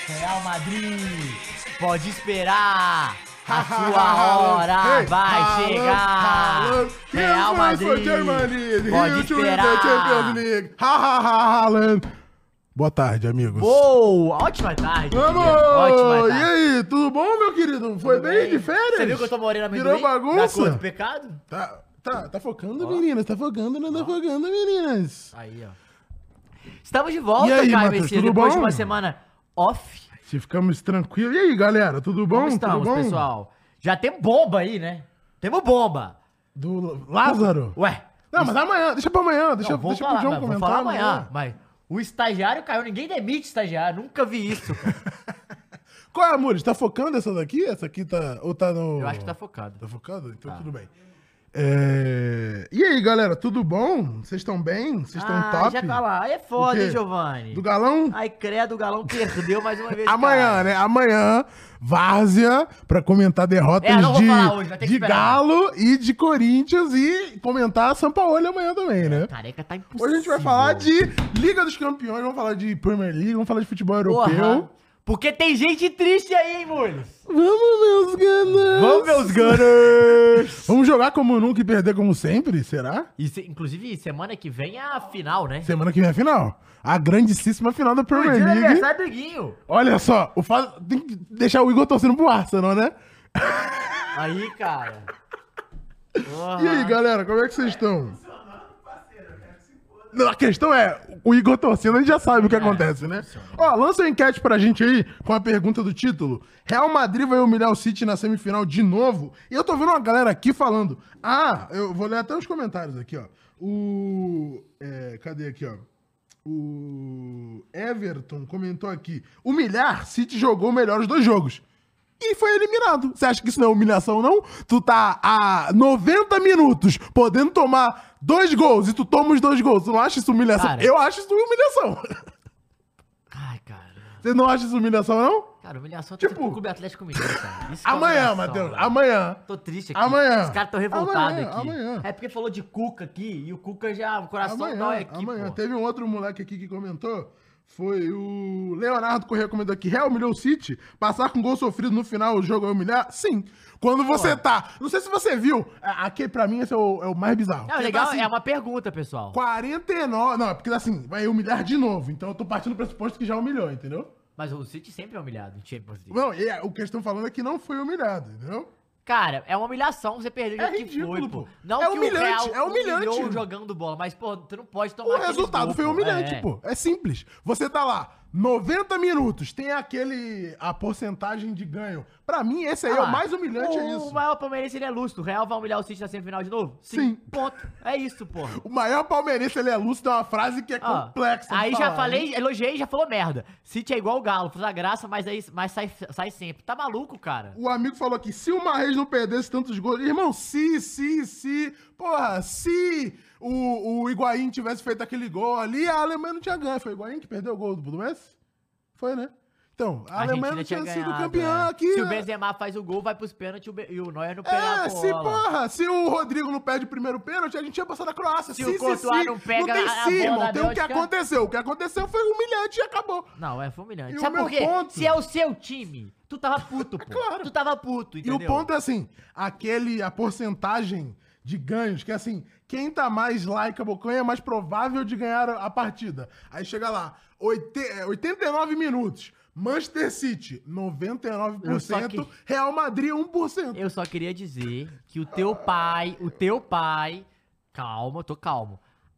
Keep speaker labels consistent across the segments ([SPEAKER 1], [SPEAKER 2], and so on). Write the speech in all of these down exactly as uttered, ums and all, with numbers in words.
[SPEAKER 1] Real Madrid, pode esperar. A sua hora
[SPEAKER 2] Hey,
[SPEAKER 1] vai
[SPEAKER 2] Haaland,
[SPEAKER 1] chegar.
[SPEAKER 2] Haaland.
[SPEAKER 1] Real
[SPEAKER 2] Here's
[SPEAKER 1] Madrid,
[SPEAKER 2] for Germany.
[SPEAKER 1] pode
[SPEAKER 2] Here to win the
[SPEAKER 1] esperar.
[SPEAKER 2] Champions League. Ha, ha, ha, Haaland. Boa tarde, amigos.
[SPEAKER 1] Boa, ótima tarde.
[SPEAKER 2] Vamos!
[SPEAKER 1] querido, Ótima
[SPEAKER 2] E
[SPEAKER 1] tarde.
[SPEAKER 2] aí, tudo bom, meu querido? Foi
[SPEAKER 1] Tudo
[SPEAKER 2] bem de férias?
[SPEAKER 1] Você viu que eu tô moreno amendoim?
[SPEAKER 2] Virou bagunça?
[SPEAKER 1] Da cor do pecado?
[SPEAKER 2] Tá, tá, tá focando,
[SPEAKER 1] Ó.
[SPEAKER 2] meninas. Tá focando, não tá focando, meninas.
[SPEAKER 1] Aí, ó. Estamos de volta,
[SPEAKER 2] E aí,
[SPEAKER 1] Caio
[SPEAKER 2] Matheus,
[SPEAKER 1] Messias,
[SPEAKER 2] tudo
[SPEAKER 1] depois
[SPEAKER 2] bom?
[SPEAKER 1] de uma semana off.
[SPEAKER 2] Se ficamos tranquilos. E aí, galera, tudo bom?
[SPEAKER 1] Como estamos,
[SPEAKER 2] tudo bom?
[SPEAKER 1] pessoal? Já tem bomba aí, né? Temos bomba.
[SPEAKER 2] Do Lázaro?
[SPEAKER 1] Ué.
[SPEAKER 2] Não, mas amanhã, deixa pra amanhã. Deixa,
[SPEAKER 1] Não, vou
[SPEAKER 2] deixa
[SPEAKER 1] falar,
[SPEAKER 2] pro João
[SPEAKER 1] mas vou
[SPEAKER 2] comentar.
[SPEAKER 1] falar amanhã. Mas o estagiário caiu, ninguém demite estagiário. Nunca vi isso, cara.
[SPEAKER 2] Qual é, Amores? Tá focando essa daqui? Essa aqui tá. Ou tá no.
[SPEAKER 1] Eu acho que tá focado.
[SPEAKER 2] Tá focado? Então
[SPEAKER 1] Tá.
[SPEAKER 2] tudo bem. É... E aí, galera, tudo bom? Vocês estão bem? Vocês estão
[SPEAKER 1] Ah,
[SPEAKER 2] top?
[SPEAKER 1] já cala. Aí é foda,
[SPEAKER 2] O quê?
[SPEAKER 1] hein, Giovanni?
[SPEAKER 2] Do galão?
[SPEAKER 1] Ai, credo, o galão perdeu mais uma vez.
[SPEAKER 2] Amanhã,
[SPEAKER 1] cara.
[SPEAKER 2] né? Amanhã, Várzea, pra comentar derrotas
[SPEAKER 1] É, não vou
[SPEAKER 2] de,
[SPEAKER 1] falar hoje, vai ter que
[SPEAKER 2] de
[SPEAKER 1] esperar.
[SPEAKER 2] Galo e de Corinthians e comentar São Paulo amanhã também, né?
[SPEAKER 1] Careca tá impossível.
[SPEAKER 2] Hoje a gente vai falar de Liga dos Campeões, vamos falar de Premier League, vamos falar de futebol europeu.
[SPEAKER 1] Porra. Porque tem gente triste aí, hein, Mules?
[SPEAKER 2] Vamos, meus Gunners!
[SPEAKER 1] Vamos, meus Gunners!
[SPEAKER 2] Vamos jogar como nunca e perder como sempre, será?
[SPEAKER 1] E se- inclusive, semana que vem é a final, né?
[SPEAKER 2] Semana que vem é a final. A grandíssima final da
[SPEAKER 1] O
[SPEAKER 2] Premier
[SPEAKER 1] dia do
[SPEAKER 2] League.
[SPEAKER 1] aniversário do Guinho.
[SPEAKER 2] Olha só, o fato tem que deixar o Igor torcendo pro Arsenal, né?
[SPEAKER 1] Aí, cara. Porra.
[SPEAKER 2] E aí, galera, como é que vocês estão? Não, a questão é, o Igor torcendo, a gente já sabe o que acontece, né? Ó, lança a enquete pra gente aí, com a pergunta do título. Real Madrid vai humilhar o City na semifinal de novo? E eu tô vendo uma galera aqui falando. Ah, eu vou ler até os comentários aqui, ó. O... é, cadê aqui, ó? O Everton comentou aqui. Humilhar, City jogou melhor os dois jogos. E foi eliminado. Você acha que isso não é humilhação, não? Tu tá há noventa minutos podendo tomar dois gols e tu toma os dois gols. Tu não acha isso humilhação?
[SPEAKER 1] Cara.
[SPEAKER 2] Eu acho isso humilhação.
[SPEAKER 1] Ai, cara.
[SPEAKER 2] Você não acha isso humilhação, não?
[SPEAKER 1] Cara, humilhação
[SPEAKER 2] Tipo,
[SPEAKER 1] tipo, pro Clube Atlético Mineiro, cara. Isso que é
[SPEAKER 2] Amanhã,
[SPEAKER 1] humilhação,
[SPEAKER 2] Matheus.
[SPEAKER 1] velho.
[SPEAKER 2] Amanhã.
[SPEAKER 1] Tô triste aqui.
[SPEAKER 2] Amanhã.
[SPEAKER 1] Os caras tão revoltados
[SPEAKER 2] Amanhã,
[SPEAKER 1] aqui.
[SPEAKER 2] amanhã.
[SPEAKER 1] É porque falou de Cuca aqui e o Cuca já, o coração dói
[SPEAKER 2] Amanhã,
[SPEAKER 1] aqui,
[SPEAKER 2] amanhã.
[SPEAKER 1] pô.
[SPEAKER 2] Teve um outro moleque aqui que comentou. Foi o Leonardo Corrêa comentou aqui. Real humilhou o City? Passar com gol sofrido no final o jogo é humilhar? Sim. Quando você tá... Não sei se você viu. a- Aqui, pra mim, esse é o, é o mais bizarro.
[SPEAKER 1] Não,
[SPEAKER 2] Porque
[SPEAKER 1] legal,
[SPEAKER 2] tá assim,
[SPEAKER 1] é uma pergunta, pessoal.
[SPEAKER 2] quarenta e nove... Não, é porque assim, vai humilhar de novo. Então eu tô partindo do pressuposto que já humilhou, entendeu?
[SPEAKER 1] Mas o City sempre é humilhado em Champions League.
[SPEAKER 2] Não, e é- o que eles estão falando é que não foi humilhado, entendeu?
[SPEAKER 1] Cara, é uma humilhação você perder o
[SPEAKER 2] É
[SPEAKER 1] jeito que
[SPEAKER 2] ridículo,
[SPEAKER 1] foi,
[SPEAKER 2] pô.
[SPEAKER 1] pô. Não
[SPEAKER 2] É
[SPEAKER 1] que
[SPEAKER 2] humilhante,
[SPEAKER 1] o Real
[SPEAKER 2] é humilhante.
[SPEAKER 1] humilhou jogando bola, mas, pô, tu não pode tomar
[SPEAKER 2] O
[SPEAKER 1] aqueles
[SPEAKER 2] resultado
[SPEAKER 1] gols,
[SPEAKER 2] foi
[SPEAKER 1] pô.
[SPEAKER 2] humilhante,
[SPEAKER 1] É.
[SPEAKER 2] pô. É simples. Você tá lá, noventa minutos, tem aquele... a porcentagem de ganho. Pra mim, esse aí
[SPEAKER 1] Ah
[SPEAKER 2] é
[SPEAKER 1] lá,
[SPEAKER 2] o mais humilhante,
[SPEAKER 1] o,
[SPEAKER 2] é isso.
[SPEAKER 1] O maior palmeirense, ele é lúcido. O Real vai humilhar o City na semifinal de novo?
[SPEAKER 2] Sim.
[SPEAKER 1] Ponto. É isso, porra.
[SPEAKER 2] O maior palmeirense, ele é lúcido, é uma frase que é
[SPEAKER 1] Ó,
[SPEAKER 2] complexa de
[SPEAKER 1] aí já
[SPEAKER 2] falar,
[SPEAKER 1] falei,
[SPEAKER 2] né?
[SPEAKER 1] elogiei e já falou merda. City é igual o Galo, faz a graça, mas, aí, mas sai, sai sempre. Tá maluco, cara?
[SPEAKER 2] O amigo falou aqui, se o Marrez não perdesse tantos gols... Irmão, se, se, se... Porra, se o, o Higuaín tivesse feito aquele gol ali, a Alemanha não tinha ganho. Foi o Higuaín que perdeu o gol do do Messi? Foi, né? Então, a, Alemanha não tinha, sido
[SPEAKER 1] ganhado,
[SPEAKER 2] campeã
[SPEAKER 1] é.
[SPEAKER 2] aqui.
[SPEAKER 1] Se o
[SPEAKER 2] né?
[SPEAKER 1] Benzema faz o gol, vai pros pênaltis e o Be- e o Neuer não pega a
[SPEAKER 2] É, se,
[SPEAKER 1] bola.
[SPEAKER 2] porra, se o Rodrigo não perde o primeiro pênalti, a gente ia passar da Croácia.
[SPEAKER 1] Se
[SPEAKER 2] Se,
[SPEAKER 1] o Courtois não pega
[SPEAKER 2] não tem
[SPEAKER 1] a- a
[SPEAKER 2] si,
[SPEAKER 1] bola
[SPEAKER 2] irmão.
[SPEAKER 1] da
[SPEAKER 2] Tem o que
[SPEAKER 1] Bélgica.
[SPEAKER 2] aconteceu. O que aconteceu foi humilhante e acabou.
[SPEAKER 1] Não, é foi humilhante.
[SPEAKER 2] E o
[SPEAKER 1] Sabe
[SPEAKER 2] meu
[SPEAKER 1] por quê?
[SPEAKER 2] ponto-
[SPEAKER 1] Se é o seu time, tu tava puto, pô.
[SPEAKER 2] Claro.
[SPEAKER 1] Tu tava puto,
[SPEAKER 2] E
[SPEAKER 1] entendeu?
[SPEAKER 2] o ponto é assim, aquele, a porcentagem de ganhos, que é assim, quem tá mais likeable, quem é mais provável de ganhar a a partida. Aí chega lá, oite- é, oitenta e nove minutos, Manchester City, noventa e nove por
[SPEAKER 1] Eu só
[SPEAKER 2] cento,
[SPEAKER 1] que-
[SPEAKER 2] Real Madrid, um por cento.
[SPEAKER 1] Eu só queria dizer que o teu pai, o teu pai, calma, eu tô calmo,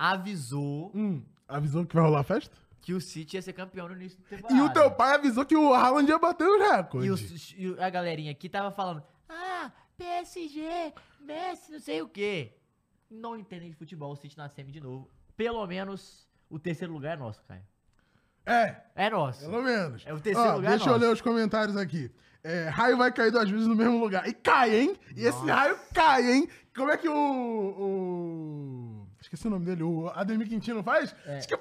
[SPEAKER 1] avisou
[SPEAKER 2] Hum, avisou que vai rolar a festa?
[SPEAKER 1] que o City ia ser campeão no início da temporada.
[SPEAKER 2] E o teu pai avisou que o Haaland ia bater os
[SPEAKER 1] E,
[SPEAKER 2] recordes.
[SPEAKER 1] os- e a galerinha aqui tava falando, ah, P S G, Messi, não sei o quê. Não entendem de futebol, o City na semi de novo. Pelo menos o terceiro lugar é nosso, Caio.
[SPEAKER 2] É,
[SPEAKER 1] É nosso.
[SPEAKER 2] pelo menos.
[SPEAKER 1] É o terceiro
[SPEAKER 2] Ó,
[SPEAKER 1] lugar
[SPEAKER 2] Deixa eu
[SPEAKER 1] nosso.
[SPEAKER 2] ler os comentários aqui. É, raio vai cair duas vezes no mesmo lugar. E cai, hein? E esse raio cai, hein? Como é que o... o... Esqueci o nome dele. O Ademir Quintino faz?
[SPEAKER 1] É.
[SPEAKER 2] Acho que...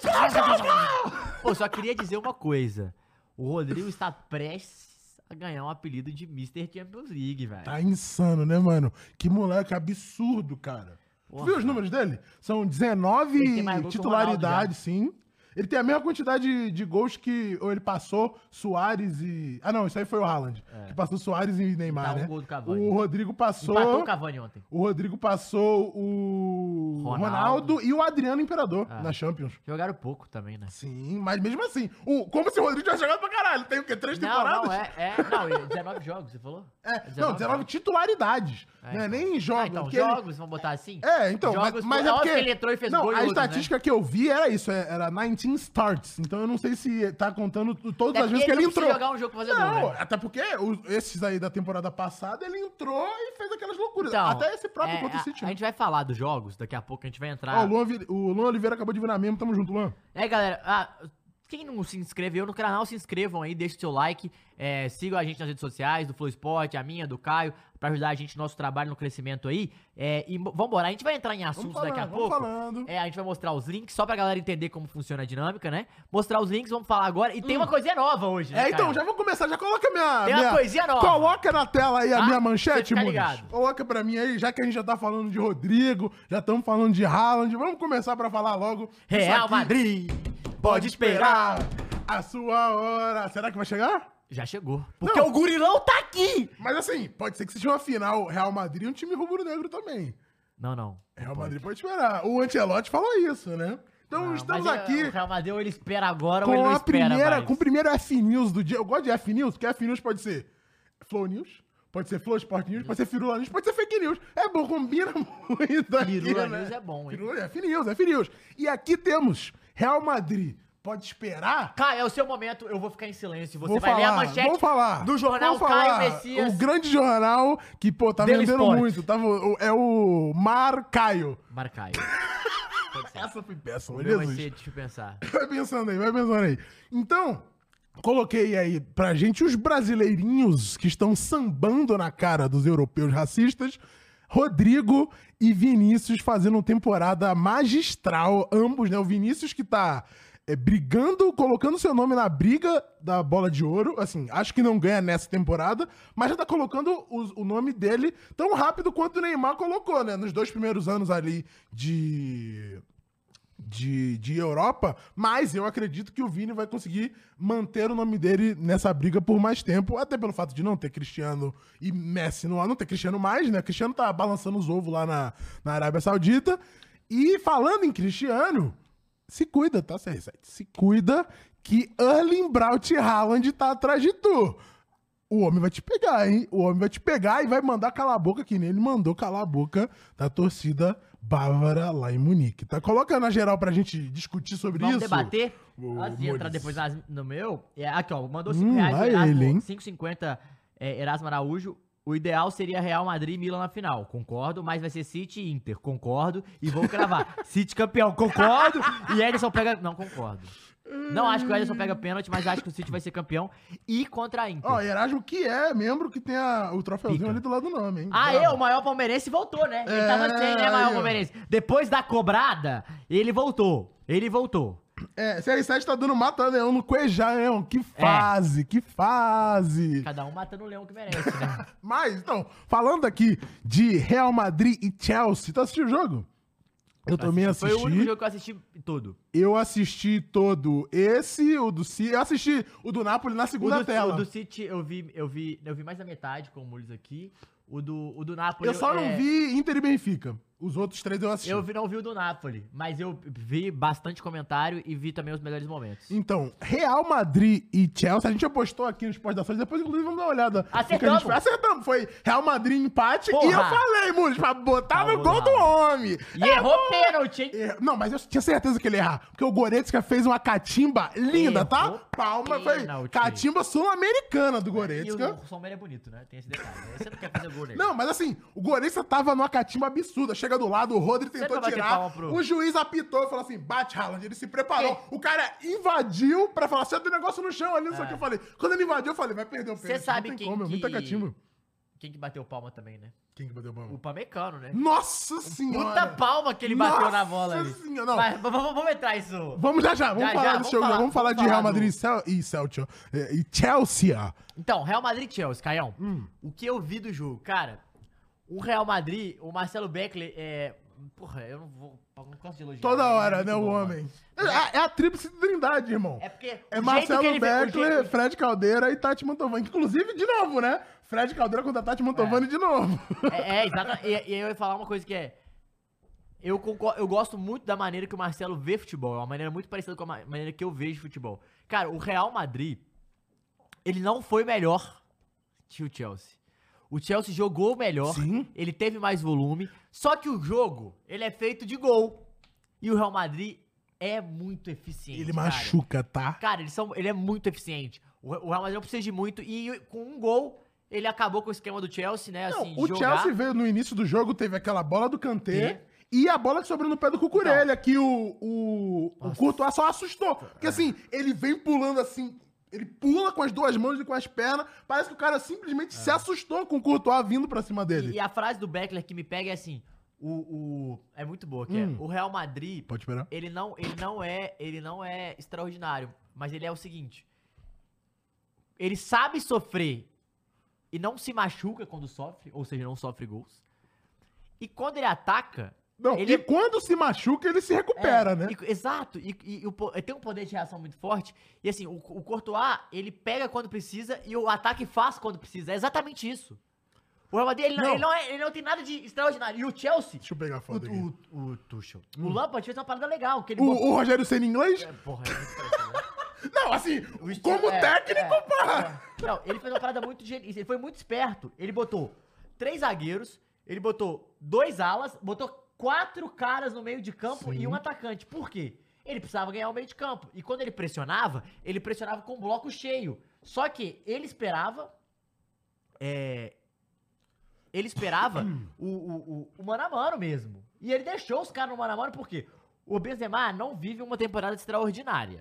[SPEAKER 1] Pô, só queria dizer uma coisa. O Rodrigo está prestes a ganhar um apelido de mister Champions League, velho.
[SPEAKER 2] Tá insano, né, mano? Que moleque absurdo, cara. Tu
[SPEAKER 1] Porra.
[SPEAKER 2] viu os números dele? São
[SPEAKER 1] Ele
[SPEAKER 2] dezenove
[SPEAKER 1] tem mais gol que o
[SPEAKER 2] titularidades, sim. Ele tem a mesma quantidade de, de gols que ou ele passou Suárez e... Ah, não, isso aí foi o Haaland. É. Que passou Suárez e Neymar,
[SPEAKER 1] Tá um
[SPEAKER 2] né?
[SPEAKER 1] gol do Cavani.
[SPEAKER 2] O Rodrigo passou...
[SPEAKER 1] Empatou o Cavani ontem.
[SPEAKER 2] O Rodrigo passou o
[SPEAKER 1] Ronaldo,
[SPEAKER 2] Ronaldo e o Adriano Imperador
[SPEAKER 1] Ah.
[SPEAKER 2] na Champions.
[SPEAKER 1] Jogaram pouco também, né?
[SPEAKER 2] Sim, mas mesmo assim, o, como se o Rodrigo tivesse jogado pra caralho. Tem o quê? Três
[SPEAKER 1] Não,
[SPEAKER 2] temporadas?
[SPEAKER 1] não, é, é. Não, e dezenove jogos, você falou?
[SPEAKER 2] É, não, dezenove titularidades.
[SPEAKER 1] É,
[SPEAKER 2] Não é
[SPEAKER 1] então.
[SPEAKER 2] nem jogos.
[SPEAKER 1] Ah, então,
[SPEAKER 2] porque ele-
[SPEAKER 1] jogos, vamos botar assim?
[SPEAKER 2] É, então,
[SPEAKER 1] Jogos,
[SPEAKER 2] mas, mas
[SPEAKER 1] é
[SPEAKER 2] é
[SPEAKER 1] óbvio
[SPEAKER 2] porque...
[SPEAKER 1] que ele entrou e fez
[SPEAKER 2] não,
[SPEAKER 1] gol e
[SPEAKER 2] a
[SPEAKER 1] outro,
[SPEAKER 2] estatística que eu vi era isso, é- era dezenove starts. Então eu não sei se tá contando t- todas
[SPEAKER 1] É
[SPEAKER 2] as vezes que
[SPEAKER 1] porque
[SPEAKER 2] ele
[SPEAKER 1] não precisa
[SPEAKER 2] entrou.
[SPEAKER 1] jogar um jogo pra fazer
[SPEAKER 2] Não,
[SPEAKER 1] gol, né?
[SPEAKER 2] até porque o- esses aí da temporada passada, ele entrou e fez aquelas loucuras.
[SPEAKER 1] Então,
[SPEAKER 2] até esse próprio
[SPEAKER 1] é,
[SPEAKER 2] contra o
[SPEAKER 1] a,
[SPEAKER 2] City.
[SPEAKER 1] a
[SPEAKER 2] né?
[SPEAKER 1] gente vai falar dos jogos, daqui a pouco a gente vai entrar...
[SPEAKER 2] Ó, o, Luan, Vi- o Luan Oliveira acabou de virar mesmo, tamo junto, Luan.
[SPEAKER 1] É, galera, ah, quem não se inscreveu no canal, se inscrevam aí, deixem seu like, é, sigam a gente nas redes sociais, do Flow Sport, a minha, do Caio, pra ajudar a gente no nosso trabalho, no crescimento aí. É, e mo- vambora, a gente vai entrar em assuntos
[SPEAKER 2] Vamos
[SPEAKER 1] daqui a
[SPEAKER 2] falando, vamos
[SPEAKER 1] pouco.
[SPEAKER 2] falando.
[SPEAKER 1] É, a gente vai mostrar os links, só pra galera entender como funciona a dinâmica, né? Mostrar os links, vamos falar agora. E tem uma coisinha nova hoje, né,
[SPEAKER 2] É, então,
[SPEAKER 1] Caio?
[SPEAKER 2] já vou começar, já coloca minha...
[SPEAKER 1] Tem uma
[SPEAKER 2] minha-
[SPEAKER 1] coisinha nova.
[SPEAKER 2] Coloca na tela aí a
[SPEAKER 1] Tá?
[SPEAKER 2] minha
[SPEAKER 1] Você
[SPEAKER 2] manchete,
[SPEAKER 1] fica
[SPEAKER 2] Muniz.
[SPEAKER 1] ligado.
[SPEAKER 2] Coloca pra mim aí, já que a gente já tá falando de Rodrigo, já estamos falando de Haaland, vamos começar pra falar logo. Isso
[SPEAKER 1] Real
[SPEAKER 2] aqui
[SPEAKER 1] Madrid, pode esperar.
[SPEAKER 2] a sua hora. Será que vai chegar?
[SPEAKER 1] Já chegou. Porque
[SPEAKER 2] Não.
[SPEAKER 1] o gurilão tá aqui!
[SPEAKER 2] Mas assim, pode ser que seja uma final Real Madrid e um time rubro-negro também.
[SPEAKER 1] Não, não.
[SPEAKER 2] Real Madrid pode esperar. O Ancelotti falou isso, né? Então
[SPEAKER 1] Não,
[SPEAKER 2] estamos
[SPEAKER 1] mas é,
[SPEAKER 2] aqui
[SPEAKER 1] O Real Madrid ou ele espera agora ou ele
[SPEAKER 2] com
[SPEAKER 1] não
[SPEAKER 2] a
[SPEAKER 1] espera
[SPEAKER 2] primeira,
[SPEAKER 1] mais.
[SPEAKER 2] com o primeiro F News do dia. Eu gosto de F News, porque F News pode ser Flow News, pode ser Flow Sport News, pode ser Firula News, pode ser Fake News. É bom, combina muito aqui,
[SPEAKER 1] Firula
[SPEAKER 2] né?
[SPEAKER 1] News é bom, hein?
[SPEAKER 2] Firula, é F News, é F News. E aqui temos Real Madrid. Pode esperar?
[SPEAKER 1] Caio, é o seu momento, eu vou ficar em silêncio. Você
[SPEAKER 2] Vou
[SPEAKER 1] vai
[SPEAKER 2] falar,
[SPEAKER 1] ler a manchete
[SPEAKER 2] vou falar,
[SPEAKER 1] do jornal
[SPEAKER 2] vou falar.
[SPEAKER 1] Caio Messias.
[SPEAKER 2] O grande jornal que, pô, tá
[SPEAKER 1] Daily
[SPEAKER 2] vendendo
[SPEAKER 1] Sport.
[SPEAKER 2] muito. Tava, o- é o Mar Caio.
[SPEAKER 1] Mar Caio. Pode ser.
[SPEAKER 2] Essa foi péssima,
[SPEAKER 1] O meu vai
[SPEAKER 2] Jesus.
[SPEAKER 1] ser, deixa eu pensar.
[SPEAKER 2] Vai pensando aí, vai pensando aí. Então, coloquei aí pra gente os brasileirinhos que estão sambando na cara dos europeus racistas. Rodrigo e Vinícius fazendo uma temporada magistral, ambos, né? O Vinícius que tá é, brigando, colocando seu nome na briga da bola de ouro. Assim, acho que não ganha nessa temporada, mas já tá colocando o, o nome dele tão rápido quanto o Neymar colocou, né? Nos dois primeiros anos ali de... De, de Europa, mas eu acredito que o Vini vai conseguir manter o nome dele nessa briga por mais tempo, até pelo fato de não ter Cristiano e Messi no ar, não ter Cristiano mais, né? Cristiano tá balançando os ovos lá na, na Arábia Saudita. E falando em Cristiano, se cuida, tá, C R sete? Se cuida que Erling Braut Haaland tá atrás de tu. O homem vai te pegar, hein? O homem vai te pegar e vai mandar calar a boca, que nem ele mandou calar a boca da torcida bávara lá em Munique. Tá? Coloca na geral pra gente discutir sobre
[SPEAKER 1] Vamos
[SPEAKER 2] isso.
[SPEAKER 1] debater?
[SPEAKER 2] O
[SPEAKER 1] Antes de entrar
[SPEAKER 2] Mores.
[SPEAKER 1] depois nas- no meu. É, aqui, ó, mandou cinco
[SPEAKER 2] Hum,
[SPEAKER 1] reais.
[SPEAKER 2] vai
[SPEAKER 1] Erasmo,
[SPEAKER 2] ele, hein?
[SPEAKER 1] cinco e cinquenta é, Erasmo Araújo. O ideal seria Real Madrid e Milan na final. Concordo, mas vai ser City e Inter. Concordo e vou cravar. City campeão. Concordo. E Ederson pega... Não, concordo. Não acho que o Ederson pega pênalti, mas acho que o City vai ser campeão. E contra a Inter.
[SPEAKER 2] Ó, Erasmo que é membro que tem a- o troféuzinho
[SPEAKER 1] Pica.
[SPEAKER 2] ali do lado do nome, hein?
[SPEAKER 1] Ah,
[SPEAKER 2] Bravo.
[SPEAKER 1] é, o maior palmeirense voltou, né? Ele
[SPEAKER 2] É,
[SPEAKER 1] tava sem, né, maior
[SPEAKER 2] aí, ó.
[SPEAKER 1] palmeirense. Depois da cobrada, ele voltou. Ele voltou.
[SPEAKER 2] É, C R sete tá dando mata-leão no Cuejá, Leão. Que fase, que fase.
[SPEAKER 1] Cada um matando o leão que merece, né?
[SPEAKER 2] Mas, então, falando aqui de Real Madrid e Chelsea, tu assistiu o jogo? Eu também assisti.
[SPEAKER 1] Foi o único jogo que eu assisti todo.
[SPEAKER 2] Eu assisti todo esse, o do City. Eu assisti o do Napoli na
[SPEAKER 1] O
[SPEAKER 2] segunda
[SPEAKER 1] do,
[SPEAKER 2] tela.
[SPEAKER 1] o do City eu vi, eu vi, eu vi mais da metade com o Mules aqui. O do, o do Napoli
[SPEAKER 2] Eu só não
[SPEAKER 1] é,
[SPEAKER 2] vi Inter e Benfica. Os outros três eu assisti.
[SPEAKER 1] Eu vi, não vi o do Napoli, mas eu vi bastante comentário e vi também os melhores momentos.
[SPEAKER 2] Então, Real Madrid e Chelsea, a gente apostou aqui no Esporte da Sorte, depois inclusive vamos dar uma olhada. no que a
[SPEAKER 1] Acertamos.
[SPEAKER 2] gente fez. Acertamos, foi Real Madrid empate
[SPEAKER 1] Porra.
[SPEAKER 2] e eu falei, Mules, pra botar
[SPEAKER 1] Tá
[SPEAKER 2] no
[SPEAKER 1] bom,
[SPEAKER 2] gol do
[SPEAKER 1] Raul.
[SPEAKER 2] homem.
[SPEAKER 1] E
[SPEAKER 2] É,
[SPEAKER 1] errou pênalti, hein?
[SPEAKER 2] É, não, mas eu tinha certeza que ele ia errar. Porque o Goretzka fez uma catimba linda,
[SPEAKER 1] Errou
[SPEAKER 2] tá? Palma, foi
[SPEAKER 1] pênalti.
[SPEAKER 2] catimba sul-americana do
[SPEAKER 1] E
[SPEAKER 2] Goretzka.
[SPEAKER 1] o Sommer é bonito, né? Tem esse detalhe. né? Você não quer fazer gol nele.
[SPEAKER 2] Não, mas assim, o Goretzka tava numa catimba absurda. Chega do lado, o Rodri
[SPEAKER 1] Você
[SPEAKER 2] tentou
[SPEAKER 1] não vai bater
[SPEAKER 2] tirar.
[SPEAKER 1] palma pro-
[SPEAKER 2] O juiz apitou e falou assim: bate, Haaland. Ele se preparou. O cara invadiu pra falar: você tem um negócio no chão ali, não sei o
[SPEAKER 1] É.
[SPEAKER 2] que eu falei. Quando ele invadiu, eu falei: vai perder o
[SPEAKER 1] Você
[SPEAKER 2] pênalti.
[SPEAKER 1] sabe
[SPEAKER 2] não tem
[SPEAKER 1] quem
[SPEAKER 2] como, é
[SPEAKER 1] que...
[SPEAKER 2] muita catimba.
[SPEAKER 1] Quem que bateu palma também, né?
[SPEAKER 2] Quem que bateu o
[SPEAKER 1] O
[SPEAKER 2] palma?
[SPEAKER 1] Pamecano, né?
[SPEAKER 2] Nossa senhora!
[SPEAKER 1] Puta palma que ele bateu na bola ali.
[SPEAKER 2] Nossa senhora, não.
[SPEAKER 1] Mas v- v- vamos entrar isso.
[SPEAKER 2] Vamos já já, vamos
[SPEAKER 1] Já,
[SPEAKER 2] falar
[SPEAKER 1] já,
[SPEAKER 2] desse
[SPEAKER 1] vamos
[SPEAKER 2] jogo.
[SPEAKER 1] falar,
[SPEAKER 2] vamos falar
[SPEAKER 1] vamos
[SPEAKER 2] de Real
[SPEAKER 1] falar
[SPEAKER 2] Madrid
[SPEAKER 1] do-
[SPEAKER 2] e Cel- e Celtic. é, E Chelsea.
[SPEAKER 1] Então, Real Madrid e Chelsea, Caião.
[SPEAKER 2] Hum.
[SPEAKER 1] O que eu vi do jogo? Cara, o Real Madrid, o Marcelo Beckler, é, Porra, eu não vou. Eu não gosto de elogiar.
[SPEAKER 2] Toda
[SPEAKER 1] ele é
[SPEAKER 2] hora,
[SPEAKER 1] muito
[SPEAKER 2] né, o
[SPEAKER 1] bom,
[SPEAKER 2] homem.
[SPEAKER 1] mano.
[SPEAKER 2] É, é a tríplice trindade, irmão.
[SPEAKER 1] É porque.
[SPEAKER 2] É
[SPEAKER 1] o
[SPEAKER 2] Marcelo
[SPEAKER 1] jeito que ele fez- o
[SPEAKER 2] Beckler,
[SPEAKER 1] jeito-
[SPEAKER 2] Fred Caldeira e Tati Mantovani. Inclusive, de novo, né? Fred Caldeira contra Tati Mantovani de novo.
[SPEAKER 1] É, é exatamente. E, e eu ia falar uma coisa que é. Eu, concordo, eu gosto muito da maneira que o Marcelo vê futebol. É uma maneira muito parecida com a ma- maneira que eu vejo futebol. Cara, o Real Madrid, ele não foi melhor que o Chelsea. O Chelsea jogou melhor,
[SPEAKER 2] Sim.
[SPEAKER 1] ele teve mais volume, só que o jogo, ele é feito de gol. E o Real Madrid é muito eficiente,
[SPEAKER 2] Ele
[SPEAKER 1] cara.
[SPEAKER 2] machuca, tá?
[SPEAKER 1] Cara, eles são, ele é muito eficiente. O, o Real Madrid não precisa de muito e com um gol, ele acabou com o esquema do Chelsea, né?
[SPEAKER 2] Não,
[SPEAKER 1] Assim,
[SPEAKER 2] o
[SPEAKER 1] jogar.
[SPEAKER 2] Chelsea veio no início do jogo, teve aquela bola do Kanté
[SPEAKER 1] E?
[SPEAKER 2] e a bola que sobrou no pé do Cucurella, que o, o, o Courtois só assustou. Porque assim, ele vem pulando assim, ele pula com as duas mãos e com as pernas, parece que o cara simplesmente se assustou com o Courtois vindo pra cima dele.
[SPEAKER 1] E, e a frase do Beckler que me pega é assim, o, o é muito boa, que
[SPEAKER 2] Hum.
[SPEAKER 1] é, o Real Madrid,
[SPEAKER 2] Pode esperar?
[SPEAKER 1] ele não, ele não é, ele não é extraordinário, mas ele é o seguinte, ele sabe sofrer e não se machuca quando sofre, ou seja, não sofre gols. E quando ele ataca,
[SPEAKER 2] Não,
[SPEAKER 1] ele
[SPEAKER 2] e quando se machuca, ele se recupera,
[SPEAKER 1] É,
[SPEAKER 2] né?
[SPEAKER 1] e- exato, e, e o po- ele tem um poder de reação muito forte. E assim, o, o Courtois, ele pega quando precisa e o ataque faz quando precisa. É exatamente isso. O Real Madrid, ele não,
[SPEAKER 2] Não.
[SPEAKER 1] ele não, é- ele não tem nada de extraordinário. E o Chelsea,
[SPEAKER 2] Deixa eu pegar a
[SPEAKER 1] o,
[SPEAKER 2] foto aqui.
[SPEAKER 1] o, o Tuchel, o Lampard fez uma parada legal. Que ele
[SPEAKER 2] O,
[SPEAKER 1] botou-
[SPEAKER 2] o Rogério Senna em inglês?
[SPEAKER 1] É, porra, é muito parecido, né?
[SPEAKER 2] Não, assim,
[SPEAKER 1] O estilo-
[SPEAKER 2] como
[SPEAKER 1] é,
[SPEAKER 2] técnico,
[SPEAKER 1] é,
[SPEAKER 2] pá!
[SPEAKER 1] é. Não, ele fez uma parada muito geni- ele foi muito esperto. Ele botou três zagueiros, ele botou dois alas, botou quatro caras no meio de campo
[SPEAKER 2] Sim.
[SPEAKER 1] e um atacante. Por quê? Ele precisava ganhar o meio de campo. E quando ele pressionava, ele pressionava com o bloco cheio. Só que ele esperava. É, ele esperava o, o, o, o mano a mano mesmo. E ele deixou os caras no mano a mano porque o Benzema não vive uma temporada extraordinária.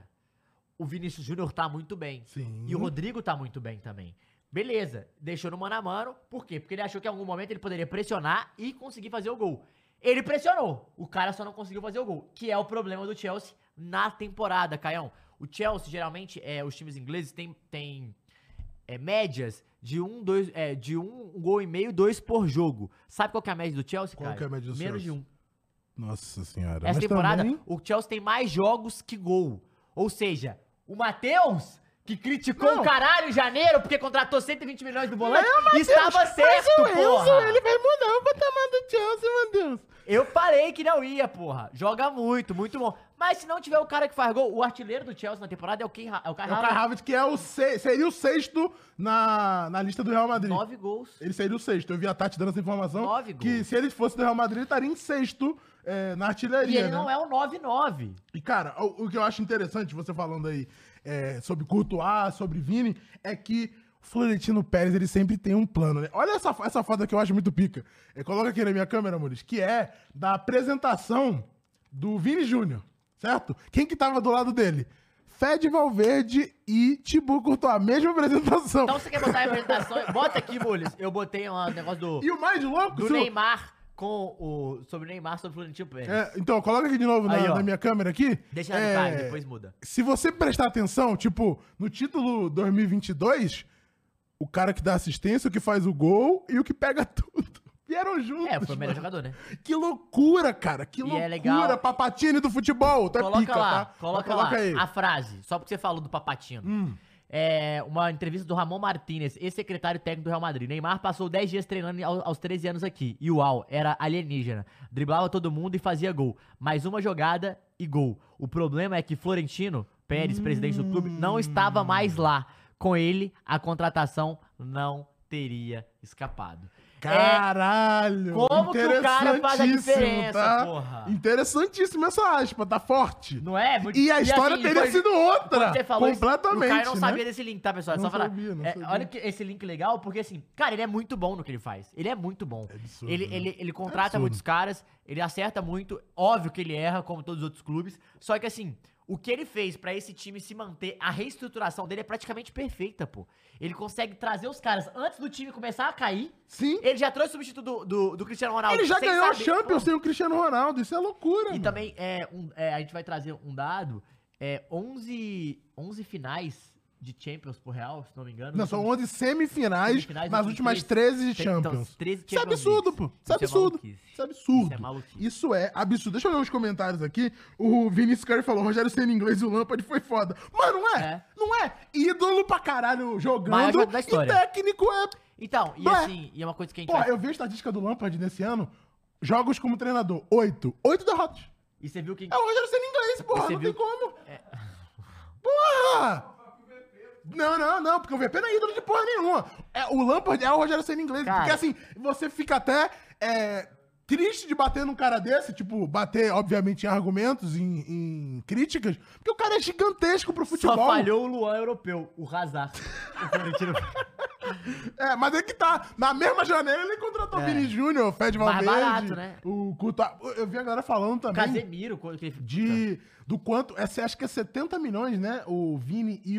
[SPEAKER 1] O Vinícius Júnior tá muito bem.
[SPEAKER 2] Sim.
[SPEAKER 1] E o Rodrigo tá muito bem também. Beleza, deixou no mano a mano. Por quê? Porque ele achou que em algum momento ele poderia pressionar e conseguir fazer o gol. Ele pressionou. O cara só não conseguiu fazer o gol. Que é o problema do Chelsea na temporada, Caião. O Chelsea, geralmente, é, os times ingleses têm, têm é, médias de um, dois, é, de um, um gol e meio, dois por jogo. Sabe qual que é a média do Chelsea,
[SPEAKER 2] Qual
[SPEAKER 1] cara?
[SPEAKER 2] que é a média do
[SPEAKER 1] Menos
[SPEAKER 2] Chelsea?
[SPEAKER 1] de um.
[SPEAKER 2] Nossa senhora.
[SPEAKER 1] Essa
[SPEAKER 2] mas
[SPEAKER 1] temporada,
[SPEAKER 2] também-
[SPEAKER 1] o Chelsea tem mais jogos que gol. Ou seja, o Matheus, que criticou
[SPEAKER 2] Não.
[SPEAKER 1] o caralho em janeiro porque contratou cento e vinte milhões do volante,
[SPEAKER 2] Não, Matheus,
[SPEAKER 1] estava certo,
[SPEAKER 2] mas o Enzo,
[SPEAKER 1] porra.
[SPEAKER 2] ele vai mudar o patamar do Chelsea, meu Deus.
[SPEAKER 1] Eu falei que não ia, porra. Joga muito, muito bom. Mas se não tiver o cara que faz gol, o artilheiro do Chelsea na temporada é o Kai, é o Kai
[SPEAKER 2] É o Kai
[SPEAKER 1] Havertz.
[SPEAKER 2] Havertz, que é o se- seria o sexto na, na lista do Real Madrid.
[SPEAKER 1] Nove gols.
[SPEAKER 2] Ele seria o sexto. Eu vi a Tati dando essa informação.
[SPEAKER 1] Nove
[SPEAKER 2] que
[SPEAKER 1] gols.
[SPEAKER 2] se ele fosse do Real Madrid, ele estaria em sexto é, na artilharia,
[SPEAKER 1] E ele
[SPEAKER 2] né?
[SPEAKER 1] não é um nove nove.
[SPEAKER 2] E, cara, o, o que eu acho interessante, você falando aí é, sobre Courtois, sobre Vini, é que o Florentino Pérez, ele sempre tem um plano, né? Olha essa, essa foto que eu acho muito pica. É, coloca aqui na minha câmera, Muris, que é da apresentação do Vini Júnior, certo? Quem que tava do lado dele? Fede Valverde e Thibaut Courtois, a mesma apresentação.
[SPEAKER 1] Então você quer botar a apresentação? Bota aqui, Mules. Eu botei um negócio do,
[SPEAKER 2] E o mais louco...
[SPEAKER 1] do
[SPEAKER 2] se o-
[SPEAKER 1] Neymar com o... Sobre o Neymar, sobre o Florentino Pérez.
[SPEAKER 2] É, então, coloca aqui de novo na,
[SPEAKER 1] Aí, ó.
[SPEAKER 2] na minha câmera aqui.
[SPEAKER 1] Deixa no
[SPEAKER 2] É,
[SPEAKER 1] time, depois muda.
[SPEAKER 2] Se você prestar atenção, tipo, no título dois mil e vinte e dois, o cara que dá assistência, o que faz o gol e o que pega tudo. Vieram juntos.
[SPEAKER 1] É, foi o melhor
[SPEAKER 2] mano.
[SPEAKER 1] jogador, né?
[SPEAKER 2] Que loucura, cara. Que
[SPEAKER 1] E é
[SPEAKER 2] loucura.
[SPEAKER 1] legal.
[SPEAKER 2] Papatini do futebol. Tu é
[SPEAKER 1] Coloca
[SPEAKER 2] pica,
[SPEAKER 1] lá,
[SPEAKER 2] tá?
[SPEAKER 1] coloca,
[SPEAKER 2] Mas coloca
[SPEAKER 1] lá
[SPEAKER 2] aí.
[SPEAKER 1] a frase, só porque você falou do Papatino.
[SPEAKER 2] Hum.
[SPEAKER 1] É uma entrevista do Ramon Martínez, ex-secretário técnico do Real Madrid. Neymar passou dez dias treinando ao- aos treze anos aqui. E uau, era alienígena. Driblava todo mundo e fazia gol. Mais uma jogada e gol. O problema é que Florentino Pérez, presidente do clube, não estava mais lá. Com ele, a contratação não teria escapado.
[SPEAKER 2] Caralho.
[SPEAKER 1] como que o cara faz a
[SPEAKER 2] Interessantíssimo,
[SPEAKER 1] diferença,
[SPEAKER 2] tá?
[SPEAKER 1] porra?
[SPEAKER 2] Interessantíssimo essa aspa, tá forte.
[SPEAKER 1] Não é? Muito-
[SPEAKER 2] E a história
[SPEAKER 1] assim,
[SPEAKER 2] teria
[SPEAKER 1] foi-
[SPEAKER 2] sido outra.
[SPEAKER 1] Quando você falou isso,
[SPEAKER 2] completamente.
[SPEAKER 1] o Caio não
[SPEAKER 2] né?
[SPEAKER 1] sabia desse link, tá, pessoal? É
[SPEAKER 2] Não
[SPEAKER 1] só falar.
[SPEAKER 2] sabia, não
[SPEAKER 1] É,
[SPEAKER 2] sabia.
[SPEAKER 1] olha que esse link legal, porque assim, cara, ele é muito bom no que ele faz. Ele é muito bom.
[SPEAKER 2] É absurdo,
[SPEAKER 1] ele,
[SPEAKER 2] né?
[SPEAKER 1] ele, ele contrata
[SPEAKER 2] absurdo.
[SPEAKER 1] muitos caras, ele acerta muito. Óbvio que ele erra, como todos os outros clubes. Só que assim, o que ele fez pra esse time se manter, a reestruturação dele é praticamente perfeita, pô. Ele consegue trazer os caras antes do time começar a cair.
[SPEAKER 2] Sim.
[SPEAKER 1] Ele já trouxe o substituto do, do, do Cristiano Ronaldo.
[SPEAKER 2] Ele já
[SPEAKER 1] sem
[SPEAKER 2] ganhou a
[SPEAKER 1] saber,
[SPEAKER 2] Champions
[SPEAKER 1] pô.
[SPEAKER 2] sem o Cristiano Ronaldo. Isso é loucura,
[SPEAKER 1] E
[SPEAKER 2] mano.
[SPEAKER 1] também, é, um- é, a gente vai trazer um dado, é, onze, onze finais de Champions pro Real, se não me engano.
[SPEAKER 2] Não, são onze semifinais,
[SPEAKER 1] Semifinais,
[SPEAKER 2] nas
[SPEAKER 1] e
[SPEAKER 2] últimas
[SPEAKER 1] treze
[SPEAKER 2] treze de
[SPEAKER 1] Tem- então,
[SPEAKER 2] Champions.
[SPEAKER 1] treze
[SPEAKER 2] Isso é
[SPEAKER 1] Champions
[SPEAKER 2] absurdo,
[SPEAKER 1] Leagues.
[SPEAKER 2] pô. Isso é
[SPEAKER 1] Isso é
[SPEAKER 2] absurdo.
[SPEAKER 1] maluquice.
[SPEAKER 2] Isso é absurdo.
[SPEAKER 1] Isso é maluquice.
[SPEAKER 2] Isso é absurdo. Deixa eu ler uns comentários aqui. O Vinícius Curry falou: Rogério Ceni inglês e o Lampard foi foda. Mano, não é?
[SPEAKER 1] É.
[SPEAKER 2] Não é? Ídolo pra caralho
[SPEAKER 1] Maior
[SPEAKER 2] jogando.
[SPEAKER 1] jogador da história.
[SPEAKER 2] E técnico é.
[SPEAKER 1] Então, e
[SPEAKER 2] Não é?
[SPEAKER 1] assim, e é uma coisa que a gente
[SPEAKER 2] Pô,
[SPEAKER 1] vai...
[SPEAKER 2] eu vi a estatística do Lampard nesse ano. Jogos como treinador: oito. Oito derrotas.
[SPEAKER 1] E você viu que...
[SPEAKER 2] É o Rogério Ceni inglês, porra.
[SPEAKER 1] Você
[SPEAKER 2] Não
[SPEAKER 1] viu-
[SPEAKER 2] tem como. Porra! Não, não, não, porque o V P não é ídolo de porra nenhuma. É, o Lampard é o Rogério Ceni inglês.
[SPEAKER 1] Cara.
[SPEAKER 2] Porque assim, você fica até é, triste de bater num cara desse, tipo, bater, obviamente, em argumentos, em, em críticas, porque o cara é gigantesco pro futebol.
[SPEAKER 1] Só falhou o Luan europeu, o Hazard. O Florentino...
[SPEAKER 2] É, mas é que tá. Na mesma janela ele contratou o
[SPEAKER 1] É.
[SPEAKER 2] Vini Júnior, o Fed
[SPEAKER 1] Mais
[SPEAKER 2] Valverde.
[SPEAKER 1] barato, né?
[SPEAKER 2] O Courtois. Eu vi a galera falando também.
[SPEAKER 1] Casemiro, que ele...
[SPEAKER 2] De. Do quanto. É, você acha que é setenta milhões, né? O Vini e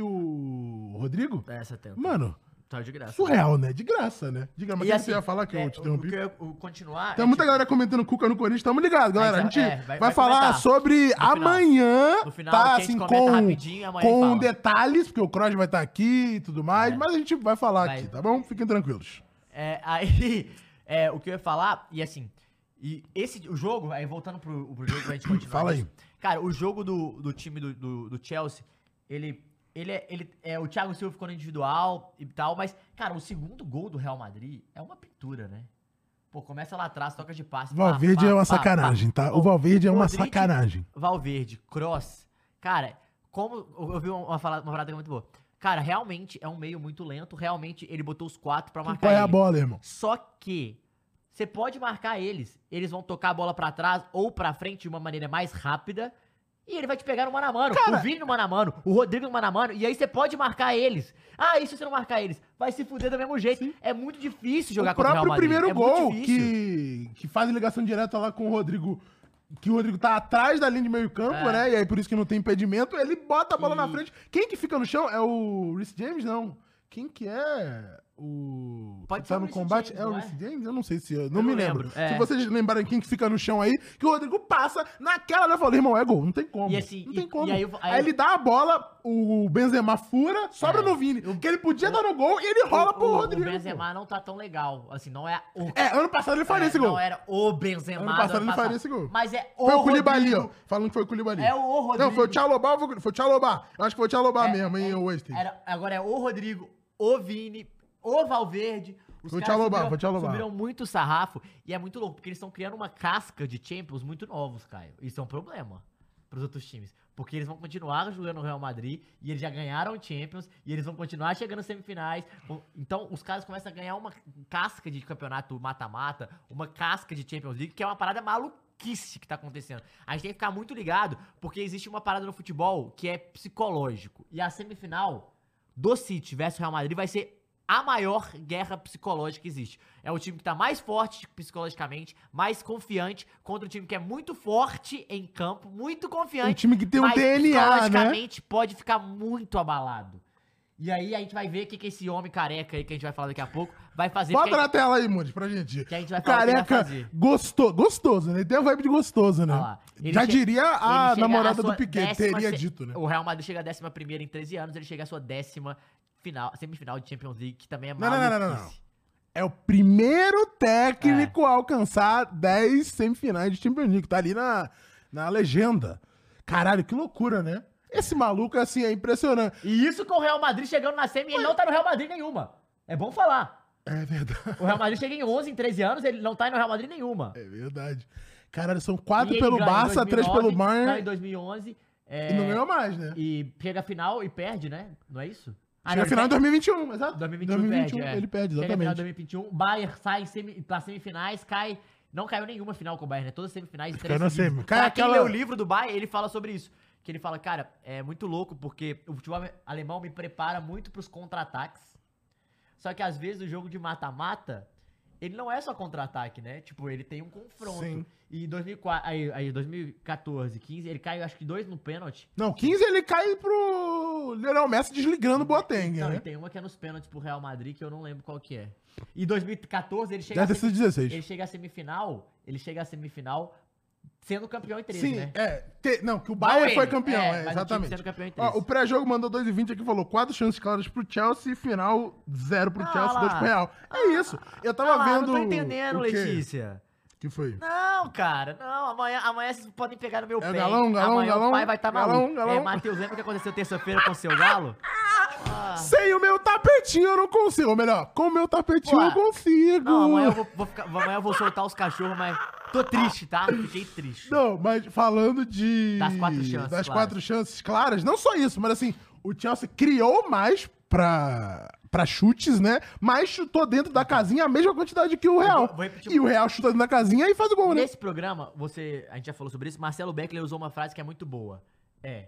[SPEAKER 2] o Rodrigo?
[SPEAKER 1] É, setenta.
[SPEAKER 2] Mano,
[SPEAKER 1] Tá de graça.
[SPEAKER 2] surreal, né? De graça, né? Diga, mas o
[SPEAKER 1] E
[SPEAKER 2] que
[SPEAKER 1] assim,
[SPEAKER 2] você ia falar que
[SPEAKER 1] é,
[SPEAKER 2] eu te
[SPEAKER 1] o-
[SPEAKER 2] interrompi?
[SPEAKER 1] O que eu ia o- continuar...
[SPEAKER 2] Tem
[SPEAKER 1] é
[SPEAKER 2] muita
[SPEAKER 1] tipo,
[SPEAKER 2] galera comentando Cuca no Corinthians, tamo ligado, galera. A
[SPEAKER 1] Mas,
[SPEAKER 2] gente
[SPEAKER 1] é,
[SPEAKER 2] vai,
[SPEAKER 1] vai- vai
[SPEAKER 2] falar
[SPEAKER 1] comentar.
[SPEAKER 2] sobre
[SPEAKER 1] final.
[SPEAKER 2] amanhã,
[SPEAKER 1] No final,
[SPEAKER 2] tá?
[SPEAKER 1] que a gente
[SPEAKER 2] Assim,
[SPEAKER 1] comenta
[SPEAKER 2] com,
[SPEAKER 1] rapidinho, amanhã
[SPEAKER 2] com
[SPEAKER 1] fala.
[SPEAKER 2] detalhes, porque o Kroos vai estar aqui e tudo mais,
[SPEAKER 1] É.
[SPEAKER 2] mas a gente vai falar
[SPEAKER 1] Vai.
[SPEAKER 2] aqui, tá bom? Fiquem tranquilos.
[SPEAKER 1] É, aí, é, o que eu ia falar, e assim, e esse, o jogo, aí voltando pro, pro jogo pra gente continuar.
[SPEAKER 2] Fala aí.
[SPEAKER 1] nisso. Cara, o jogo do, do time do, do, do Chelsea, ele, ele, é, ele, é, o Thiago Silva ficou no individual e tal, mas, cara, o segundo gol do Real Madrid é uma pintura, né? Pô, começa lá atrás, toca de passe. pá,
[SPEAKER 2] Valverde
[SPEAKER 1] pá,
[SPEAKER 2] é uma
[SPEAKER 1] pá,
[SPEAKER 2] sacanagem,
[SPEAKER 1] pá.
[SPEAKER 2] tá? O Valverde é uma
[SPEAKER 1] Modric,
[SPEAKER 2] sacanagem.
[SPEAKER 1] Valverde, Cross. Cara, como eu vi uma, fala- uma parada muito boa. Cara, realmente é um meio muito lento. Realmente ele botou os quatro pra marcar
[SPEAKER 2] Qual é
[SPEAKER 1] ele.
[SPEAKER 2] a bola, irmão?
[SPEAKER 1] Só que você pode marcar eles. Eles vão tocar a bola pra trás ou pra frente de uma maneira mais rápida. E ele vai te pegar no mano a mano.
[SPEAKER 2] Cara-
[SPEAKER 1] O Vini no mano a mano, o Rodrigo no mano a mano. E aí você pode marcar eles. Ah, e se você não marcar eles? Vai se fuder do mesmo jeito. É muito difícil jogar
[SPEAKER 2] O
[SPEAKER 1] contra o Real
[SPEAKER 2] próprio
[SPEAKER 1] Madrid.
[SPEAKER 2] primeiro
[SPEAKER 1] é muito
[SPEAKER 2] gol
[SPEAKER 1] difícil.
[SPEAKER 2] que, que faz ligação direta lá com o Rodrigo, que o Rodrigo tá atrás da linha de meio campo,
[SPEAKER 1] É.
[SPEAKER 2] né? E aí por isso que não tem impedimento, ele bota a bola
[SPEAKER 1] E-
[SPEAKER 2] na frente. Quem que fica no chão? É o Reece James, não. Quem que é o...
[SPEAKER 1] Pode
[SPEAKER 2] que
[SPEAKER 1] ser
[SPEAKER 2] tá
[SPEAKER 1] o
[SPEAKER 2] no
[SPEAKER 1] Reece
[SPEAKER 2] combate?
[SPEAKER 1] James,
[SPEAKER 2] é o
[SPEAKER 1] não é?
[SPEAKER 2] Reece James? Eu não sei se... Eu não
[SPEAKER 1] Eu
[SPEAKER 2] me
[SPEAKER 1] não
[SPEAKER 2] lembro.
[SPEAKER 1] lembro, é.
[SPEAKER 2] Se vocês lembrarem quem que fica no chão aí, que o Rodrigo passa naquela, eu falei, irmão, é gol, não tem como.
[SPEAKER 1] E assim,
[SPEAKER 2] não
[SPEAKER 1] e-
[SPEAKER 2] tem como.
[SPEAKER 1] e aí
[SPEAKER 2] aí,
[SPEAKER 1] eu- aí-
[SPEAKER 2] ele dá a bola, o Benzema fura, sobra
[SPEAKER 1] É.
[SPEAKER 2] no Vini.
[SPEAKER 1] O-
[SPEAKER 2] que ele podia dar no gol e ele rola
[SPEAKER 1] o,
[SPEAKER 2] pro
[SPEAKER 1] o-
[SPEAKER 2] Rodrigo.
[SPEAKER 1] O Benzema não tá tão legal. Assim, não é o...
[SPEAKER 2] É, ano passado ele faria
[SPEAKER 1] é,
[SPEAKER 2] esse gol.
[SPEAKER 1] Não era o Benzema
[SPEAKER 2] Ano
[SPEAKER 1] do
[SPEAKER 2] passado ele faria esse gol.
[SPEAKER 1] Mas é o
[SPEAKER 2] Foi o Koulibaly, ó.
[SPEAKER 1] Rodrigo.
[SPEAKER 2] Falando que foi o Koulibaly.
[SPEAKER 1] É o Rodrigo.
[SPEAKER 2] Não, foi o Tchalobá ou foi foi o Tchalobá? Eu acho que foi o Tchalobá
[SPEAKER 1] É,
[SPEAKER 2] mesmo, hein,
[SPEAKER 1] é,
[SPEAKER 2] o Wasted.
[SPEAKER 1] era- Agora é o Rodrigo, o Vini, o Valverde. Os
[SPEAKER 2] Foi o
[SPEAKER 1] caras
[SPEAKER 2] Tchalobá,
[SPEAKER 1] subiram-
[SPEAKER 2] foi o Tchalobá.
[SPEAKER 1] Subiram muito sarrafo. E é muito louco, porque eles estão criando uma casca de Champions muito novos, Caio. Isso é um problema pros outros times. Porque eles vão continuar jogando no Real Madrid e eles já ganharam o Champions e eles vão continuar chegando nas semifinais. Então os caras começam a ganhar uma casca de campeonato mata-mata, uma casca de Champions League, que é uma parada maluquice que tá acontecendo. A gente tem que ficar muito ligado, porque existe uma parada no futebol que é psicológico. E a semifinal do City versus Real Madrid vai ser a maior guerra psicológica que existe. É o time que tá mais forte psicologicamente, mais confiante, contra um time que é muito forte em campo, muito confiante.
[SPEAKER 2] Um time que tem um
[SPEAKER 1] mas
[SPEAKER 2] D N A, né?
[SPEAKER 1] psicologicamente pode ficar muito abalado. E aí a gente vai ver o que, que esse homem careca aí, que a gente vai falar daqui a pouco, vai fazer.
[SPEAKER 2] Bota
[SPEAKER 1] porque a
[SPEAKER 2] na
[SPEAKER 1] gente-
[SPEAKER 2] tela aí, Mude, pra gente.
[SPEAKER 1] Que a gente vai
[SPEAKER 2] O
[SPEAKER 1] falar o que ele vai
[SPEAKER 2] Careca
[SPEAKER 1] fazer.
[SPEAKER 2] gostou, gostoso, né? Ele tem a vibe de gostoso, né?
[SPEAKER 1] Olha lá. Ele
[SPEAKER 2] Já
[SPEAKER 1] che-
[SPEAKER 2] diria
[SPEAKER 1] ele
[SPEAKER 2] a
[SPEAKER 1] chega
[SPEAKER 2] namorada
[SPEAKER 1] à sua
[SPEAKER 2] do Piquet,
[SPEAKER 1] décima
[SPEAKER 2] teria
[SPEAKER 1] se-
[SPEAKER 2] dito, né?
[SPEAKER 1] O Real Madrid chega a décima primeira em treze anos, ele chega à sua décima final, semifinal de Champions League, que também é
[SPEAKER 2] Não, não, não, não, não,
[SPEAKER 1] maluquice.
[SPEAKER 2] não. É o primeiro técnico
[SPEAKER 1] É.
[SPEAKER 2] a alcançar dez semifinais de Champions League. Tá ali na, na legenda. Caralho, que loucura, né? Esse maluco, assim, é impressionante.
[SPEAKER 1] E isso com o Real Madrid chegando na semi, ele não tá no Real Madrid nenhuma. É bom falar.
[SPEAKER 2] É verdade.
[SPEAKER 1] O Real Madrid chega em onze, em treze anos, ele não tá no Real Madrid nenhuma.
[SPEAKER 2] É verdade. Caralho, são quatro
[SPEAKER 1] E ele
[SPEAKER 2] pelo
[SPEAKER 1] ganha em
[SPEAKER 2] Barça, três pelo
[SPEAKER 1] dois mil e nove, ganha em
[SPEAKER 2] Bayern.
[SPEAKER 1] dois mil e onze. é,
[SPEAKER 2] E não ganhou mais, né?
[SPEAKER 1] E chega a final e perde, né? Não é isso? Ah,
[SPEAKER 2] Chega
[SPEAKER 1] não,
[SPEAKER 2] a final em
[SPEAKER 1] ele
[SPEAKER 2] dois mil e vinte e um, exato.
[SPEAKER 1] dois mil e vinte e um, perde, é.
[SPEAKER 2] ele perde,
[SPEAKER 1] Chega a final
[SPEAKER 2] exatamente.
[SPEAKER 1] de dois mil e vinte e um, Bayern sai em semi, pra semifinais, cai... Não caiu nenhuma final com o Bayern, né? Todas as semifinais.
[SPEAKER 2] Caiu na
[SPEAKER 1] seguidas.
[SPEAKER 2] semi. Cai
[SPEAKER 1] Pra
[SPEAKER 2] aquela-
[SPEAKER 1] quem lê o livro do Bayern, ele fala sobre isso. Que ele fala, cara, é muito louco porque o futebol alemão me prepara muito pros contra-ataques. Só que às vezes o jogo de mata-mata, ele não é só contra-ataque, né? Tipo, ele tem um confronto.
[SPEAKER 2] Sim.
[SPEAKER 1] E em dois mil e quatro, aí, aí dois mil e quatorze, quinze, ele caiu acho que dois no pênalti.
[SPEAKER 2] Não, quinze ele cai pro Lionel Messi desligando o Boateng,
[SPEAKER 1] Não,
[SPEAKER 2] né?
[SPEAKER 1] e tem uma que é nos pênaltis pro Real Madrid, que eu não lembro qual que é. E em dois mil e quatorze ele chega
[SPEAKER 2] Deve
[SPEAKER 1] a
[SPEAKER 2] ter
[SPEAKER 1] semi-
[SPEAKER 2] sido dezesseis.
[SPEAKER 1] ele chega à semifinal, ele chega à semifinal sendo campeão em treze,
[SPEAKER 2] Sim,
[SPEAKER 1] né?
[SPEAKER 2] é. Te, não, que o Bayern
[SPEAKER 1] ele,
[SPEAKER 2] foi campeão,
[SPEAKER 1] é,
[SPEAKER 2] é,
[SPEAKER 1] mas o time
[SPEAKER 2] exatamente.
[SPEAKER 1] sendo campeão em
[SPEAKER 2] Ó,
[SPEAKER 1] treze.
[SPEAKER 2] o pré-jogo mandou dois e vinte aqui e falou quatro chances claras pro Chelsea, final zero pro
[SPEAKER 1] Ah,
[SPEAKER 2] Chelsea,
[SPEAKER 1] lá.
[SPEAKER 2] dois pro Real. É isso. Eu tava
[SPEAKER 1] Ah,
[SPEAKER 2] vendo...
[SPEAKER 1] não tô entendendo,
[SPEAKER 2] o quê?
[SPEAKER 1] Letícia.
[SPEAKER 2] que foi?
[SPEAKER 1] Não, cara, não. Amanhã, amanhã vocês podem pegar no meu
[SPEAKER 2] É
[SPEAKER 1] pé.
[SPEAKER 2] galão,
[SPEAKER 1] hein?
[SPEAKER 2] galão,
[SPEAKER 1] amanhã
[SPEAKER 2] galão,
[SPEAKER 1] o pai vai estar tá
[SPEAKER 2] galão,
[SPEAKER 1] maluco.
[SPEAKER 2] galão.
[SPEAKER 1] É, Matheus, lembra o que aconteceu terça-feira com o seu galo? Ah.
[SPEAKER 2] Sem o meu tapetinho eu não consigo. Ou melhor, com o meu tapetinho
[SPEAKER 1] Pô,
[SPEAKER 2] eu consigo.
[SPEAKER 1] Não, amanhã eu vou, vou ficar, amanhã eu vou soltar os cachorros, mas tô triste, tá? Fiquei triste.
[SPEAKER 2] Não, mas falando de...
[SPEAKER 1] Das quatro chances
[SPEAKER 2] Das
[SPEAKER 1] claras.
[SPEAKER 2] quatro chances claras, não só isso, mas assim, o Chelsea criou mais pra, pra chutes, né? Mas chutou dentro da casinha a mesma quantidade que o Real.
[SPEAKER 1] vou repetir-
[SPEAKER 2] E o Real chuta dentro da casinha e faz o gol, né?
[SPEAKER 1] Nesse programa, você, a gente já falou sobre isso, Marcelo Beckler usou uma frase que é muito boa. É,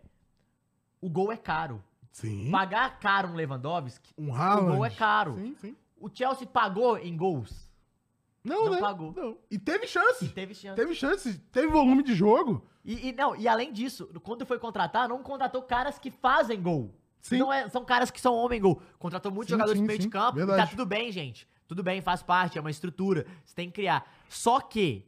[SPEAKER 1] o gol é caro.
[SPEAKER 2] Sim.
[SPEAKER 1] Pagar caro um Lewandowski,
[SPEAKER 2] Um
[SPEAKER 1] o
[SPEAKER 2] Haaland.
[SPEAKER 1] gol é caro.
[SPEAKER 2] Sim, sim.
[SPEAKER 1] O Chelsea pagou em gols.
[SPEAKER 2] Não,
[SPEAKER 1] Não
[SPEAKER 2] né?
[SPEAKER 1] pagou.
[SPEAKER 2] Não. E teve chance.
[SPEAKER 1] E teve chance.
[SPEAKER 2] Teve chance. Teve volume de jogo.
[SPEAKER 1] E, e não, e além disso, quando foi contratar, não contratou caras que fazem gol.
[SPEAKER 2] Sim.
[SPEAKER 1] Não é, são caras que são homem-gol. Contratou muitos
[SPEAKER 2] Sim,
[SPEAKER 1] jogadores
[SPEAKER 2] sim,
[SPEAKER 1] de meio
[SPEAKER 2] sim.
[SPEAKER 1] de campo. E
[SPEAKER 2] Verdade.
[SPEAKER 1] tá tudo bem, gente. Tudo bem, faz parte, é uma estrutura. Você tem que criar. Só que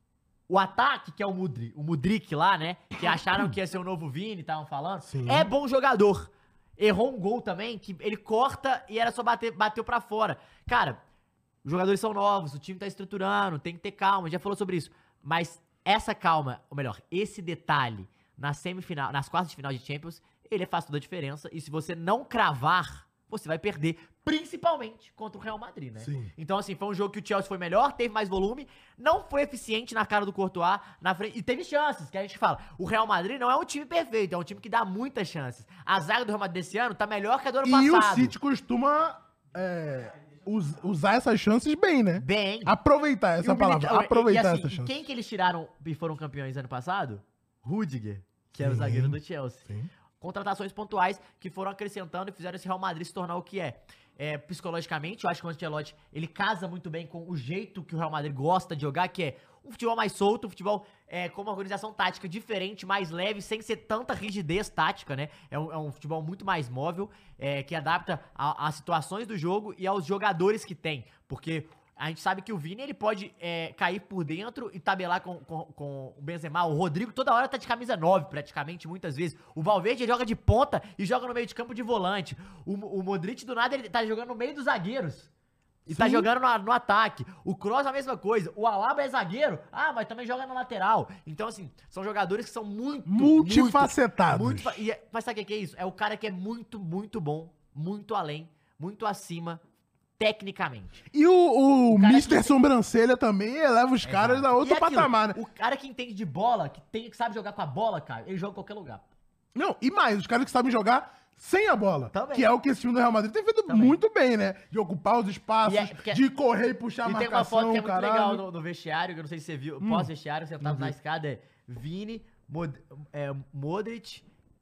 [SPEAKER 1] o ataque, que é o Mudri, o Mudrik lá, né? Que acharam que ia ser o novo Vini, estavam falando.
[SPEAKER 2] Sim.
[SPEAKER 1] É bom jogador. Errou um gol também, que ele corta e era só bater, bateu pra fora. Cara, os jogadores são novos, o time tá estruturando, tem que ter calma, já falou sobre isso. Mas essa calma, ou melhor, esse detalhe na semifinal, nas quartas de final de Champions, ele faz toda a diferença. E se você não cravar, você vai perder, principalmente contra o Real Madrid, né?
[SPEAKER 2] Sim.
[SPEAKER 1] Então, assim, foi um jogo que o Chelsea foi melhor, teve mais volume, não foi eficiente na cara do Courtois, na frente, e teve chances, que a gente fala. O Real Madrid não é um time perfeito, é um time que dá muitas chances. A zaga do Real Madrid desse ano tá melhor que a do ano
[SPEAKER 2] E
[SPEAKER 1] passado.
[SPEAKER 2] o City costuma é, us- usar essas chances bem, né?
[SPEAKER 1] Bem.
[SPEAKER 2] Aproveitar
[SPEAKER 1] E
[SPEAKER 2] essa
[SPEAKER 1] o
[SPEAKER 2] palavra.
[SPEAKER 1] Militão- e-
[SPEAKER 2] Aproveitar
[SPEAKER 1] e, assim,
[SPEAKER 2] essas
[SPEAKER 1] e
[SPEAKER 2] chances.
[SPEAKER 1] quem que eles tiraram e foram campeões ano passado? Rudiger, que era o
[SPEAKER 2] Sim.
[SPEAKER 1] zagueiro do Chelsea.
[SPEAKER 2] Sim.
[SPEAKER 1] Contratações pontuais que foram acrescentando e fizeram esse Real Madrid se tornar o que é. É, psicologicamente, eu acho que o Ancelotti, ele casa muito bem com o jeito que o Real Madrid gosta de jogar, que é um futebol mais solto, um futebol é, com uma organização tática diferente, mais leve, sem ser tanta rigidez tática, né? É um, é um futebol muito mais móvel, é, que adapta a- às situações do jogo e aos jogadores que tem, porque a gente sabe que o Vini, ele pode é, cair por dentro e tabelar com, com, com o Benzema. O Rodrigo toda hora tá de camisa nove, praticamente, muitas vezes. O Valverde ele joga de ponta e joga no meio de campo de volante. O, o Modric, do nada, ele tá jogando no meio dos zagueiros. E tá
[SPEAKER 2] Sim.
[SPEAKER 1] jogando no, no ataque. O Kroos a mesma coisa. O Alaba é zagueiro. Ah, mas também joga na lateral. Então, assim, são jogadores que são muito...
[SPEAKER 2] Multifacetados.
[SPEAKER 1] Muito, muito, fa- e é- mas sabe o que é isso? É o cara que é muito, muito bom, muito além, muito acima, tecnicamente.
[SPEAKER 2] E o, o
[SPEAKER 1] cara
[SPEAKER 2] mister
[SPEAKER 1] que-
[SPEAKER 2] Sobrancelha também eleva os caras
[SPEAKER 1] Exato.
[SPEAKER 2] a outro
[SPEAKER 1] E aquilo,
[SPEAKER 2] patamar, né?
[SPEAKER 1] O cara que entende de bola, que, tem, que sabe jogar com a bola, cara, ele joga em qualquer lugar.
[SPEAKER 2] Não, e mais, os caras que sabem jogar sem a bola.
[SPEAKER 1] Também.
[SPEAKER 2] Que é o que esse time do Real Madrid tem feito
[SPEAKER 1] Também.
[SPEAKER 2] muito bem, né? De ocupar os espaços,
[SPEAKER 1] E é- porque-
[SPEAKER 2] de correr e puxar a
[SPEAKER 1] E tem uma
[SPEAKER 2] marcação,
[SPEAKER 1] foto que é muito
[SPEAKER 2] caralho. Hum.
[SPEAKER 1] legal no, no vestiário, que eu não sei se você viu, pós-vestiário, sentado na escada, é Vini, Mod, é, Modric,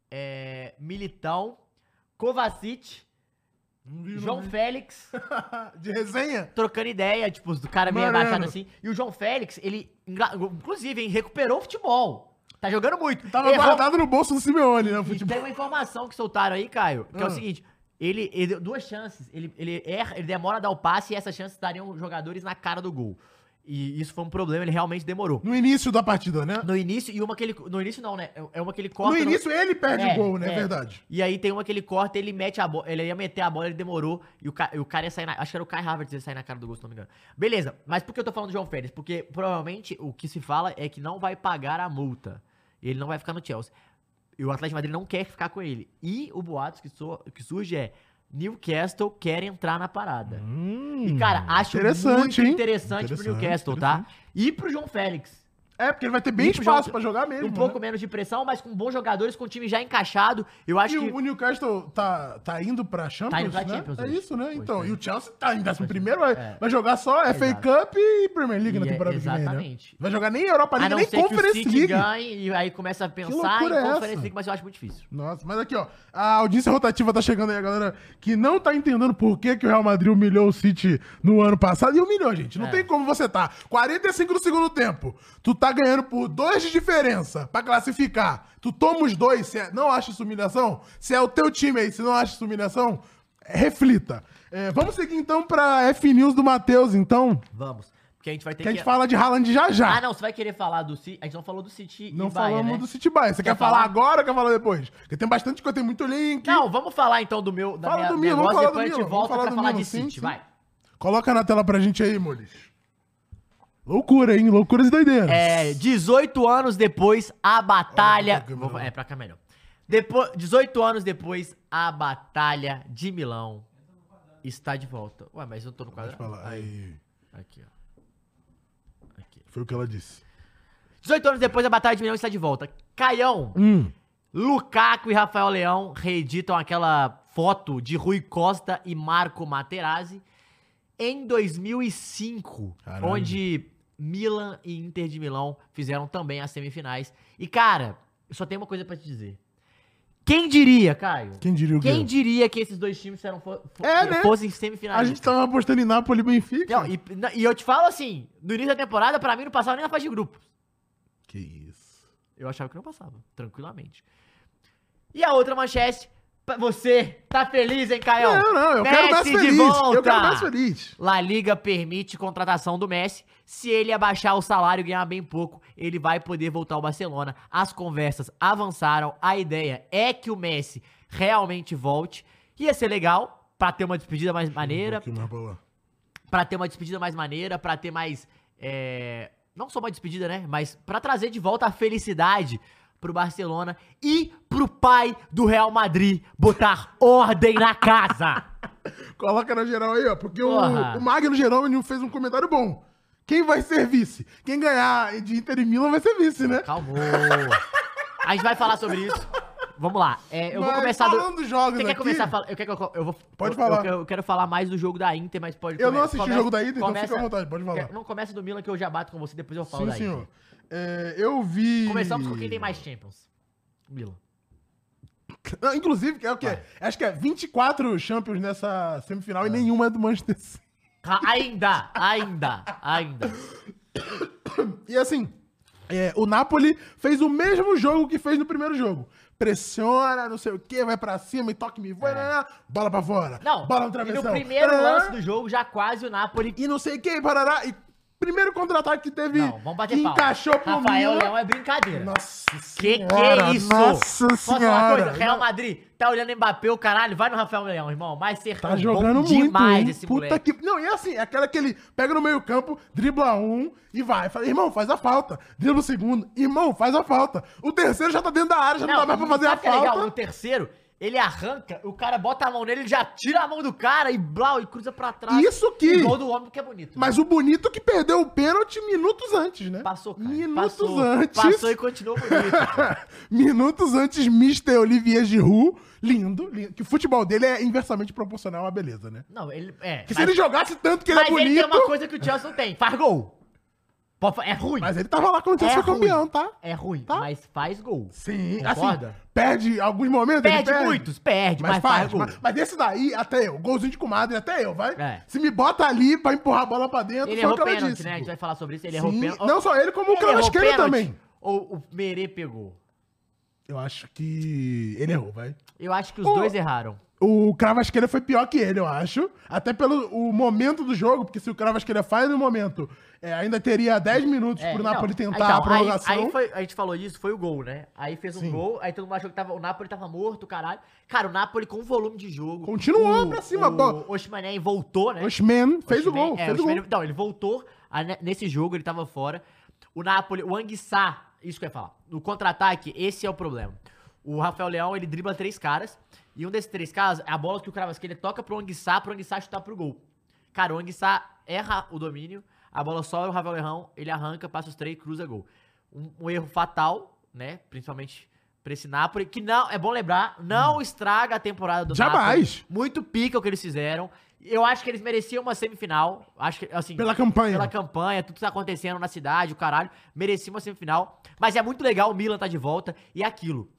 [SPEAKER 1] é, Militão, Kovacic,
[SPEAKER 2] Não vi, não
[SPEAKER 1] João
[SPEAKER 2] vi.
[SPEAKER 1] Félix,
[SPEAKER 2] De resenha?
[SPEAKER 1] trocando ideia, tipo, do cara meio
[SPEAKER 2] Maneiro.
[SPEAKER 1] abaixado assim. E o João Félix, ele, engra- inclusive, hein, recuperou o futebol. Tá jogando muito.
[SPEAKER 2] Tava
[SPEAKER 1] Errou-
[SPEAKER 2] guardado no bolso do Simeone, né? o
[SPEAKER 1] E
[SPEAKER 2] futebol.
[SPEAKER 1] tem uma informação que soltaram aí, Caio, que é o
[SPEAKER 2] Ah.
[SPEAKER 1] seguinte. Ele, ele deu duas chances. Ele, ele erra, ele demora a dar o passe e essas chances estariam jogadores na cara do gol. E isso foi um problema, ele realmente demorou.
[SPEAKER 2] No início da partida, né?
[SPEAKER 1] No início, e uma que ele. No início não, né? É uma que ele corta.
[SPEAKER 2] No início ele perde
[SPEAKER 1] É,
[SPEAKER 2] o gol, né? É
[SPEAKER 1] é.
[SPEAKER 2] verdade.
[SPEAKER 1] E aí tem uma que ele corta, ele mete a bola. Ele ia meter a bola, ele demorou. E o, ca, e o cara ia sair na. Acho que era o Kai Havertz ia sair na cara do gol, se não me engano. Beleza, mas por que eu tô falando do João Félix? Porque provavelmente o que se fala é que não vai pagar a multa. Ele não vai ficar no Chelsea. E o Atlético de Madrid não quer ficar com ele. E o boato que, so, que surge é: Newcastle quer entrar na parada.
[SPEAKER 2] Hum,
[SPEAKER 1] E, cara, acho
[SPEAKER 2] interessante,
[SPEAKER 1] muito
[SPEAKER 2] hein?
[SPEAKER 1] interessante, pro
[SPEAKER 2] Interessante,
[SPEAKER 1] Newcastle, tá? E pro João Félix.
[SPEAKER 2] É, porque ele vai ter bem
[SPEAKER 1] E pro
[SPEAKER 2] espaço
[SPEAKER 1] João-
[SPEAKER 2] pra jogar mesmo.
[SPEAKER 1] Um pouco
[SPEAKER 2] né?
[SPEAKER 1] menos de pressão, mas com bons jogadores, com o time já encaixado. Eu acho
[SPEAKER 2] E
[SPEAKER 1] que.
[SPEAKER 2] o Newcastle tá, tá indo pra Champions,
[SPEAKER 1] Tá indo pra
[SPEAKER 2] né?
[SPEAKER 1] Champions
[SPEAKER 2] É
[SPEAKER 1] hoje.
[SPEAKER 2] isso, né?
[SPEAKER 1] Hoje
[SPEAKER 2] Então,
[SPEAKER 1] tá
[SPEAKER 2] e o
[SPEAKER 1] indo.
[SPEAKER 2] Chelsea tá em décimo primeiro, vai,
[SPEAKER 1] É.
[SPEAKER 2] vai jogar só F A
[SPEAKER 1] Exato.
[SPEAKER 2] Cup e Premier League na
[SPEAKER 1] E é-
[SPEAKER 2] temporada que vem, né?
[SPEAKER 1] exatamente.
[SPEAKER 2] Vai jogar nem Europa
[SPEAKER 1] A
[SPEAKER 2] League,
[SPEAKER 1] não
[SPEAKER 2] nem
[SPEAKER 1] ser que o
[SPEAKER 2] Conference
[SPEAKER 1] City
[SPEAKER 2] League.
[SPEAKER 1] ganhe e aí começa a pensar em
[SPEAKER 2] loucura é essa?
[SPEAKER 1] Conference League, mas eu acho muito difícil.
[SPEAKER 2] Nossa, mas aqui, ó, a audiência rotativa tá chegando aí, a galera que não tá entendendo por que, que o Real Madrid humilhou o City no ano passado. E humilhou, gente. Não
[SPEAKER 1] É.
[SPEAKER 2] tem como você tá quarenta e cinco do segundo tempo, tu tá ganhando por dois de diferença pra classificar. Tu toma os dois, você não acha isso humilhação? Se é o teu time aí, você não acha isso humilhação? É, reflita. É, vamos seguir então pra F News do Matheus, então.
[SPEAKER 1] Vamos. Porque a gente vai ter
[SPEAKER 2] Que a
[SPEAKER 1] que...
[SPEAKER 2] gente fala de Haaland já já.
[SPEAKER 1] Ah, não, você vai querer falar do City... A gente não falou do City
[SPEAKER 2] Não
[SPEAKER 1] e Bayern,
[SPEAKER 2] falamos
[SPEAKER 1] né?
[SPEAKER 2] do City Bayern. Você quer,
[SPEAKER 1] Quer
[SPEAKER 2] falar
[SPEAKER 1] falar?
[SPEAKER 2] agora ou quer falar depois? Porque tem bastante coisa, tem muito link.
[SPEAKER 1] Não, vamos falar então do meu... Da
[SPEAKER 2] Fala
[SPEAKER 1] minha,
[SPEAKER 2] do Milan,
[SPEAKER 1] negócio,
[SPEAKER 2] vamos falar do
[SPEAKER 1] depois a gente
[SPEAKER 2] Milan, vamos
[SPEAKER 1] volta
[SPEAKER 2] falar
[SPEAKER 1] pra
[SPEAKER 2] do
[SPEAKER 1] falar
[SPEAKER 2] Milan,
[SPEAKER 1] de
[SPEAKER 2] sim,
[SPEAKER 1] City,
[SPEAKER 2] sim.
[SPEAKER 1] vai.
[SPEAKER 2] Coloca na tela pra gente aí, Mules. Loucura, hein? Loucuras e doideiras.
[SPEAKER 1] É, dezoito anos depois, a batalha...
[SPEAKER 2] Olha pra cá,
[SPEAKER 1] Vou- É, pra cá melhor. Depois, dezoito anos depois, a batalha de Milão está de volta. Ué, mas eu tô no
[SPEAKER 2] Pode
[SPEAKER 1] quadrado.
[SPEAKER 2] falar. Aí.
[SPEAKER 1] Aqui, ó. Aqui.
[SPEAKER 2] Foi o que ela disse.
[SPEAKER 1] dezoito anos depois, a batalha de Milão está de volta. Caião,
[SPEAKER 2] Hum.
[SPEAKER 1] Lukaku e Rafael Leão reeditam aquela foto de Rui Costa e Marco Materazzi em dois mil e cinco,
[SPEAKER 2] Caralho.
[SPEAKER 1] onde Milan e Inter de Milão fizeram também as semifinais. E, cara, eu só tenho uma coisa pra te dizer. Quem diria, Caio?
[SPEAKER 2] Quem diria o quê?
[SPEAKER 1] Quem diria que esses dois times eram fo fo
[SPEAKER 2] É, né?
[SPEAKER 1] fossem semifinais?
[SPEAKER 2] A gente tava apostando em Napoli e Benfica.
[SPEAKER 1] Não, e, na- e eu te falo assim, no início da temporada, pra mim não passava nem na fase de grupos.
[SPEAKER 2] Que isso.
[SPEAKER 1] Eu achava que não passava, tranquilamente. E a outra manchete, pra você, tá feliz, hein, Caio?
[SPEAKER 2] Não, não, eu quero mais
[SPEAKER 1] Messi de
[SPEAKER 2] feliz.
[SPEAKER 1] volta!
[SPEAKER 2] Eu quero mais feliz.
[SPEAKER 1] La Liga permite contratação do Messi. Se ele abaixar o salário e ganhar bem pouco, ele vai poder voltar ao Barcelona. As conversas avançaram. A ideia é que o Messi realmente volte. Ia ser legal pra ter uma despedida mais maneira.
[SPEAKER 2] Um pouquinho mais pra lá.
[SPEAKER 1] Pra ter uma despedida mais maneira, pra ter mais... é, não só uma despedida, né? Mas pra trazer de volta a felicidade pro Barcelona e pro pai do Real Madrid botar ordem na casa.
[SPEAKER 2] Coloca na geral aí, ó. Porque o,
[SPEAKER 1] Porra.
[SPEAKER 2] o Magno Jerônimo fez um comentário bom. Quem vai ser vice? Quem ganhar de Inter e Milan vai ser vice, né?
[SPEAKER 1] Calmou. A gente vai falar sobre isso. Vamos lá. É, eu vou
[SPEAKER 2] Mas
[SPEAKER 1] começar do...
[SPEAKER 2] falando dos jogos
[SPEAKER 1] Você quer
[SPEAKER 2] aqui-
[SPEAKER 1] começar a falar? Eu, quero que eu, eu vou...
[SPEAKER 2] Pode
[SPEAKER 1] eu,
[SPEAKER 2] falar.
[SPEAKER 1] Eu, eu quero falar mais do jogo da Inter, mas pode...
[SPEAKER 2] Eu
[SPEAKER 1] come-
[SPEAKER 2] não assisti o
[SPEAKER 1] começa-
[SPEAKER 2] jogo da Inter, então
[SPEAKER 1] começa-
[SPEAKER 2] fica à vontade, pode falar.
[SPEAKER 1] Não começa do Milan que eu já bato com você, depois eu falo
[SPEAKER 2] Sim,
[SPEAKER 1] da
[SPEAKER 2] senhor.
[SPEAKER 1] Inter.
[SPEAKER 2] É, eu vi...
[SPEAKER 1] Começamos com quem tem mais Champions. Milan.
[SPEAKER 2] Ah, inclusive, é o quê?
[SPEAKER 1] Vai.
[SPEAKER 2] Acho que é vinte e quatro Champions nessa semifinal e nenhuma é do Manchester City.
[SPEAKER 1] Ah, Ainda, ainda, ainda.
[SPEAKER 2] E assim, é, o Napoli fez o mesmo jogo que fez no primeiro jogo. Pressiona, não sei o quê, vai pra cima e toque me voa, né? Bola pra fora.
[SPEAKER 1] Não,
[SPEAKER 2] bola no
[SPEAKER 1] e
[SPEAKER 2] travessão.
[SPEAKER 1] no primeiro
[SPEAKER 2] tarará,
[SPEAKER 1] lance do jogo, já quase o Napoli...
[SPEAKER 2] E não sei o quê, parará. E primeiro contra-ataque que teve.
[SPEAKER 1] Não, vamos bater
[SPEAKER 2] que
[SPEAKER 1] palma.
[SPEAKER 2] encaixou pro
[SPEAKER 1] Rafael
[SPEAKER 2] Milan.
[SPEAKER 1] Leão é brincadeira.
[SPEAKER 2] Nossa
[SPEAKER 1] Que que
[SPEAKER 2] senhora,
[SPEAKER 1] é isso?
[SPEAKER 2] Nossa
[SPEAKER 1] Posso falar uma
[SPEAKER 2] senhora.
[SPEAKER 1] coisa? Real Madrid tá olhando Mbappé, o caralho, vai no Rafael Leão, irmão. Mas ser
[SPEAKER 2] Tá jogando
[SPEAKER 1] bom
[SPEAKER 2] muito,
[SPEAKER 1] demais
[SPEAKER 2] hein?
[SPEAKER 1] esse
[SPEAKER 2] Puta
[SPEAKER 1] moleque.
[SPEAKER 2] que... Não, e assim, aquela que ele pega no meio campo, dribla um e vai. Fala, irmão, faz a falta. Dribla o segundo. Irmão, faz a falta. O terceiro já tá dentro da área, já não, dá mais pra fazer a
[SPEAKER 1] sabe o que é
[SPEAKER 2] falta.
[SPEAKER 1] legal? No terceiro, ele arranca, o cara bota a mão nele, ele já tira a mão do cara e blau, e cruza pra trás.
[SPEAKER 2] Isso que-
[SPEAKER 1] O gol do homem que é bonito.
[SPEAKER 2] Mas o bonito que perdeu o pênalti minutos antes, né?
[SPEAKER 1] Passou, cara.
[SPEAKER 2] Minutos
[SPEAKER 1] passou,
[SPEAKER 2] antes.
[SPEAKER 1] Passou e continuou bonito. cara.
[SPEAKER 2] Minutos antes, mister Olivier Giroud. Lindo, lindo. Que o futebol dele é inversamente proporcional à beleza, né?
[SPEAKER 1] Não, ele... É,
[SPEAKER 2] Que se
[SPEAKER 1] mas,
[SPEAKER 2] ele jogasse tanto que ele
[SPEAKER 1] mas
[SPEAKER 2] é bonito...
[SPEAKER 1] ele tem uma coisa que o Chelsea não tem, faz gol. Pode fa- É ruim.
[SPEAKER 2] Mas ele tava lá quando o
[SPEAKER 1] é
[SPEAKER 2] Chelsea foi
[SPEAKER 1] ruim.
[SPEAKER 2] campeão, tá?
[SPEAKER 1] É ruim,
[SPEAKER 2] Tá?
[SPEAKER 1] mas faz gol.
[SPEAKER 2] Sim,
[SPEAKER 1] Concorda?
[SPEAKER 2] assim, perde alguns momentos, ele
[SPEAKER 1] Perde muitos, perde,
[SPEAKER 2] Mas,
[SPEAKER 1] mas,
[SPEAKER 2] faz,
[SPEAKER 1] faz gol.
[SPEAKER 2] mas, mas desse daí, até eu. Golzinho de comadre, até eu, vai.
[SPEAKER 1] É.
[SPEAKER 2] Se me bota ali pra empurrar a bola pra dentro,
[SPEAKER 1] Ele
[SPEAKER 2] foi o
[SPEAKER 1] errou
[SPEAKER 2] que ela
[SPEAKER 1] pênalti,
[SPEAKER 2] disse.
[SPEAKER 1] né? A gente
[SPEAKER 2] pô.
[SPEAKER 1] vai falar sobre isso. Ele
[SPEAKER 2] Sim,
[SPEAKER 1] errou pênalti.
[SPEAKER 2] não só ele, como o
[SPEAKER 1] Ele errou
[SPEAKER 2] Cravasqueira
[SPEAKER 1] pênalti
[SPEAKER 2] também.
[SPEAKER 1] Ou o Merê pegou?
[SPEAKER 2] Eu acho que ele errou, vai.
[SPEAKER 1] Eu acho que os
[SPEAKER 2] Ô,
[SPEAKER 1] dois erraram.
[SPEAKER 2] O Cravasqueira foi pior que ele, eu acho. Até pelo o momento do jogo, porque se o Cravasqueira faz no momento, é, ainda teria dez minutos
[SPEAKER 1] É,
[SPEAKER 2] pro
[SPEAKER 1] não,
[SPEAKER 2] Napoli tentar
[SPEAKER 1] então,
[SPEAKER 2] a prorrogação.
[SPEAKER 1] Aí, aí foi, a gente falou disso, foi o gol, né? Aí fez um
[SPEAKER 2] Sim.
[SPEAKER 1] gol, aí todo mundo achou que tava, o Napoli tava morto, caralho. Cara, o Napoli com volume de jogo.
[SPEAKER 2] Continuou
[SPEAKER 1] o,
[SPEAKER 2] pra cima, pô.
[SPEAKER 1] O Osimhen voltou, né?
[SPEAKER 2] O Osimhen fez o
[SPEAKER 1] Osimhen-
[SPEAKER 2] gol,
[SPEAKER 1] é,
[SPEAKER 2] fez o
[SPEAKER 1] Osimhen-
[SPEAKER 2] gol.
[SPEAKER 1] Não, ele voltou, a- ne- nesse jogo ele tava fora. O Napoli, o Anguissá, isso que eu ia falar. No contra-ataque, esse é o problema. O Rafael Leão, ele dribla três caras, e um desses três caras, a bola que o Cravasqueira toca pro Anguissá, pro Anguissá chutar pro gol. Cara, o Anguissá erra o domínio, a bola sobra, o Rafael Leão, ele arranca, passa os três, cruza gol. Um, um erro fatal, né, principalmente pra esse Napoli, que não, é bom lembrar, não estraga a temporada do
[SPEAKER 2] Jamais.
[SPEAKER 1] Napoli. Muito pica o que eles fizeram. Eu acho que eles mereciam uma semifinal, acho que, assim...
[SPEAKER 2] Pela campanha.
[SPEAKER 1] Pela campanha, tudo que tá acontecendo na cidade, o caralho, merecia uma semifinal. Mas é muito legal, o Milan tá de volta, e é aquilo.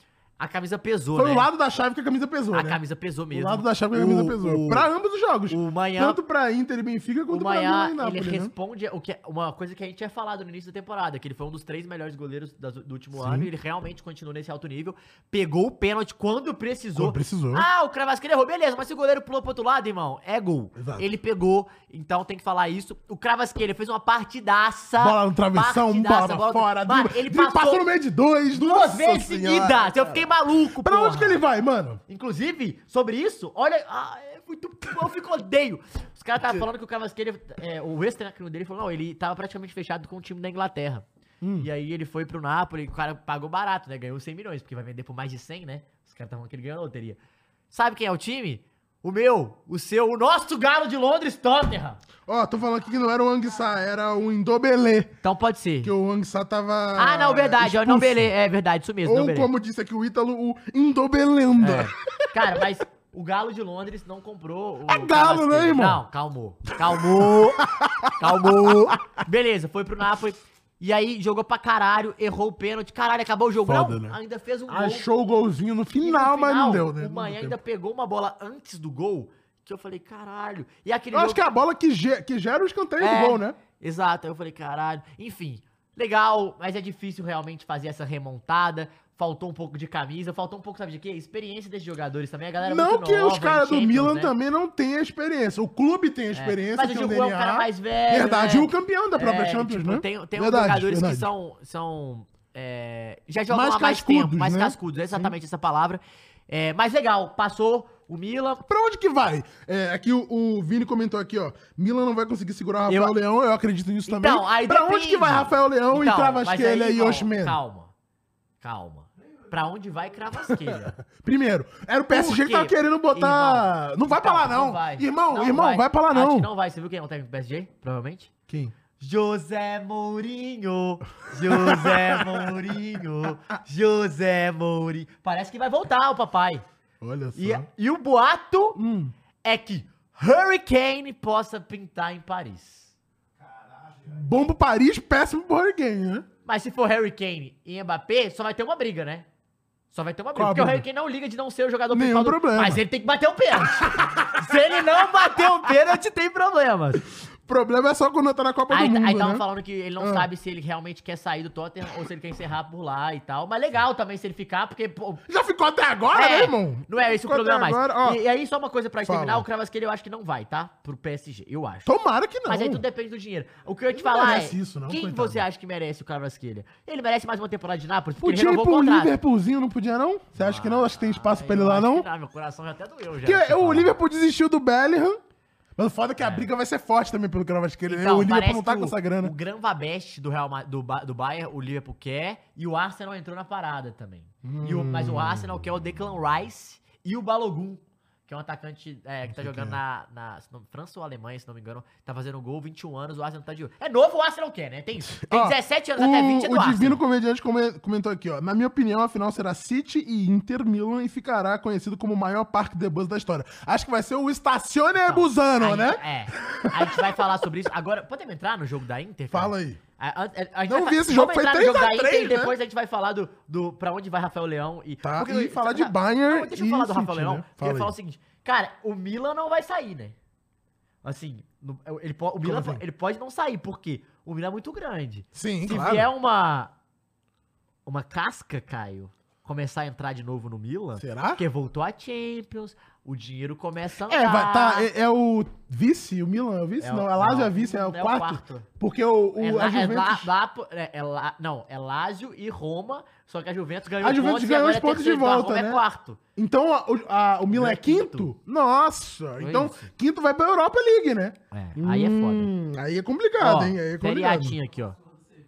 [SPEAKER 1] A camisa pesou,
[SPEAKER 2] Foi
[SPEAKER 1] né?
[SPEAKER 2] o lado da chave que a camisa pesou,
[SPEAKER 1] A
[SPEAKER 2] né?
[SPEAKER 1] camisa pesou mesmo.
[SPEAKER 2] O lado da chave que a camisa
[SPEAKER 1] O-
[SPEAKER 2] pesou.
[SPEAKER 1] o-
[SPEAKER 2] Pra ambos os jogos.
[SPEAKER 1] o Manhã-
[SPEAKER 2] Tanto pra Inter e Benfica
[SPEAKER 1] O
[SPEAKER 2] quanto pra Milan
[SPEAKER 1] Manhã,
[SPEAKER 2] e
[SPEAKER 1] ele
[SPEAKER 2] Napoli, né?
[SPEAKER 1] responde o que, uma coisa que a gente tinha falado no início da temporada, que ele foi um dos três melhores goleiros das- do último
[SPEAKER 2] Sim.
[SPEAKER 1] ano, e ele realmente continuou nesse alto nível, pegou o pênalti quando precisou.
[SPEAKER 2] Quando precisou.
[SPEAKER 1] Ah, o Kravasquelia errou, beleza, mas se o goleiro pulou pro outro lado, irmão, é gol.
[SPEAKER 2] Exato.
[SPEAKER 1] Ele pegou, então tem que falar isso. O Kravasquelia fez uma partidaça.
[SPEAKER 2] Bola no travessão,
[SPEAKER 1] partidaça,
[SPEAKER 2] bola fora.
[SPEAKER 1] Mano,
[SPEAKER 2] dribla-
[SPEAKER 1] ele
[SPEAKER 2] dribla-
[SPEAKER 1] passou
[SPEAKER 2] no meio de dois.
[SPEAKER 1] duas
[SPEAKER 2] nossa
[SPEAKER 1] vezes
[SPEAKER 2] senhora,
[SPEAKER 1] seguidas. Eu
[SPEAKER 2] cara.
[SPEAKER 1] fiquei maluco,
[SPEAKER 2] Pra
[SPEAKER 1] porra.
[SPEAKER 2] onde que ele vai, mano?
[SPEAKER 1] Inclusive, sobre isso, olha. Ah, é muito. Eu fico odeio. Os caras estavam falando que o Kravasquelia. É, o extra dele falou: não, ele tava praticamente fechado com o time da Inglaterra.
[SPEAKER 2] Hum.
[SPEAKER 1] E aí ele foi pro Napoli, o cara pagou barato, né? Ganhou cem milhões, porque vai vender por mais de cem, né? Os caras estavam falando que ele ganhou na loteria. Sabe quem é o time? O meu, o seu, o nosso galo de Londres, Tottenham.
[SPEAKER 2] Ó, tô falando aqui que não era o Anguissa, era o Indobelé.
[SPEAKER 1] Então pode ser.
[SPEAKER 2] Que o Anguissa tava.
[SPEAKER 1] Ah, não, verdade.
[SPEAKER 2] expulso.
[SPEAKER 1] Não, beleza. É verdade, isso mesmo.
[SPEAKER 2] Ou
[SPEAKER 1] não, beleza.
[SPEAKER 2] como disse aqui o Ítalo, o Indobelenda.
[SPEAKER 1] É. Cara, mas o Galo de Londres não comprou o
[SPEAKER 2] É Galo,
[SPEAKER 1] Kravasquelia.
[SPEAKER 2] né, irmão?
[SPEAKER 1] Não, calmou. Calmou. Calmou. Beleza, foi pro Napoli. E aí jogou pra caralho, errou o pênalti. Caralho, acabou o jogo.
[SPEAKER 2] Foda,
[SPEAKER 1] não,
[SPEAKER 2] né?
[SPEAKER 1] ainda fez um gol.
[SPEAKER 2] Achou o golzinho no
[SPEAKER 1] E no
[SPEAKER 2] final, mas não deu, né?
[SPEAKER 1] O
[SPEAKER 2] Não
[SPEAKER 1] Manhã
[SPEAKER 2] deu
[SPEAKER 1] ainda
[SPEAKER 2] tempo.
[SPEAKER 1] pegou uma bola antes do gol, que eu falei, caralho. E aquele
[SPEAKER 2] Eu
[SPEAKER 1] jogo...
[SPEAKER 2] acho que é a bola que, ge- que gera o escanteio
[SPEAKER 1] É,
[SPEAKER 2] do gol, né?
[SPEAKER 1] Exato, aí eu falei, caralho. Enfim, legal, mas é difícil realmente fazer essa remontada. Faltou um pouco de camisa, faltou um pouco, sabe de quê? Experiência desses jogadores também. A galera é
[SPEAKER 2] Não
[SPEAKER 1] muito
[SPEAKER 2] que
[SPEAKER 1] nova,
[SPEAKER 2] os caras do
[SPEAKER 1] em Champions,
[SPEAKER 2] Milan
[SPEAKER 1] né?
[SPEAKER 2] também não tenham experiência. O clube tem a experiência,
[SPEAKER 1] Mas o
[SPEAKER 2] tem
[SPEAKER 1] Giroud é um
[SPEAKER 2] D N A.
[SPEAKER 1] cara mais velho,
[SPEAKER 2] Verdade,
[SPEAKER 1] né?
[SPEAKER 2] e o campeão da própria
[SPEAKER 1] É,
[SPEAKER 2] Champions,
[SPEAKER 1] tipo,
[SPEAKER 2] né?
[SPEAKER 1] Tem, tem uns
[SPEAKER 2] Verdade,
[SPEAKER 1] jogadores
[SPEAKER 2] verdade.
[SPEAKER 1] que são, são é, já jogam
[SPEAKER 2] Mais
[SPEAKER 1] há mais
[SPEAKER 2] cascudos,
[SPEAKER 1] tempo, mais
[SPEAKER 2] né?
[SPEAKER 1] cascudos, é exatamente essa palavra. É, mas legal, passou o Milan.
[SPEAKER 2] Pra onde que vai? É, aqui o, o Vini comentou aqui, ó. Milan não vai conseguir segurar o Rafael
[SPEAKER 1] Eu-
[SPEAKER 2] Leão, eu acredito nisso
[SPEAKER 1] Então,
[SPEAKER 2] também.
[SPEAKER 1] aí
[SPEAKER 2] pra
[SPEAKER 1] depende.
[SPEAKER 2] onde que vai Rafael Leão
[SPEAKER 1] Então,
[SPEAKER 2] e
[SPEAKER 1] mas
[SPEAKER 2] Kravasquelia
[SPEAKER 1] aí,
[SPEAKER 2] e
[SPEAKER 1] irmão,
[SPEAKER 2] Osimhen?
[SPEAKER 1] Calma, calma. Pra onde vai Kravasquelia?
[SPEAKER 2] Primeiro, era o P S G
[SPEAKER 1] Por
[SPEAKER 2] que tava
[SPEAKER 1] quê?
[SPEAKER 2] querendo botar...
[SPEAKER 1] Irmão,
[SPEAKER 2] não vai pra
[SPEAKER 1] então,
[SPEAKER 2] lá, não.
[SPEAKER 1] vai.
[SPEAKER 2] Irmão,
[SPEAKER 1] Não
[SPEAKER 2] irmão, vai. pra lá,
[SPEAKER 1] Acho
[SPEAKER 2] não.
[SPEAKER 1] que não vai. Você viu quem é o técnico do P S G? Provavelmente?
[SPEAKER 2] Quem?
[SPEAKER 1] José Mourinho, José Mourinho, José Mourinho. Parece que vai voltar o papai.
[SPEAKER 2] Olha só.
[SPEAKER 1] E, e o boato
[SPEAKER 2] Hum.
[SPEAKER 1] é que Hurricane possa pintar em Paris.
[SPEAKER 2] Bom pro Paris, péssimo pro Hurricane, né?
[SPEAKER 1] Mas se for Hurricane e Mbappé, só vai ter uma briga, né? Só vai ter uma briga.
[SPEAKER 2] Qual a
[SPEAKER 1] porque o
[SPEAKER 2] briga?
[SPEAKER 1] Hurricane não liga de não ser o jogador
[SPEAKER 2] Nenhum
[SPEAKER 1] principal do-
[SPEAKER 2] problema.
[SPEAKER 1] Mas ele tem que bater o pênalti. Se ele não bater o pênalti, tem problemas.
[SPEAKER 2] O problema é só quando tá na Copa
[SPEAKER 1] Aí,
[SPEAKER 2] do Mundo,
[SPEAKER 1] aí tava
[SPEAKER 2] né?
[SPEAKER 1] falando que ele não
[SPEAKER 2] Ah.
[SPEAKER 1] sabe se ele realmente quer sair do Tottenham ou se ele quer encerrar por lá e tal. Mas legal também se ele ficar, porque... Pô,
[SPEAKER 2] Já ficou até agora, né, irmão?
[SPEAKER 1] não é esse o
[SPEAKER 2] Ficou
[SPEAKER 1] problema
[SPEAKER 2] até
[SPEAKER 1] mais.
[SPEAKER 2] agora, ó.
[SPEAKER 1] e, e aí, só uma coisa pra
[SPEAKER 2] Fala.
[SPEAKER 1] terminar, o Kravasquelia eu acho que não vai, tá? Pro P S G, eu acho.
[SPEAKER 2] Tomara que não.
[SPEAKER 1] Mas aí tudo depende do dinheiro. O que eu ia te
[SPEAKER 2] Não
[SPEAKER 1] falar é,
[SPEAKER 2] merece isso, não,
[SPEAKER 1] quem
[SPEAKER 2] coitado.
[SPEAKER 1] você acha que merece o Kravasquelia? Ele merece mais uma temporada de Nápoles, porque
[SPEAKER 2] Podia
[SPEAKER 1] ele
[SPEAKER 2] ir
[SPEAKER 1] renovou o
[SPEAKER 2] pro
[SPEAKER 1] contrato.
[SPEAKER 2] Liverpoolzinho, não podia não? Você acha que não? Acho que tem espaço pra ele
[SPEAKER 1] Eu
[SPEAKER 2] lá,
[SPEAKER 1] acho
[SPEAKER 2] não?
[SPEAKER 1] que Meu coração já até doeu, já.
[SPEAKER 2] Porque
[SPEAKER 1] deixa eu
[SPEAKER 2] o
[SPEAKER 1] falar.
[SPEAKER 2] Liverpool desistiu do Bellingham. Mas o foda é que a briga vai ser forte também pelo Kravasquelia. né?
[SPEAKER 1] Então,
[SPEAKER 2] o Liverpool
[SPEAKER 1] parece
[SPEAKER 2] não tá
[SPEAKER 1] que
[SPEAKER 2] com
[SPEAKER 1] o,
[SPEAKER 2] essa grana.
[SPEAKER 1] O Granvabest do, Real, Ma- do, Ba- do Bayern, o Liverpool quer, e o Arsenal entrou na parada também. E o, mas o Arsenal quer o Declan Rice e o Balogun, que é um atacante é, que tá jogando na, na se não- França ou Alemanha, se não me engano, tá fazendo gol, vinte e um anos, o Arsenal tá de olho. É novo, o Arsenal quer, né? Tem, tem
[SPEAKER 2] Ó,
[SPEAKER 1] dezessete anos,
[SPEAKER 2] o,
[SPEAKER 1] até vinte é do
[SPEAKER 2] O
[SPEAKER 1] Arsenal.
[SPEAKER 2] Divino Comediante come- comentou aqui, ó. Na minha opinião, a final será City e Inter Milan e ficará conhecido como o maior parque de bus da história. Acho que vai ser o Stazione Busano,
[SPEAKER 1] Aí-
[SPEAKER 2] né?
[SPEAKER 1] É. A gente vai falar sobre isso. Agora, podemos entrar no jogo da Inter? cara?
[SPEAKER 2] Fala aí.
[SPEAKER 1] A, a- a gente
[SPEAKER 2] Não
[SPEAKER 1] vai
[SPEAKER 2] vi
[SPEAKER 1] fa-
[SPEAKER 2] esse jogo,
[SPEAKER 1] vamos
[SPEAKER 2] foi
[SPEAKER 1] entrar no
[SPEAKER 2] três
[SPEAKER 1] jogo
[SPEAKER 2] a
[SPEAKER 1] da Inter
[SPEAKER 2] três,
[SPEAKER 1] e
[SPEAKER 2] né?
[SPEAKER 1] depois a gente vai falar do, do pra onde vai Rafael Leão. E,
[SPEAKER 2] Tá,
[SPEAKER 1] porque-
[SPEAKER 2] e falar de
[SPEAKER 1] tá,
[SPEAKER 2] Bayern
[SPEAKER 1] não, deixa eu
[SPEAKER 2] e
[SPEAKER 1] falar do Rafael
[SPEAKER 2] City,
[SPEAKER 1] Leão.
[SPEAKER 2] né?
[SPEAKER 1] Eu
[SPEAKER 2] Fala
[SPEAKER 1] ia falar
[SPEAKER 2] aí.
[SPEAKER 1] o seguinte, cara, o Milan não vai sair, né? Assim, no- ele, po- o Milan,
[SPEAKER 2] assim?
[SPEAKER 1] ele pode não sair, porque o Milan é muito grande.
[SPEAKER 2] Sim,
[SPEAKER 1] Se
[SPEAKER 2] claro.
[SPEAKER 1] vier uma, uma casca, Caio, começar a entrar de novo no Milan,
[SPEAKER 2] Será?
[SPEAKER 1] porque voltou a Champions, o dinheiro começa a andar.
[SPEAKER 2] É, vai, tá, é, é o vice, o Milan é o vice?
[SPEAKER 1] É o-
[SPEAKER 2] não, a Lazio
[SPEAKER 1] não,
[SPEAKER 2] é vice, é o
[SPEAKER 1] é o
[SPEAKER 2] quarto?
[SPEAKER 1] quarto.
[SPEAKER 2] Porque o, o,
[SPEAKER 1] É,
[SPEAKER 2] a
[SPEAKER 1] lá, é,
[SPEAKER 2] Juventus...
[SPEAKER 1] lá, lá, é, é lá- não, é Lazio e Roma, só que a Juventus ganhou
[SPEAKER 2] A Juventus
[SPEAKER 1] pontos e
[SPEAKER 2] ganhou
[SPEAKER 1] agora
[SPEAKER 2] os pontos
[SPEAKER 1] é terceiro,
[SPEAKER 2] de
[SPEAKER 1] então a
[SPEAKER 2] volta,
[SPEAKER 1] Roma
[SPEAKER 2] né?
[SPEAKER 1] é quarto.
[SPEAKER 2] Então a- o, a- o Milan é
[SPEAKER 1] É
[SPEAKER 2] quinto?
[SPEAKER 1] quinto.
[SPEAKER 2] Nossa, então
[SPEAKER 1] isso.
[SPEAKER 2] quinto vai pra Europa League, né?
[SPEAKER 1] É, aí é foda.
[SPEAKER 2] Hum, Aí é complicado,
[SPEAKER 1] Ó,
[SPEAKER 2] hein? Aí é
[SPEAKER 1] Série
[SPEAKER 2] complicado.
[SPEAKER 1] Atinha aqui, ó.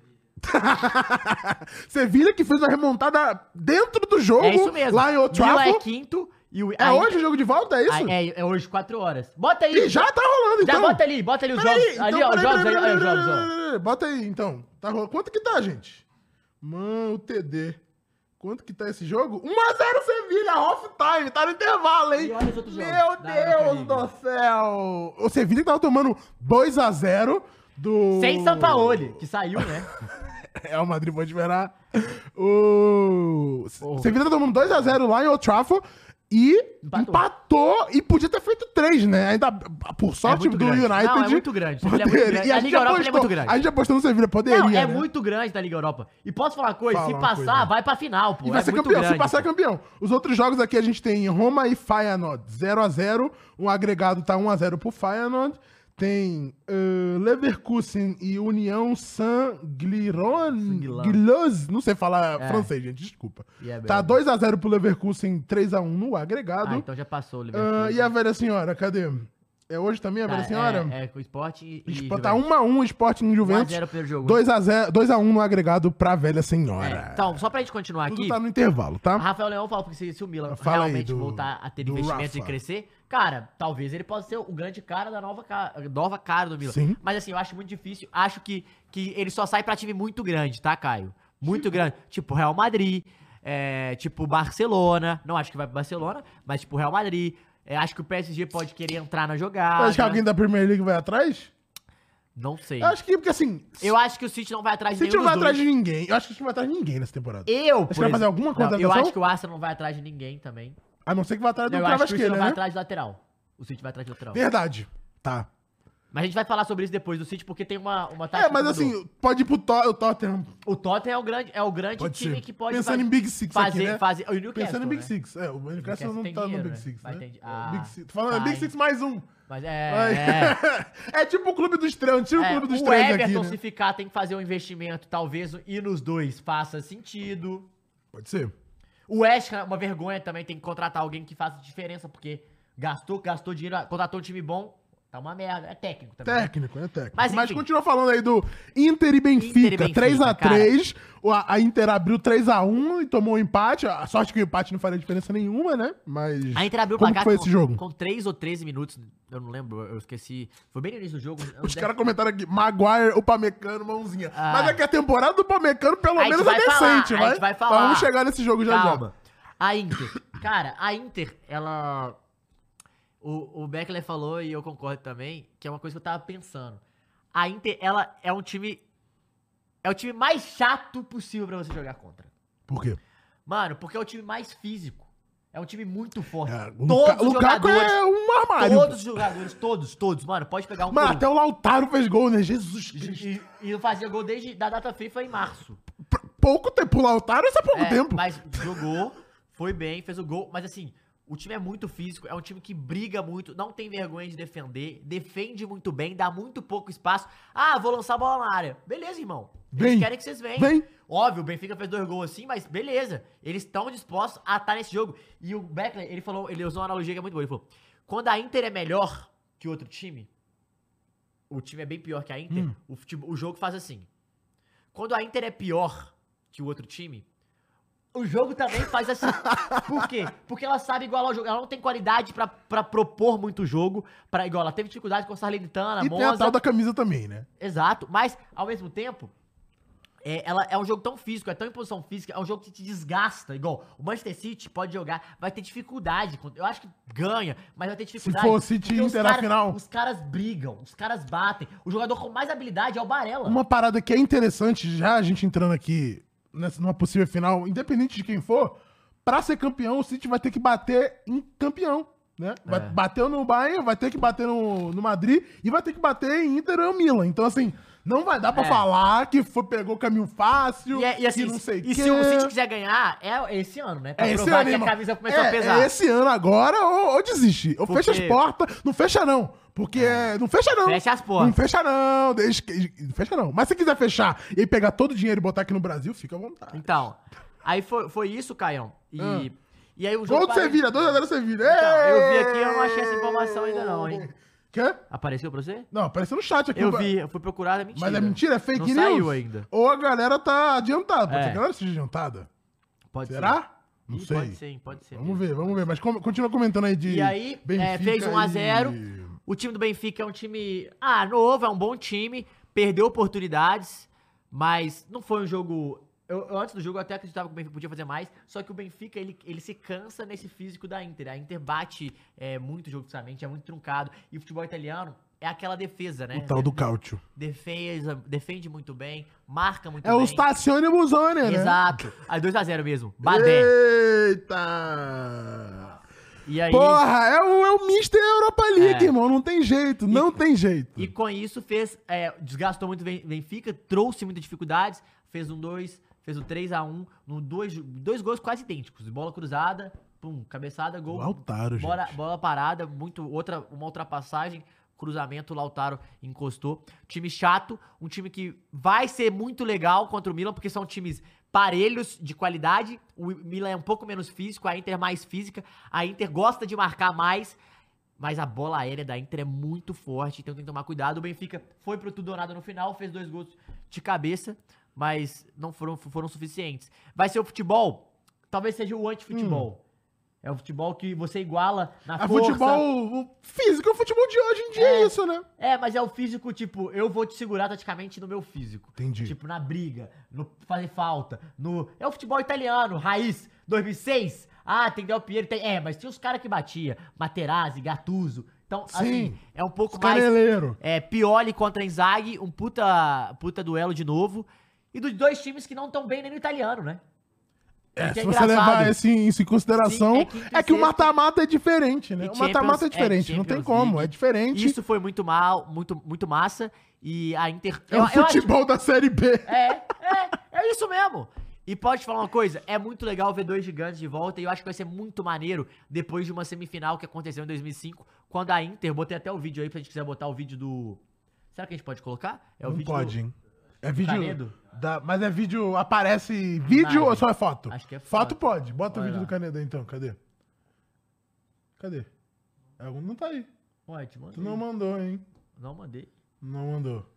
[SPEAKER 2] Sevilha que fez a remontada dentro do jogo,
[SPEAKER 1] É isso mesmo.
[SPEAKER 2] lá em Old
[SPEAKER 1] Milan é
[SPEAKER 2] Trafford.
[SPEAKER 1] quinto e o...
[SPEAKER 2] É
[SPEAKER 1] a
[SPEAKER 2] hoje
[SPEAKER 1] Inter-
[SPEAKER 2] o jogo de volta, é isso?
[SPEAKER 1] a- É, é hoje, quatro horas. Bota aí.
[SPEAKER 2] Ih, já tá rolando,
[SPEAKER 1] Já
[SPEAKER 2] então.
[SPEAKER 1] bota ali, bota ali os
[SPEAKER 2] Peraí,
[SPEAKER 1] jogos. Ali,
[SPEAKER 2] então,
[SPEAKER 1] ó, os
[SPEAKER 2] peraí,
[SPEAKER 1] jogos,
[SPEAKER 2] peraí,
[SPEAKER 1] aí, olha os
[SPEAKER 2] peraí,
[SPEAKER 1] jogos, ó.
[SPEAKER 2] peraí, peraí. Bota aí, então. Tá rolando. Quanto que tá, gente? Mano, o T D. Quanto que tá esse jogo? um a zero Sevilha, half time, tá no intervalo, hein?
[SPEAKER 1] E olha os outros jogos
[SPEAKER 2] Meu
[SPEAKER 1] da Europa
[SPEAKER 2] Deus
[SPEAKER 1] League.
[SPEAKER 2] do céu! O Sevilha que tava tomando dois a zero do...
[SPEAKER 1] Sem Sampaoli, que saiu, né?
[SPEAKER 2] Real Madrid pode esperar. O
[SPEAKER 1] Oh.
[SPEAKER 2] Sevilla tá tomando dois a zero lá em Old Trafford e
[SPEAKER 1] Empatou.
[SPEAKER 2] empatou e podia ter feito três, né? Ainda, por sorte
[SPEAKER 1] muito
[SPEAKER 2] do
[SPEAKER 1] grande.
[SPEAKER 2] United.
[SPEAKER 1] Não, é muito grande. Ele é muito
[SPEAKER 2] poderia.
[SPEAKER 1] grande.
[SPEAKER 2] E a
[SPEAKER 1] A
[SPEAKER 2] gente
[SPEAKER 1] Liga Europa, ele é
[SPEAKER 2] apostou-
[SPEAKER 1] muito grande.
[SPEAKER 2] A gente apostou no Sevilla, poderia,
[SPEAKER 1] Não, é
[SPEAKER 2] né?
[SPEAKER 1] muito grande da Liga Europa. E posso falar uma coisa?
[SPEAKER 2] Fala
[SPEAKER 1] Se
[SPEAKER 2] uma
[SPEAKER 1] passar,
[SPEAKER 2] coisa.
[SPEAKER 1] vai pra final, pô.
[SPEAKER 2] E vai
[SPEAKER 1] é
[SPEAKER 2] ser
[SPEAKER 1] muito
[SPEAKER 2] campeão,
[SPEAKER 1] grande,
[SPEAKER 2] se passar é
[SPEAKER 1] pô.
[SPEAKER 2] campeão. Os outros jogos aqui a gente tem Roma e Feyenoord, zero a zero. Um agregado tá um a zero pro Feyenoord. Tem uh, Leverkusen e União Saint-Giron.
[SPEAKER 1] Saint-Giron.
[SPEAKER 2] Giloz, não sei falar
[SPEAKER 1] É.
[SPEAKER 2] francês, gente, desculpa.
[SPEAKER 1] E é
[SPEAKER 2] Tá
[SPEAKER 1] bem-
[SPEAKER 2] dois a zero pro Leverkusen, três a um no agregado.
[SPEAKER 1] Ah, então já passou o
[SPEAKER 2] Ah,
[SPEAKER 1] Liverpool.
[SPEAKER 2] e a velha senhora, cadê? É hoje também a
[SPEAKER 1] Tá,
[SPEAKER 2] velha senhora?
[SPEAKER 1] É, é com o Sport e, e
[SPEAKER 2] Espo- Tá um a um Sporting
[SPEAKER 1] um
[SPEAKER 2] Juventus.
[SPEAKER 1] a zero pelo jogo.
[SPEAKER 2] dois a zero, dois a um no agregado pra velha
[SPEAKER 1] É,
[SPEAKER 2] senhora.
[SPEAKER 1] então, só pra gente continuar
[SPEAKER 2] Tudo
[SPEAKER 1] aqui,
[SPEAKER 2] tá no intervalo, tá?
[SPEAKER 1] Rafael Leão falou que se, se o Milan
[SPEAKER 2] Fala aí
[SPEAKER 1] realmente
[SPEAKER 2] do-
[SPEAKER 1] voltar a ter
[SPEAKER 2] do
[SPEAKER 1] investimentos e
[SPEAKER 2] Rafa.
[SPEAKER 1] crescer, cara, talvez ele possa ser o grande cara da nova, ca- nova cara do Milan.
[SPEAKER 2] Sim.
[SPEAKER 1] Mas assim, eu acho muito difícil. Acho que, que ele só sai pra time muito grande, tá, Caio? Muito grande. Tipo Real Madrid, é, tipo Barcelona. Não acho que vai pro Barcelona, mas tipo Real Madrid. É, acho que o P S G pode querer entrar na jogada.
[SPEAKER 2] Acho que alguém da Premier League vai atrás?
[SPEAKER 1] Não sei.
[SPEAKER 2] Eu acho que, porque assim,
[SPEAKER 1] Eu acho que o City não vai atrás
[SPEAKER 2] se
[SPEAKER 1] de
[SPEAKER 2] a gente
[SPEAKER 1] nenhum
[SPEAKER 2] não vai
[SPEAKER 1] dos
[SPEAKER 2] atrás
[SPEAKER 1] dois.
[SPEAKER 2] de ninguém, eu acho que a gente não vai atrás de ninguém nessa temporada.
[SPEAKER 1] Eu,
[SPEAKER 2] Acho que vai
[SPEAKER 1] por
[SPEAKER 2] fazer
[SPEAKER 1] exemplo-
[SPEAKER 2] alguma
[SPEAKER 1] Não, Eu
[SPEAKER 2] contratação?
[SPEAKER 1] acho que o Arsenal não vai atrás de ninguém também.
[SPEAKER 2] A não ser que vá atrás do
[SPEAKER 1] Eu acho que o City
[SPEAKER 2] Cravasqueira,
[SPEAKER 1] não vai
[SPEAKER 2] né?
[SPEAKER 1] atrás de lateral. O City vai atrás de lateral.
[SPEAKER 2] Verdade. Tá.
[SPEAKER 1] Mas a gente vai falar sobre isso depois do City, porque tem uma, uma
[SPEAKER 2] É,
[SPEAKER 1] tática
[SPEAKER 2] mas
[SPEAKER 1] que mudou.
[SPEAKER 2] assim, pode ir pro Tot- o Tottenham.
[SPEAKER 1] O Tottenham é o grande, é o grande
[SPEAKER 2] Pode
[SPEAKER 1] time
[SPEAKER 2] ser.
[SPEAKER 1] que pode
[SPEAKER 2] Pensando
[SPEAKER 1] fa-
[SPEAKER 2] em Big Six
[SPEAKER 1] fazer,
[SPEAKER 2] aqui, né?
[SPEAKER 1] fazer. O Newcastle,
[SPEAKER 2] Pensando em Big
[SPEAKER 1] né?
[SPEAKER 2] Six. É, o Newcastle
[SPEAKER 1] Newcastle
[SPEAKER 2] não
[SPEAKER 1] tem
[SPEAKER 2] tá no
[SPEAKER 1] dinheiro,
[SPEAKER 2] Big
[SPEAKER 1] né?
[SPEAKER 2] Six,
[SPEAKER 1] Vai
[SPEAKER 2] né?
[SPEAKER 1] ter- ah,
[SPEAKER 2] Big Six. Tô falando,
[SPEAKER 1] tá,
[SPEAKER 2] Big
[SPEAKER 1] hein?
[SPEAKER 2] Six mais um.
[SPEAKER 1] Mas é. é,
[SPEAKER 2] É tipo o Clube dos Três, tira o
[SPEAKER 1] é,
[SPEAKER 2] Clube dos
[SPEAKER 1] o
[SPEAKER 2] Três aqui,
[SPEAKER 1] Everton,
[SPEAKER 2] né?
[SPEAKER 1] se ficar, tem que fazer um investimento. Talvez ir nos dois faça sentido.
[SPEAKER 2] Pode ser.
[SPEAKER 1] O West Ham é uma vergonha também, tem que contratar alguém que faça diferença, porque gastou, gastou dinheiro, contratou um time bom, tá uma merda. É técnico também. né?
[SPEAKER 2] Técnico, é técnico.
[SPEAKER 1] Mas,
[SPEAKER 2] Mas,
[SPEAKER 1] enfim.
[SPEAKER 2] continua falando aí do Inter e Benfica.
[SPEAKER 1] Inter e Benfica,
[SPEAKER 2] três a três. A, a Inter abriu três a um e tomou um empate. A sorte que o empate não faria diferença nenhuma, né? Mas.
[SPEAKER 1] A Inter abriu o
[SPEAKER 2] como
[SPEAKER 1] placar
[SPEAKER 2] que foi
[SPEAKER 1] com,
[SPEAKER 2] esse jogo?
[SPEAKER 1] com três ou treze minutos, eu não lembro, eu esqueci. Foi bem no início do jogo.
[SPEAKER 2] Os caras comentaram aqui, Maguire, o Pamecano, mãozinha.
[SPEAKER 1] Ah.
[SPEAKER 2] Mas é que a temporada do Pamecano, pelo
[SPEAKER 1] A gente
[SPEAKER 2] menos, é
[SPEAKER 1] vai falar,
[SPEAKER 2] decente,
[SPEAKER 1] a
[SPEAKER 2] vai?
[SPEAKER 1] gente vai falar.
[SPEAKER 2] Vamos chegar nesse jogo já
[SPEAKER 1] Calma. A Inter. Cara, a Inter, ela... O, o Beckler falou, e eu concordo também, que é uma coisa que eu tava pensando. A Inter, ela é um time... É o time mais chato possível pra você jogar contra.
[SPEAKER 2] já. Por quê?
[SPEAKER 1] Mano, porque é o time mais físico. É um time muito forte.
[SPEAKER 2] É, o
[SPEAKER 1] todos
[SPEAKER 2] Luka-
[SPEAKER 1] os
[SPEAKER 2] Lukaku
[SPEAKER 1] jogadores...
[SPEAKER 2] é um armário.
[SPEAKER 1] Todos os jogadores, todos, todos. Mano, pode pegar um
[SPEAKER 2] Mano,
[SPEAKER 1] por um.
[SPEAKER 2] até o Lautaro fez gol, né? Jesus Cristo.
[SPEAKER 1] E, e não fazia gol desde da data FIFA em março.
[SPEAKER 2] P- Pouco tempo. O Lautaro, isso é pouco
[SPEAKER 1] É,
[SPEAKER 2] tempo.
[SPEAKER 1] Mas jogou, foi bem, fez o gol. Mas assim, o time é muito físico, é um time que briga muito, não tem vergonha de defender, defende muito bem, dá muito pouco espaço. Ah, vou lançar a bola na área. Beleza, irmão. Eles
[SPEAKER 2] Vem.
[SPEAKER 1] querem que vocês venham.
[SPEAKER 2] Vem.
[SPEAKER 1] Óbvio, o Benfica fez dois gols assim, mas beleza. Eles estão dispostos a estar nesse jogo. E o Beckler, ele falou, ele usou uma analogia que é muito boa. Ele falou: quando a Inter é melhor que outro time, o time é bem pior que a Inter,
[SPEAKER 2] Hum.
[SPEAKER 1] o, futebol- o jogo faz assim. Quando a Inter é pior que o outro time, o jogo também faz assim. Por quê? Porque ela sabe igualar o jogo. Ela não tem qualidade pra, pra propor muito jogo. Pra, igual, ela teve dificuldade com a Salernitana,
[SPEAKER 2] E tem a
[SPEAKER 1] Monza.
[SPEAKER 2] tal da camisa também, né?
[SPEAKER 1] Exato. Mas, ao mesmo tempo, é, ela é um jogo tão físico, é tão em posição física, é um jogo que te desgasta. Igual, o Manchester City pode jogar, vai ter dificuldade. com- Eu acho que ganha, mas vai ter dificuldade.
[SPEAKER 2] for City
[SPEAKER 1] porque os
[SPEAKER 2] Inter na
[SPEAKER 1] cara-
[SPEAKER 2] final.
[SPEAKER 1] Os caras brigam, os caras batem. O jogador com mais habilidade é o Barella.
[SPEAKER 2] Uma parada que é interessante, já a gente entrando aqui nessa, numa possível final, independente de quem for, pra ser campeão, o City vai ter que bater em campeão, né? Vai,
[SPEAKER 1] É.
[SPEAKER 2] Bateu no Bayern, vai ter que bater no, no Madrid e vai ter que bater em Inter ou Milan. Então, assim, não vai dar pra
[SPEAKER 1] É.
[SPEAKER 2] falar que foi, pegou o caminho fácil,
[SPEAKER 1] E, é- e assim,
[SPEAKER 2] que não sei o
[SPEAKER 1] e
[SPEAKER 2] quê.
[SPEAKER 1] se o City quiser ganhar, é esse ano, né? Pra
[SPEAKER 2] É esse
[SPEAKER 1] provar
[SPEAKER 2] ano,
[SPEAKER 1] que
[SPEAKER 2] irmão.
[SPEAKER 1] a camisa começou
[SPEAKER 2] é,
[SPEAKER 1] a pesar.
[SPEAKER 2] É esse ano agora ou, ou desiste. Ou
[SPEAKER 1] Porque-
[SPEAKER 2] fecha as portas. Não fecha não. Porque é, não fecha não.
[SPEAKER 1] Fecha as portas.
[SPEAKER 2] Não fecha não. Deixa, que- não fecha não. Mas se quiser fechar e aí pegar todo o dinheiro e botar aqui no Brasil, fica à vontade.
[SPEAKER 1] Então, aí foi, foi isso, Caião. E,
[SPEAKER 2] Ah.
[SPEAKER 1] e aí o jogo...
[SPEAKER 2] Gol do
[SPEAKER 1] parece-
[SPEAKER 2] Sevilha, dois a zero Sevilha.
[SPEAKER 1] Então, eu vi
[SPEAKER 2] Ê!
[SPEAKER 1] aqui, eu não achei essa informação ainda não, hein?
[SPEAKER 2] Quê?
[SPEAKER 1] Apareceu pra você?
[SPEAKER 2] Não, apareceu no chat aqui.
[SPEAKER 1] Eu vi, eu fui procurar, é mentira.
[SPEAKER 2] Mas é mentira? É fake
[SPEAKER 1] Não
[SPEAKER 2] news?
[SPEAKER 1] saiu ainda.
[SPEAKER 2] Ou a galera tá adiantada. Pode
[SPEAKER 1] É.
[SPEAKER 2] ser que a galera seja adiantada.
[SPEAKER 1] Pode
[SPEAKER 2] Será?
[SPEAKER 1] ser.
[SPEAKER 2] Não
[SPEAKER 1] Ih,
[SPEAKER 2] sei.
[SPEAKER 1] Pode ser, pode ser.
[SPEAKER 2] Vamos ver, vamos ver. Mas com- continua comentando aí de
[SPEAKER 1] E aí,
[SPEAKER 2] Benfica
[SPEAKER 1] é, fez um a zero.
[SPEAKER 2] e-
[SPEAKER 1] O time do Benfica é um time, ah, novo, é um bom time, perdeu oportunidades, mas não foi um jogo Eu, eu, antes do jogo, eu até acreditava que o Benfica podia fazer mais, só que o Benfica, ele, ele se cansa nesse físico da Inter. A Inter bate é, muito jogo de é muito truncado. E o futebol italiano é aquela defesa, né?
[SPEAKER 2] O tal do Cautio.
[SPEAKER 1] Defesa, defende muito bem, marca muito
[SPEAKER 2] É
[SPEAKER 1] bem.
[SPEAKER 2] o Stazione Musone, né?
[SPEAKER 1] Exato. Aí dois a zero mesmo. Badé.
[SPEAKER 2] Eita!
[SPEAKER 1] E aí,
[SPEAKER 2] Porra, é o, é o mister Europa League,
[SPEAKER 1] É.
[SPEAKER 2] irmão. Não tem jeito, não tem jeito.
[SPEAKER 1] e com isso fez, é, desgastou muito o Ben- Benfica, trouxe muitas dificuldades, fez um dois, fez um três a um, no dois, dois gols quase idênticos. Bola cruzada, pum, cabeçada, gol.
[SPEAKER 2] O Lautaro,
[SPEAKER 1] bola,
[SPEAKER 2] gente.
[SPEAKER 1] bola parada, muito, outra, uma ultrapassagem, cruzamento, o Lautaro encostou. Time chato, um time que vai ser muito legal contra o Milan, porque são times parelhos de qualidade. O Milan é um pouco menos físico, a Inter é mais física. A Inter gosta de marcar mais, mas a bola aérea da Inter é muito forte, então tem que tomar cuidado. O Benfica foi pro tudo ou nada no final, fez dois gols de cabeça, mas não foram, foram suficientes. Vai ser o futebol, talvez seja o anti-futebol. É o futebol que você iguala na
[SPEAKER 2] É
[SPEAKER 1] força.
[SPEAKER 2] futebol o físico, é o futebol de hoje em dia, é,
[SPEAKER 1] É.
[SPEAKER 2] isso, né?
[SPEAKER 1] É, mas é o físico, tipo, eu vou te segurar taticamente no meu físico.
[SPEAKER 2] Entendi.
[SPEAKER 1] Tipo, na briga, no fazer falta, no... É o futebol italiano, raiz, dois mil e seis. Ah, tem Del Piero, tem... É, mas tinha os caras que batia, Materazzi, Gattuso. Então,
[SPEAKER 2] Sim.
[SPEAKER 1] assim, é um pouco
[SPEAKER 2] Os
[SPEAKER 1] mais...
[SPEAKER 2] caneleiro.
[SPEAKER 1] É, Pioli contra Inzaghi, um puta, puta duelo de novo. E dos dois times que não estão bem nem no italiano, né?
[SPEAKER 2] É,
[SPEAKER 1] que é
[SPEAKER 2] se você
[SPEAKER 1] engraçado.
[SPEAKER 2] levar isso em, isso em consideração,
[SPEAKER 1] Sim, é
[SPEAKER 2] é,
[SPEAKER 1] quinto e
[SPEAKER 2] que o
[SPEAKER 1] sexto.
[SPEAKER 2] mata-mata é diferente, né?
[SPEAKER 1] E
[SPEAKER 2] O mata-mata é
[SPEAKER 1] Champions-
[SPEAKER 2] diferente,
[SPEAKER 1] é,
[SPEAKER 2] não tem
[SPEAKER 1] Champions
[SPEAKER 2] como,
[SPEAKER 1] League.
[SPEAKER 2] é diferente.
[SPEAKER 1] Isso foi muito mal, muito, muito massa. E a Inter...
[SPEAKER 2] é o futebol da Série B.
[SPEAKER 1] É, é, é isso mesmo. E pode te falar uma coisa, é muito legal ver dois gigantes de volta e eu acho que vai ser muito maneiro depois de uma semifinal que aconteceu em dois mil e cinco, quando a Inter, botei até o vídeo aí pra gente quiser botar o vídeo do... Será que a gente pode colocar? É o
[SPEAKER 2] Não
[SPEAKER 1] vídeo
[SPEAKER 2] pode,
[SPEAKER 1] do...
[SPEAKER 2] hein? É vídeo...
[SPEAKER 1] Canedo?
[SPEAKER 2] Da, mas é vídeo... Aparece vídeo
[SPEAKER 1] Imagem.
[SPEAKER 2] ou só é foto?
[SPEAKER 1] Acho que é
[SPEAKER 2] Foto
[SPEAKER 1] foto.
[SPEAKER 2] pode. Bota o
[SPEAKER 1] Olha
[SPEAKER 2] vídeo
[SPEAKER 1] lá.
[SPEAKER 2] do Canedo aí, então. Cadê? Cadê? É, não tá aí.
[SPEAKER 1] Ué, te mandei.
[SPEAKER 2] Tu não mandou, hein?
[SPEAKER 1] Não mandei.
[SPEAKER 2] Não mandou.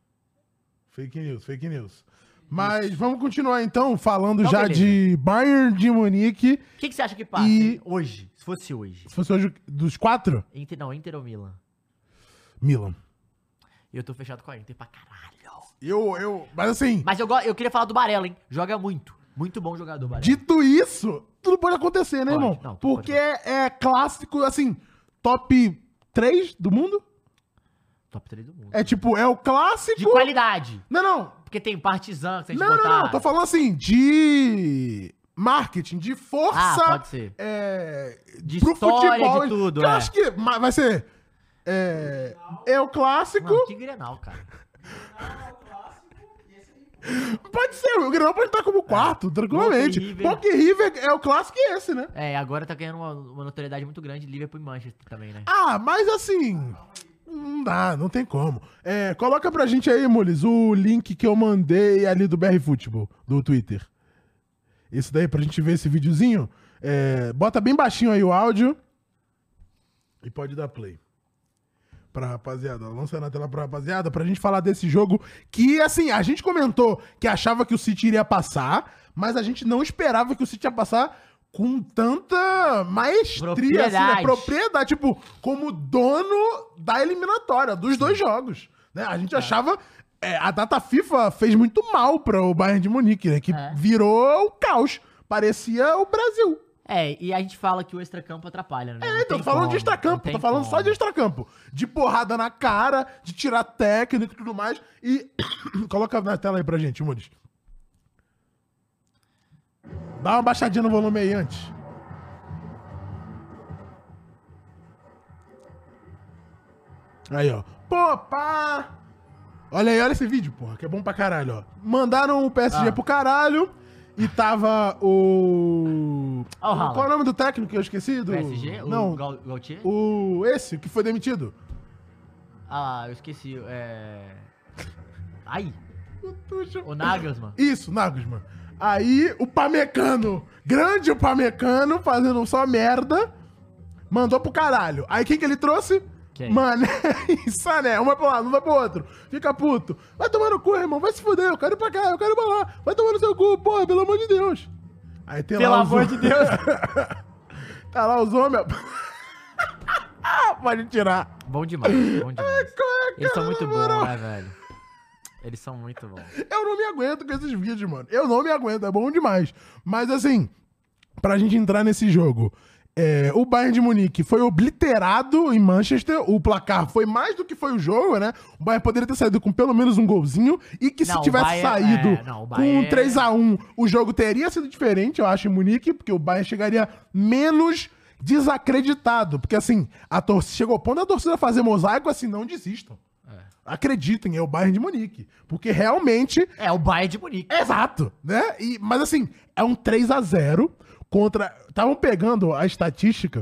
[SPEAKER 2] Fake news, fake news. Mas vamos continuar então falando
[SPEAKER 1] Então,
[SPEAKER 2] já
[SPEAKER 1] beleza.
[SPEAKER 2] de Bayern de Munique.
[SPEAKER 1] O que, que você acha que passa,
[SPEAKER 2] E-
[SPEAKER 1] hein? Hoje? Se fosse hoje.
[SPEAKER 2] Se fosse hoje dos quatro,
[SPEAKER 1] Inter, não, Inter ou Milan?
[SPEAKER 2] Milan.
[SPEAKER 1] Eu tô fechado com a Inter pra caralho.
[SPEAKER 2] Eu, eu, mas assim,
[SPEAKER 1] Mas eu, go- eu queria falar do Barella, hein? Joga muito. Muito bom jogador, Barella.
[SPEAKER 2] dito isso, tudo pode acontecer, né,
[SPEAKER 1] Pode,
[SPEAKER 2] irmão?
[SPEAKER 1] não, tudo
[SPEAKER 2] Porque
[SPEAKER 1] pode
[SPEAKER 2] é, é clássico, assim, top três do mundo.
[SPEAKER 1] Top três do mundo.
[SPEAKER 2] É tipo, é o clássico.
[SPEAKER 1] De qualidade.
[SPEAKER 2] Não, não.
[SPEAKER 1] Porque tem Partizan, que se a gente
[SPEAKER 2] Não,
[SPEAKER 1] botar...
[SPEAKER 2] não, não. Tô falando assim, de marketing, de força.
[SPEAKER 1] Ah, pode ser.
[SPEAKER 2] É,
[SPEAKER 1] De
[SPEAKER 2] pro
[SPEAKER 1] história,
[SPEAKER 2] futebol.
[SPEAKER 1] de tudo,
[SPEAKER 2] Que eu
[SPEAKER 1] é.
[SPEAKER 2] acho que ma- vai ser. É, é o clássico.
[SPEAKER 1] Não, que Grenal, cara.
[SPEAKER 2] Pode ser, o Grenal pode estar como quarto, tranquilamente.
[SPEAKER 1] Boca e River.
[SPEAKER 2] Boca e River é o clássico e esse, né?
[SPEAKER 1] É, agora tá ganhando uma, uma notoriedade muito grande Liverpool e Manchester também, né?
[SPEAKER 2] Ah, mas assim. Não dá, não tem como. É, coloca pra gente aí, Mules, o link que eu mandei ali do B R Futebol, do Twitter. Esse daí, pra gente ver esse videozinho. É, bota bem baixinho aí o áudio. E pode dar play. Pra rapaziada. Lança na tela pra rapaziada, pra gente falar desse jogo que, assim, a gente comentou que achava que o City iria passar, mas a gente não esperava que o City ia passar com tanta maestria, assim, né?
[SPEAKER 1] Propriedade.
[SPEAKER 2] Propriedade, tipo, como dono da eliminatória, dos dois jogos. Né? A gente achava... é, a data FIFA fez muito mal para o Bayern de Munique, né? Que
[SPEAKER 1] É.
[SPEAKER 2] virou o caos. Parecia o Brasil.
[SPEAKER 1] É, e a gente fala que o extracampo atrapalha, né?
[SPEAKER 2] É,
[SPEAKER 1] Não
[SPEAKER 2] então,
[SPEAKER 1] tem
[SPEAKER 2] tô falando
[SPEAKER 1] como,
[SPEAKER 2] de extracampo,
[SPEAKER 1] não tem
[SPEAKER 2] tô falando só
[SPEAKER 1] como.
[SPEAKER 2] de extracampo. De porrada na cara, de tirar técnico e tudo mais. E coloca na tela aí pra gente, Mudes. Dá uma baixadinha no volume aí antes. Aí, ó. Pô, pá! Olha aí, olha esse vídeo, porra, que é bom pra caralho, ó. Mandaram o P S G
[SPEAKER 1] Ah.
[SPEAKER 2] pro caralho e tava o...
[SPEAKER 1] Ó o Haaland.
[SPEAKER 2] Qual é o nome do técnico que eu esqueci? Do...
[SPEAKER 1] P S G?
[SPEAKER 2] Não,
[SPEAKER 1] O Gal- Gautier?
[SPEAKER 2] o... Esse, o que foi demitido.
[SPEAKER 1] Ah, eu esqueci. É... Ai,
[SPEAKER 2] O Tuchel.
[SPEAKER 1] o Nagelsmann.
[SPEAKER 2] Isso, Nagelsmann. Aí o Pamecano, grande o Pamecano, fazendo só merda, mandou pro caralho. Aí quem que ele trouxe?
[SPEAKER 1] Quem?
[SPEAKER 2] Mané e Sané. Um vai pro lado, um vai pro outro. Fica puto. Vai tomar no cu, irmão. Vai se fuder. Eu quero ir pra cá, eu quero ir pra lá. Vai tomar no seu cu, porra, pelo amor de Deus. Aí tem
[SPEAKER 1] Pelo
[SPEAKER 2] lá os
[SPEAKER 1] amor
[SPEAKER 2] hom-
[SPEAKER 1] de Deus.
[SPEAKER 2] Tá lá os homens. Pode tirar.
[SPEAKER 1] Bom demais, bom demais. Eles são muito bons, né, velho? Eles são muito bons.
[SPEAKER 2] Eu não me aguento com esses vídeos, mano. Eu não me aguento, é bom demais. Mas assim, pra gente entrar nesse jogo, é, o Bayern de Munique foi obliterado em Manchester, o placar foi mais do que foi o jogo, né? O Bayern poderia ter saído com pelo menos um golzinho, e que se
[SPEAKER 1] Não, o
[SPEAKER 2] tivesse
[SPEAKER 1] Bayern-
[SPEAKER 2] saído
[SPEAKER 1] é, não, o
[SPEAKER 2] com
[SPEAKER 1] Bayern-
[SPEAKER 2] um três a um, o jogo teria sido diferente, eu acho, em Munique, porque o Bayern chegaria menos desacreditado. Porque assim, a torcida chegou ao ponto da torcida fazer mosaico, assim, não desistam. Acreditem, é o Bayern de Munique. Porque realmente
[SPEAKER 1] É, o Bayern de Munique.
[SPEAKER 2] exato, né? E, mas assim, é um três a zero contra... Estavam pegando a estatística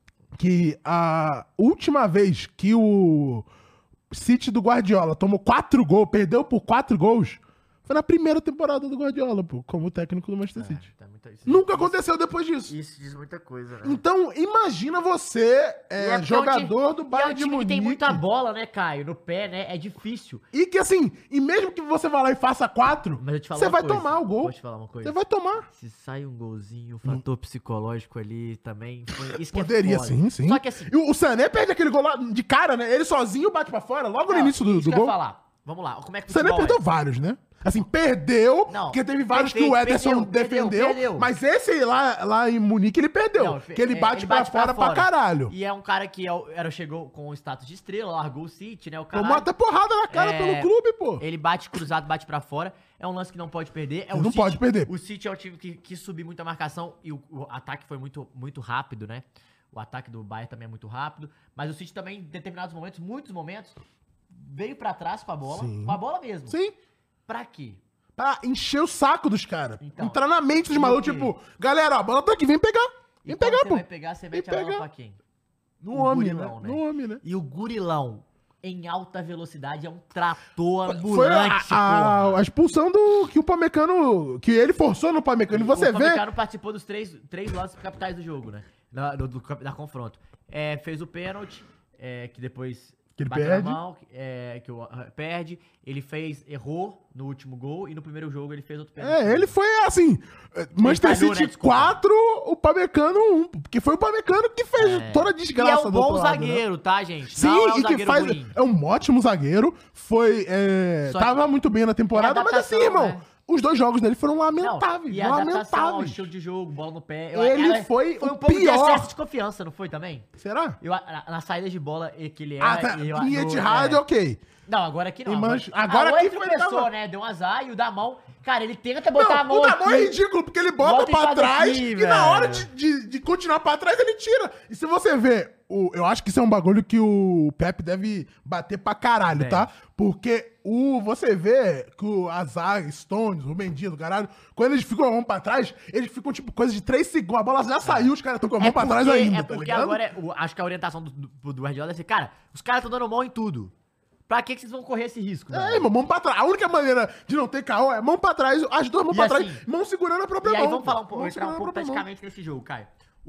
[SPEAKER 2] que a última vez que o City do Guardiola tomou quatro gols, perdeu por quatro gols, foi na primeira temporada do Guardiola, pô, como técnico do Manchester City.
[SPEAKER 1] Tá muito- isso-
[SPEAKER 2] Nunca
[SPEAKER 1] isso-
[SPEAKER 2] aconteceu depois disso.
[SPEAKER 1] Isso diz muita coisa, né?
[SPEAKER 2] Então, imagina você, é,
[SPEAKER 1] E é porque
[SPEAKER 2] jogador
[SPEAKER 1] é um time-
[SPEAKER 2] do
[SPEAKER 1] e é um
[SPEAKER 2] Bayern de
[SPEAKER 1] time
[SPEAKER 2] Munique.
[SPEAKER 1] que tem muita bola, né, Caio? No pé, né? É difícil.
[SPEAKER 2] E que assim, e mesmo que você vá lá e faça quatro,
[SPEAKER 1] Mas eu te falo
[SPEAKER 2] você
[SPEAKER 1] uma
[SPEAKER 2] vai
[SPEAKER 1] coisa.
[SPEAKER 2] tomar o gol.
[SPEAKER 1] Vou te falar uma coisa.
[SPEAKER 2] Você vai tomar.
[SPEAKER 1] Se sai um golzinho, o fator psicológico ali também. Foi... Isso que
[SPEAKER 2] Poderia,
[SPEAKER 1] é foda.
[SPEAKER 2] sim, sim.
[SPEAKER 1] Só que assim.
[SPEAKER 2] E o o Sané perde aquele gol lá de cara, né? Ele sozinho bate pra fora, logo no
[SPEAKER 1] não,
[SPEAKER 2] início do,
[SPEAKER 1] isso
[SPEAKER 2] do
[SPEAKER 1] que eu ia
[SPEAKER 2] gol.
[SPEAKER 1] falar. Vamos lá. Como é que
[SPEAKER 2] O Sané
[SPEAKER 1] futebol
[SPEAKER 2] perdeu
[SPEAKER 1] é?
[SPEAKER 2] vários, né? Assim, perdeu,
[SPEAKER 1] Não,
[SPEAKER 2] porque teve vários
[SPEAKER 1] perfeito,
[SPEAKER 2] que o Ederson
[SPEAKER 1] perdeu,
[SPEAKER 2] defendeu,
[SPEAKER 1] perdeu, perdeu.
[SPEAKER 2] mas esse lá, lá em Munique ele perdeu,
[SPEAKER 1] Não,
[SPEAKER 2] que ele
[SPEAKER 1] é,
[SPEAKER 2] bate, pra, fora pra caralho.
[SPEAKER 1] E é um cara que é o- era, chegou com o status de estrela, largou o City, né? O cara.
[SPEAKER 2] Tomou até porrada na cara
[SPEAKER 1] É,
[SPEAKER 2] pelo clube, pô.
[SPEAKER 1] Ele bate cruzado, bate pra fora. É um lance que não pode perder. É o
[SPEAKER 2] Não
[SPEAKER 1] City-
[SPEAKER 2] pode perder.
[SPEAKER 1] O City é o time que quis subir muito a marcação e o, o ataque foi muito, muito rápido, né? O ataque do Bayern também é muito rápido. Mas o City também, em determinados momentos, muitos momentos, veio pra trás com a bola.
[SPEAKER 2] Sim.
[SPEAKER 1] Com a bola mesmo.
[SPEAKER 2] Sim,
[SPEAKER 1] Pra quê?
[SPEAKER 2] pra encher o saco dos caras.
[SPEAKER 1] Então,
[SPEAKER 2] Entrar na mente dos
[SPEAKER 1] e
[SPEAKER 2] malucos,
[SPEAKER 1] o quê?
[SPEAKER 2] tipo, galera, a bola tá aqui, vem pegar.
[SPEAKER 1] E
[SPEAKER 2] Vem
[SPEAKER 1] quando
[SPEAKER 2] pegar,
[SPEAKER 1] você
[SPEAKER 2] pô.
[SPEAKER 1] vai pegar, você mete
[SPEAKER 2] Vem
[SPEAKER 1] a bola
[SPEAKER 2] pegar.
[SPEAKER 1] pra quem?
[SPEAKER 2] No
[SPEAKER 1] o
[SPEAKER 2] homem,
[SPEAKER 1] gurilão,
[SPEAKER 2] né?
[SPEAKER 1] né?
[SPEAKER 2] No homem, né?
[SPEAKER 1] E o gurilão, em alta velocidade, é um trator
[SPEAKER 2] Foi
[SPEAKER 1] ambulante,
[SPEAKER 2] a, a-
[SPEAKER 1] porra.
[SPEAKER 2] a expulsão do que o Pamecano, que ele forçou no Pamecano. E você
[SPEAKER 1] o
[SPEAKER 2] vê...
[SPEAKER 1] Upamecano participou dos três, três lances capitais do jogo, né? Na, do, do, da confronto. É, fez o pênalti, é, que depois
[SPEAKER 2] Que ele
[SPEAKER 1] bateu
[SPEAKER 2] perde.
[SPEAKER 1] na mão, que, é, que o ah, perde. Ele fez, errou no último gol e no primeiro jogo ele fez outro pênalti.
[SPEAKER 2] É, ele foi assim, Manchester
[SPEAKER 1] falhou, né?
[SPEAKER 2] City
[SPEAKER 1] Desculpa.
[SPEAKER 2] quatro, o Pamecano um, porque foi o Pamecano que fez
[SPEAKER 1] É.
[SPEAKER 2] toda a
[SPEAKER 1] E é
[SPEAKER 2] desgraça
[SPEAKER 1] um
[SPEAKER 2] do
[SPEAKER 1] bom
[SPEAKER 2] outro lado, né?
[SPEAKER 1] zagueiro, tá, gente?
[SPEAKER 2] Sim,
[SPEAKER 1] Não é um
[SPEAKER 2] e que
[SPEAKER 1] zagueiro
[SPEAKER 2] faz.
[SPEAKER 1] ruim.
[SPEAKER 2] É um ótimo zagueiro. Foi. É,
[SPEAKER 1] Só que-
[SPEAKER 2] tava muito bem na temporada,
[SPEAKER 1] É
[SPEAKER 2] mas assim,
[SPEAKER 1] adaptação,
[SPEAKER 2] irmão,
[SPEAKER 1] né?
[SPEAKER 2] os dois jogos dele foram
[SPEAKER 1] Não,
[SPEAKER 2] lamentáveis.
[SPEAKER 1] e a adaptação ao
[SPEAKER 2] lamentáveis.
[SPEAKER 1] estilo de jogo, bola no pé. Eu-
[SPEAKER 2] Ele
[SPEAKER 1] ela-
[SPEAKER 2] foi
[SPEAKER 1] foi
[SPEAKER 2] o
[SPEAKER 1] um pouco de
[SPEAKER 2] pior.
[SPEAKER 1] excesso de confiança, não foi também?
[SPEAKER 2] Será?
[SPEAKER 1] Eu, na, na saída de bola e que ele era.
[SPEAKER 2] Ah, tá.
[SPEAKER 1] e eu-
[SPEAKER 2] Em
[SPEAKER 1] no-
[SPEAKER 2] Etihad,
[SPEAKER 1] é.
[SPEAKER 2] ok.
[SPEAKER 1] Não, agora aqui não.
[SPEAKER 2] Em
[SPEAKER 1] Agora,
[SPEAKER 2] Manche- agora
[SPEAKER 1] agora
[SPEAKER 2] aqui
[SPEAKER 1] que
[SPEAKER 2] foi-
[SPEAKER 1] começou,
[SPEAKER 2] tava-
[SPEAKER 1] né? Deu um azar e o da mão. Cara, ele tenta botar a
[SPEAKER 2] Não,
[SPEAKER 1] mão
[SPEAKER 2] o da mão é
[SPEAKER 1] aqui.
[SPEAKER 2] ridículo, porque ele bota,
[SPEAKER 1] Bota e
[SPEAKER 2] pra
[SPEAKER 1] faz
[SPEAKER 2] trás
[SPEAKER 1] aqui,
[SPEAKER 2] e
[SPEAKER 1] velho.
[SPEAKER 2] na hora de, de, de continuar pra trás ele tira. E se você ver, o, eu acho que isso é um bagulho que o Pepe deve bater pra caralho,
[SPEAKER 1] Deve.
[SPEAKER 2] tá? Porque o, você vê que o Azar, Stones, o Mendy do caralho, quando eles ficam a mão pra trás, eles ficam tipo coisa de três segundos. A bola já saiu, os caras estão com a mão
[SPEAKER 1] É
[SPEAKER 2] pra trás
[SPEAKER 1] porque-
[SPEAKER 2] ainda,
[SPEAKER 1] É
[SPEAKER 2] tá
[SPEAKER 1] porque
[SPEAKER 2] ligado?
[SPEAKER 1] agora, é- o- acho que a orientação do, do, do Guardiola é ser, cara, os caras estão dando mão em tudo. Pra que, que vocês vão correr esse risco?
[SPEAKER 2] É,
[SPEAKER 1] velho?
[SPEAKER 2] irmão, mão pra trás. A única maneira de não ter caô é mão pra trás, as duas mãos
[SPEAKER 1] E
[SPEAKER 2] pra
[SPEAKER 1] assim,
[SPEAKER 2] trás, mão segurando a própria
[SPEAKER 1] E
[SPEAKER 2] mão.
[SPEAKER 1] aí vamos
[SPEAKER 2] pô.
[SPEAKER 1] falar um pouco,
[SPEAKER 2] Mão
[SPEAKER 1] entrar
[SPEAKER 2] segurando
[SPEAKER 1] um
[SPEAKER 2] a
[SPEAKER 1] pouco
[SPEAKER 2] própria mão.
[SPEAKER 1] taticamente nesse jogo, Caio.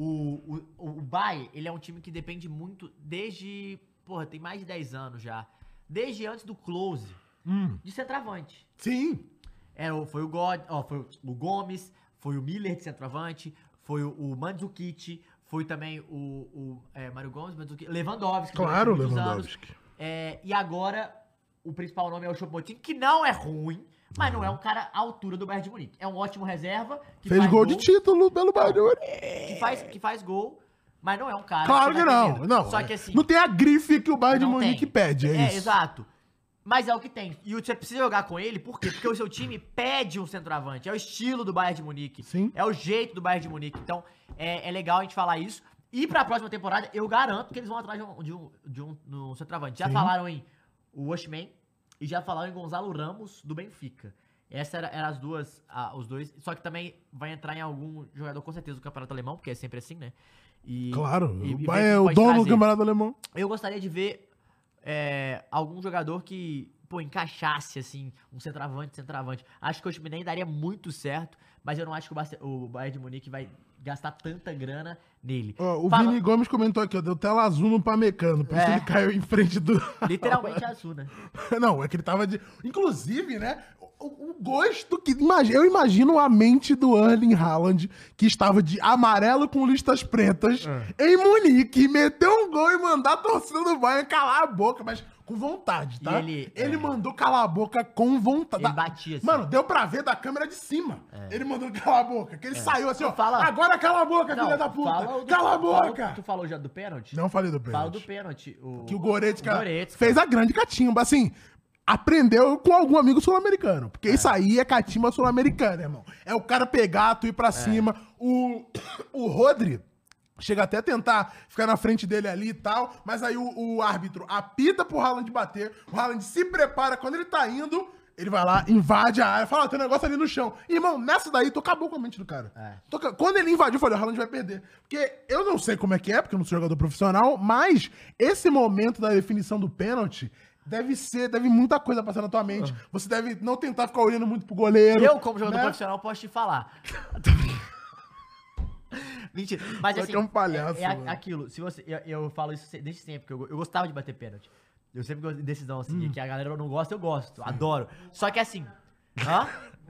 [SPEAKER 1] O, o, o Bayern, ele é um time que depende muito desde, porra, tem mais de dez anos já. Desde antes do close,
[SPEAKER 2] Hum,
[SPEAKER 1] de centroavante.
[SPEAKER 2] sim.
[SPEAKER 1] É, o- foi o God, ó, foi o- o Gomes, foi o Miller de centroavante, foi o, o Mandzukic, foi também o, o é, Mário Gomes, Mandzukic, Lewandowski.
[SPEAKER 2] Claro,
[SPEAKER 1] durante muitos
[SPEAKER 2] Lewandowski.
[SPEAKER 1] anos. É, e agora, o principal nome é o Choupo-Moting, que não é ruim, mas não é um cara à altura do Bayern de Munique. É um ótimo reserva. Que
[SPEAKER 2] Fez
[SPEAKER 1] faz
[SPEAKER 2] gol de título pelo Bayern.
[SPEAKER 1] que faz, que faz gol, mas não é um cara...
[SPEAKER 2] Claro que
[SPEAKER 1] vai
[SPEAKER 2] não,
[SPEAKER 1] ter medo.
[SPEAKER 2] não.
[SPEAKER 1] Só que assim...
[SPEAKER 2] Não tem a grife que o Bayern de
[SPEAKER 1] não
[SPEAKER 2] Munique
[SPEAKER 1] tem.
[SPEAKER 2] pede, é,
[SPEAKER 1] É,
[SPEAKER 2] isso.
[SPEAKER 1] exato. Mas é o que tem. E você precisa jogar com ele, por quê? Porque o seu time pede um centroavante. É o estilo do Bayern de Munique.
[SPEAKER 2] Sim.
[SPEAKER 1] É o jeito do Bayern de Munique. Então, é, é legal a gente falar isso. E pra próxima temporada, eu garanto que eles vão atrás de um, de um, de um, no centroavante. Já
[SPEAKER 2] Sim.
[SPEAKER 1] falaram em Washman e já falaram em Gonzalo Ramos, do Benfica. Essas eram era as duas, ah, os dois. Só que também vai entrar em algum jogador, com certeza, do Campeonato Alemão, porque é sempre assim, né? E,
[SPEAKER 2] Claro,
[SPEAKER 1] e-
[SPEAKER 2] o
[SPEAKER 1] e
[SPEAKER 2] Bayern
[SPEAKER 1] ver
[SPEAKER 2] é
[SPEAKER 1] quem
[SPEAKER 2] o
[SPEAKER 1] pode
[SPEAKER 2] dono do
[SPEAKER 1] trazer.
[SPEAKER 2] Campeonato Alemão.
[SPEAKER 1] Eu gostaria de ver é, algum jogador que, pô, encaixasse, assim, um centroavante, centroavante. Acho que o Osimhen daria muito certo, mas eu não acho que o, Barce- o Bayern de Munique vai gastar tanta grana nele.
[SPEAKER 2] Ó, o
[SPEAKER 1] Fala-
[SPEAKER 2] Vini Gomes comentou aqui, ó, deu tela azul no Pamecano, por isso
[SPEAKER 1] É.
[SPEAKER 2] ele caiu em frente do...
[SPEAKER 1] Literalmente azul, né?
[SPEAKER 2] Não, é que ele tava de... Inclusive, né, o, o gosto que... imagi- Eu imagino a mente do Erling Haaland, que estava de amarelo com listas pretas,
[SPEAKER 1] É.
[SPEAKER 2] em Munique, meter um gol e mandar a torcida do Bayern calar a boca, mas com vontade, tá?
[SPEAKER 1] E ele-
[SPEAKER 2] Ele
[SPEAKER 1] é.
[SPEAKER 2] mandou calar a boca com vontade.
[SPEAKER 1] Ele batia, assim.
[SPEAKER 2] Mano, deu pra ver da câmera de cima. Ele mandou calar a boca, que ele saiu assim, ó.
[SPEAKER 1] Fala-
[SPEAKER 2] Agora cala a boca, filha da puta.
[SPEAKER 1] fala o do-
[SPEAKER 2] Cala a
[SPEAKER 1] fala-
[SPEAKER 2] boca.
[SPEAKER 1] Tu falou já do pênalti?
[SPEAKER 2] Não falei do
[SPEAKER 1] Fala
[SPEAKER 2] pênalti.
[SPEAKER 1] do pênalti. O...
[SPEAKER 2] Que o Goretzka,
[SPEAKER 1] Goretzka.
[SPEAKER 2] fez a grande catimba, assim... Aprendeu com algum amigo sul-americano. Porque isso aí é catimba sul-americana, irmão. É o cara pegar, tu ir pra cima. O, o Rodri chega até a tentar ficar na frente dele ali e tal, mas aí o, o árbitro apita pro Haaland bater, o Haaland se prepara, quando ele tá indo, ele vai lá, invade a área, fala, tem um negócio ali no chão. Irmão, nessa daí, tu acabou com a mente do cara.
[SPEAKER 1] É.
[SPEAKER 2] Tu ca- Quando ele invadiu, eu falei, o Haaland vai perder. Porque eu não sei como é que é, porque eu não sou jogador profissional, mas esse momento da definição do pênalti deve ser, deve muita coisa passar na tua mente. Você deve não tentar ficar olhando muito pro goleiro.
[SPEAKER 1] Eu, como jogador
[SPEAKER 2] né?
[SPEAKER 1] profissional, posso te falar. Mentira. Mas
[SPEAKER 2] Só
[SPEAKER 1] assim,
[SPEAKER 2] que é um palhaço,
[SPEAKER 1] é, é
[SPEAKER 2] mano.
[SPEAKER 1] aquilo. Se você, eu, eu falo isso se- desde sempre, porque eu, eu gostava de bater pênalti. Eu sempre gosto de decisão, assim,
[SPEAKER 2] Hum.
[SPEAKER 1] que a galera não gosta, eu gosto. Adoro. Só que assim. Hã?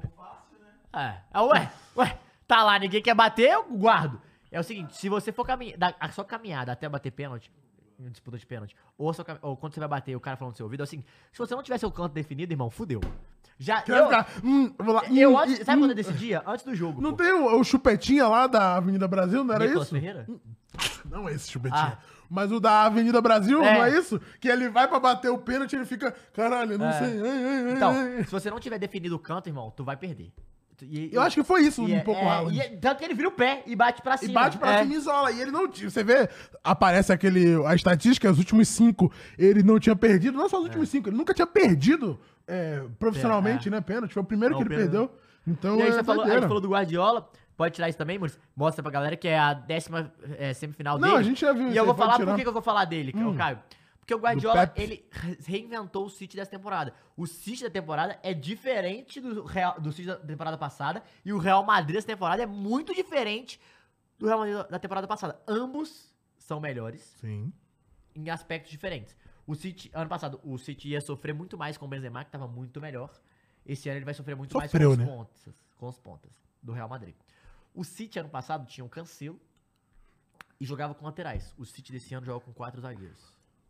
[SPEAKER 1] É. Ah, ué, ué, tá lá, ninguém quer bater, eu guardo. É o seguinte, se você for caminhar, a sua caminhada até bater pênalti, em disputa de pênalti, ou, a sua cam- ou quando você vai bater o cara falando no seu ouvido, é assim, se você não tiver seu canto definido, irmão, fudeu. Já,
[SPEAKER 2] Que vai
[SPEAKER 1] eu,
[SPEAKER 2] ficar, hum, eu vou lá,
[SPEAKER 1] eu
[SPEAKER 2] hum,
[SPEAKER 1] antes,
[SPEAKER 2] hum,
[SPEAKER 1] sabe
[SPEAKER 2] hum.
[SPEAKER 1] quando eu decidia? Antes do jogo.
[SPEAKER 2] Não
[SPEAKER 1] pô.
[SPEAKER 2] tem o, o chupetinha lá da Avenida Brasil, não era
[SPEAKER 1] Nicolas
[SPEAKER 2] isso?
[SPEAKER 1] Ferreira?
[SPEAKER 2] Não é esse chupetinha.
[SPEAKER 1] Ah.
[SPEAKER 2] Mas o da Avenida Brasil,
[SPEAKER 1] É.
[SPEAKER 2] não é isso? Que ele vai pra bater o pênalti e ele fica, caralho, não
[SPEAKER 1] É.
[SPEAKER 2] sei. ai, ai, ai,
[SPEAKER 1] Então,
[SPEAKER 2] ai.
[SPEAKER 1] se você não tiver definido o canto, irmão, tu vai perder. E-
[SPEAKER 2] Eu acho que foi isso
[SPEAKER 1] e
[SPEAKER 2] um
[SPEAKER 1] é-
[SPEAKER 2] pouco
[SPEAKER 1] é,
[SPEAKER 2] o Haaland.
[SPEAKER 1] e é- Tanto que ele vira o pé e bate pra
[SPEAKER 2] E
[SPEAKER 1] cima.
[SPEAKER 2] bate pra
[SPEAKER 1] É.
[SPEAKER 2] cima e isola. E ele não tinha. Você vê, aparece aquele. A estatística, os últimos cinco, ele não tinha perdido. Não só os últimos cinco, ele nunca tinha perdido é, profissionalmente,
[SPEAKER 1] É.
[SPEAKER 2] né? Pênalti. Foi o primeiro
[SPEAKER 1] Não,
[SPEAKER 2] que ele
[SPEAKER 1] perdeu.
[SPEAKER 2] perdeu. Então
[SPEAKER 1] E aí
[SPEAKER 2] é
[SPEAKER 1] você falou, a
[SPEAKER 2] doideira.
[SPEAKER 1] gente falou do Guardiola. Pode tirar isso também, Maurício? Mostra pra galera que é a décima é, semifinal
[SPEAKER 2] Não,
[SPEAKER 1] dele.
[SPEAKER 2] a gente já viu
[SPEAKER 1] E
[SPEAKER 2] isso
[SPEAKER 1] eu
[SPEAKER 2] aí,
[SPEAKER 1] vou
[SPEAKER 2] pode
[SPEAKER 1] falar
[SPEAKER 2] tirar.
[SPEAKER 1] por que que eu vou falar dele,
[SPEAKER 2] Hum.
[SPEAKER 1] Caio. Porque o Guardiola,
[SPEAKER 2] Pepe.
[SPEAKER 1] ele re- reinventou o City dessa temporada. O City da temporada é diferente do, Real, do City da temporada passada. E o Real Madrid dessa temporada é muito diferente do Real Madrid da temporada passada. Ambos são melhores
[SPEAKER 2] Sim.
[SPEAKER 1] em aspectos diferentes. O City, ano passado, o City ia sofrer muito mais com o Benzema, que tava muito melhor. Esse ano ele vai sofrer muito
[SPEAKER 2] Sofreu,
[SPEAKER 1] mais com
[SPEAKER 2] né?
[SPEAKER 1] os pontas, com os pontas do Real Madrid. O City ano passado tinha um Cancelo e jogava com laterais. O City desse ano joga com quatro zagueiros.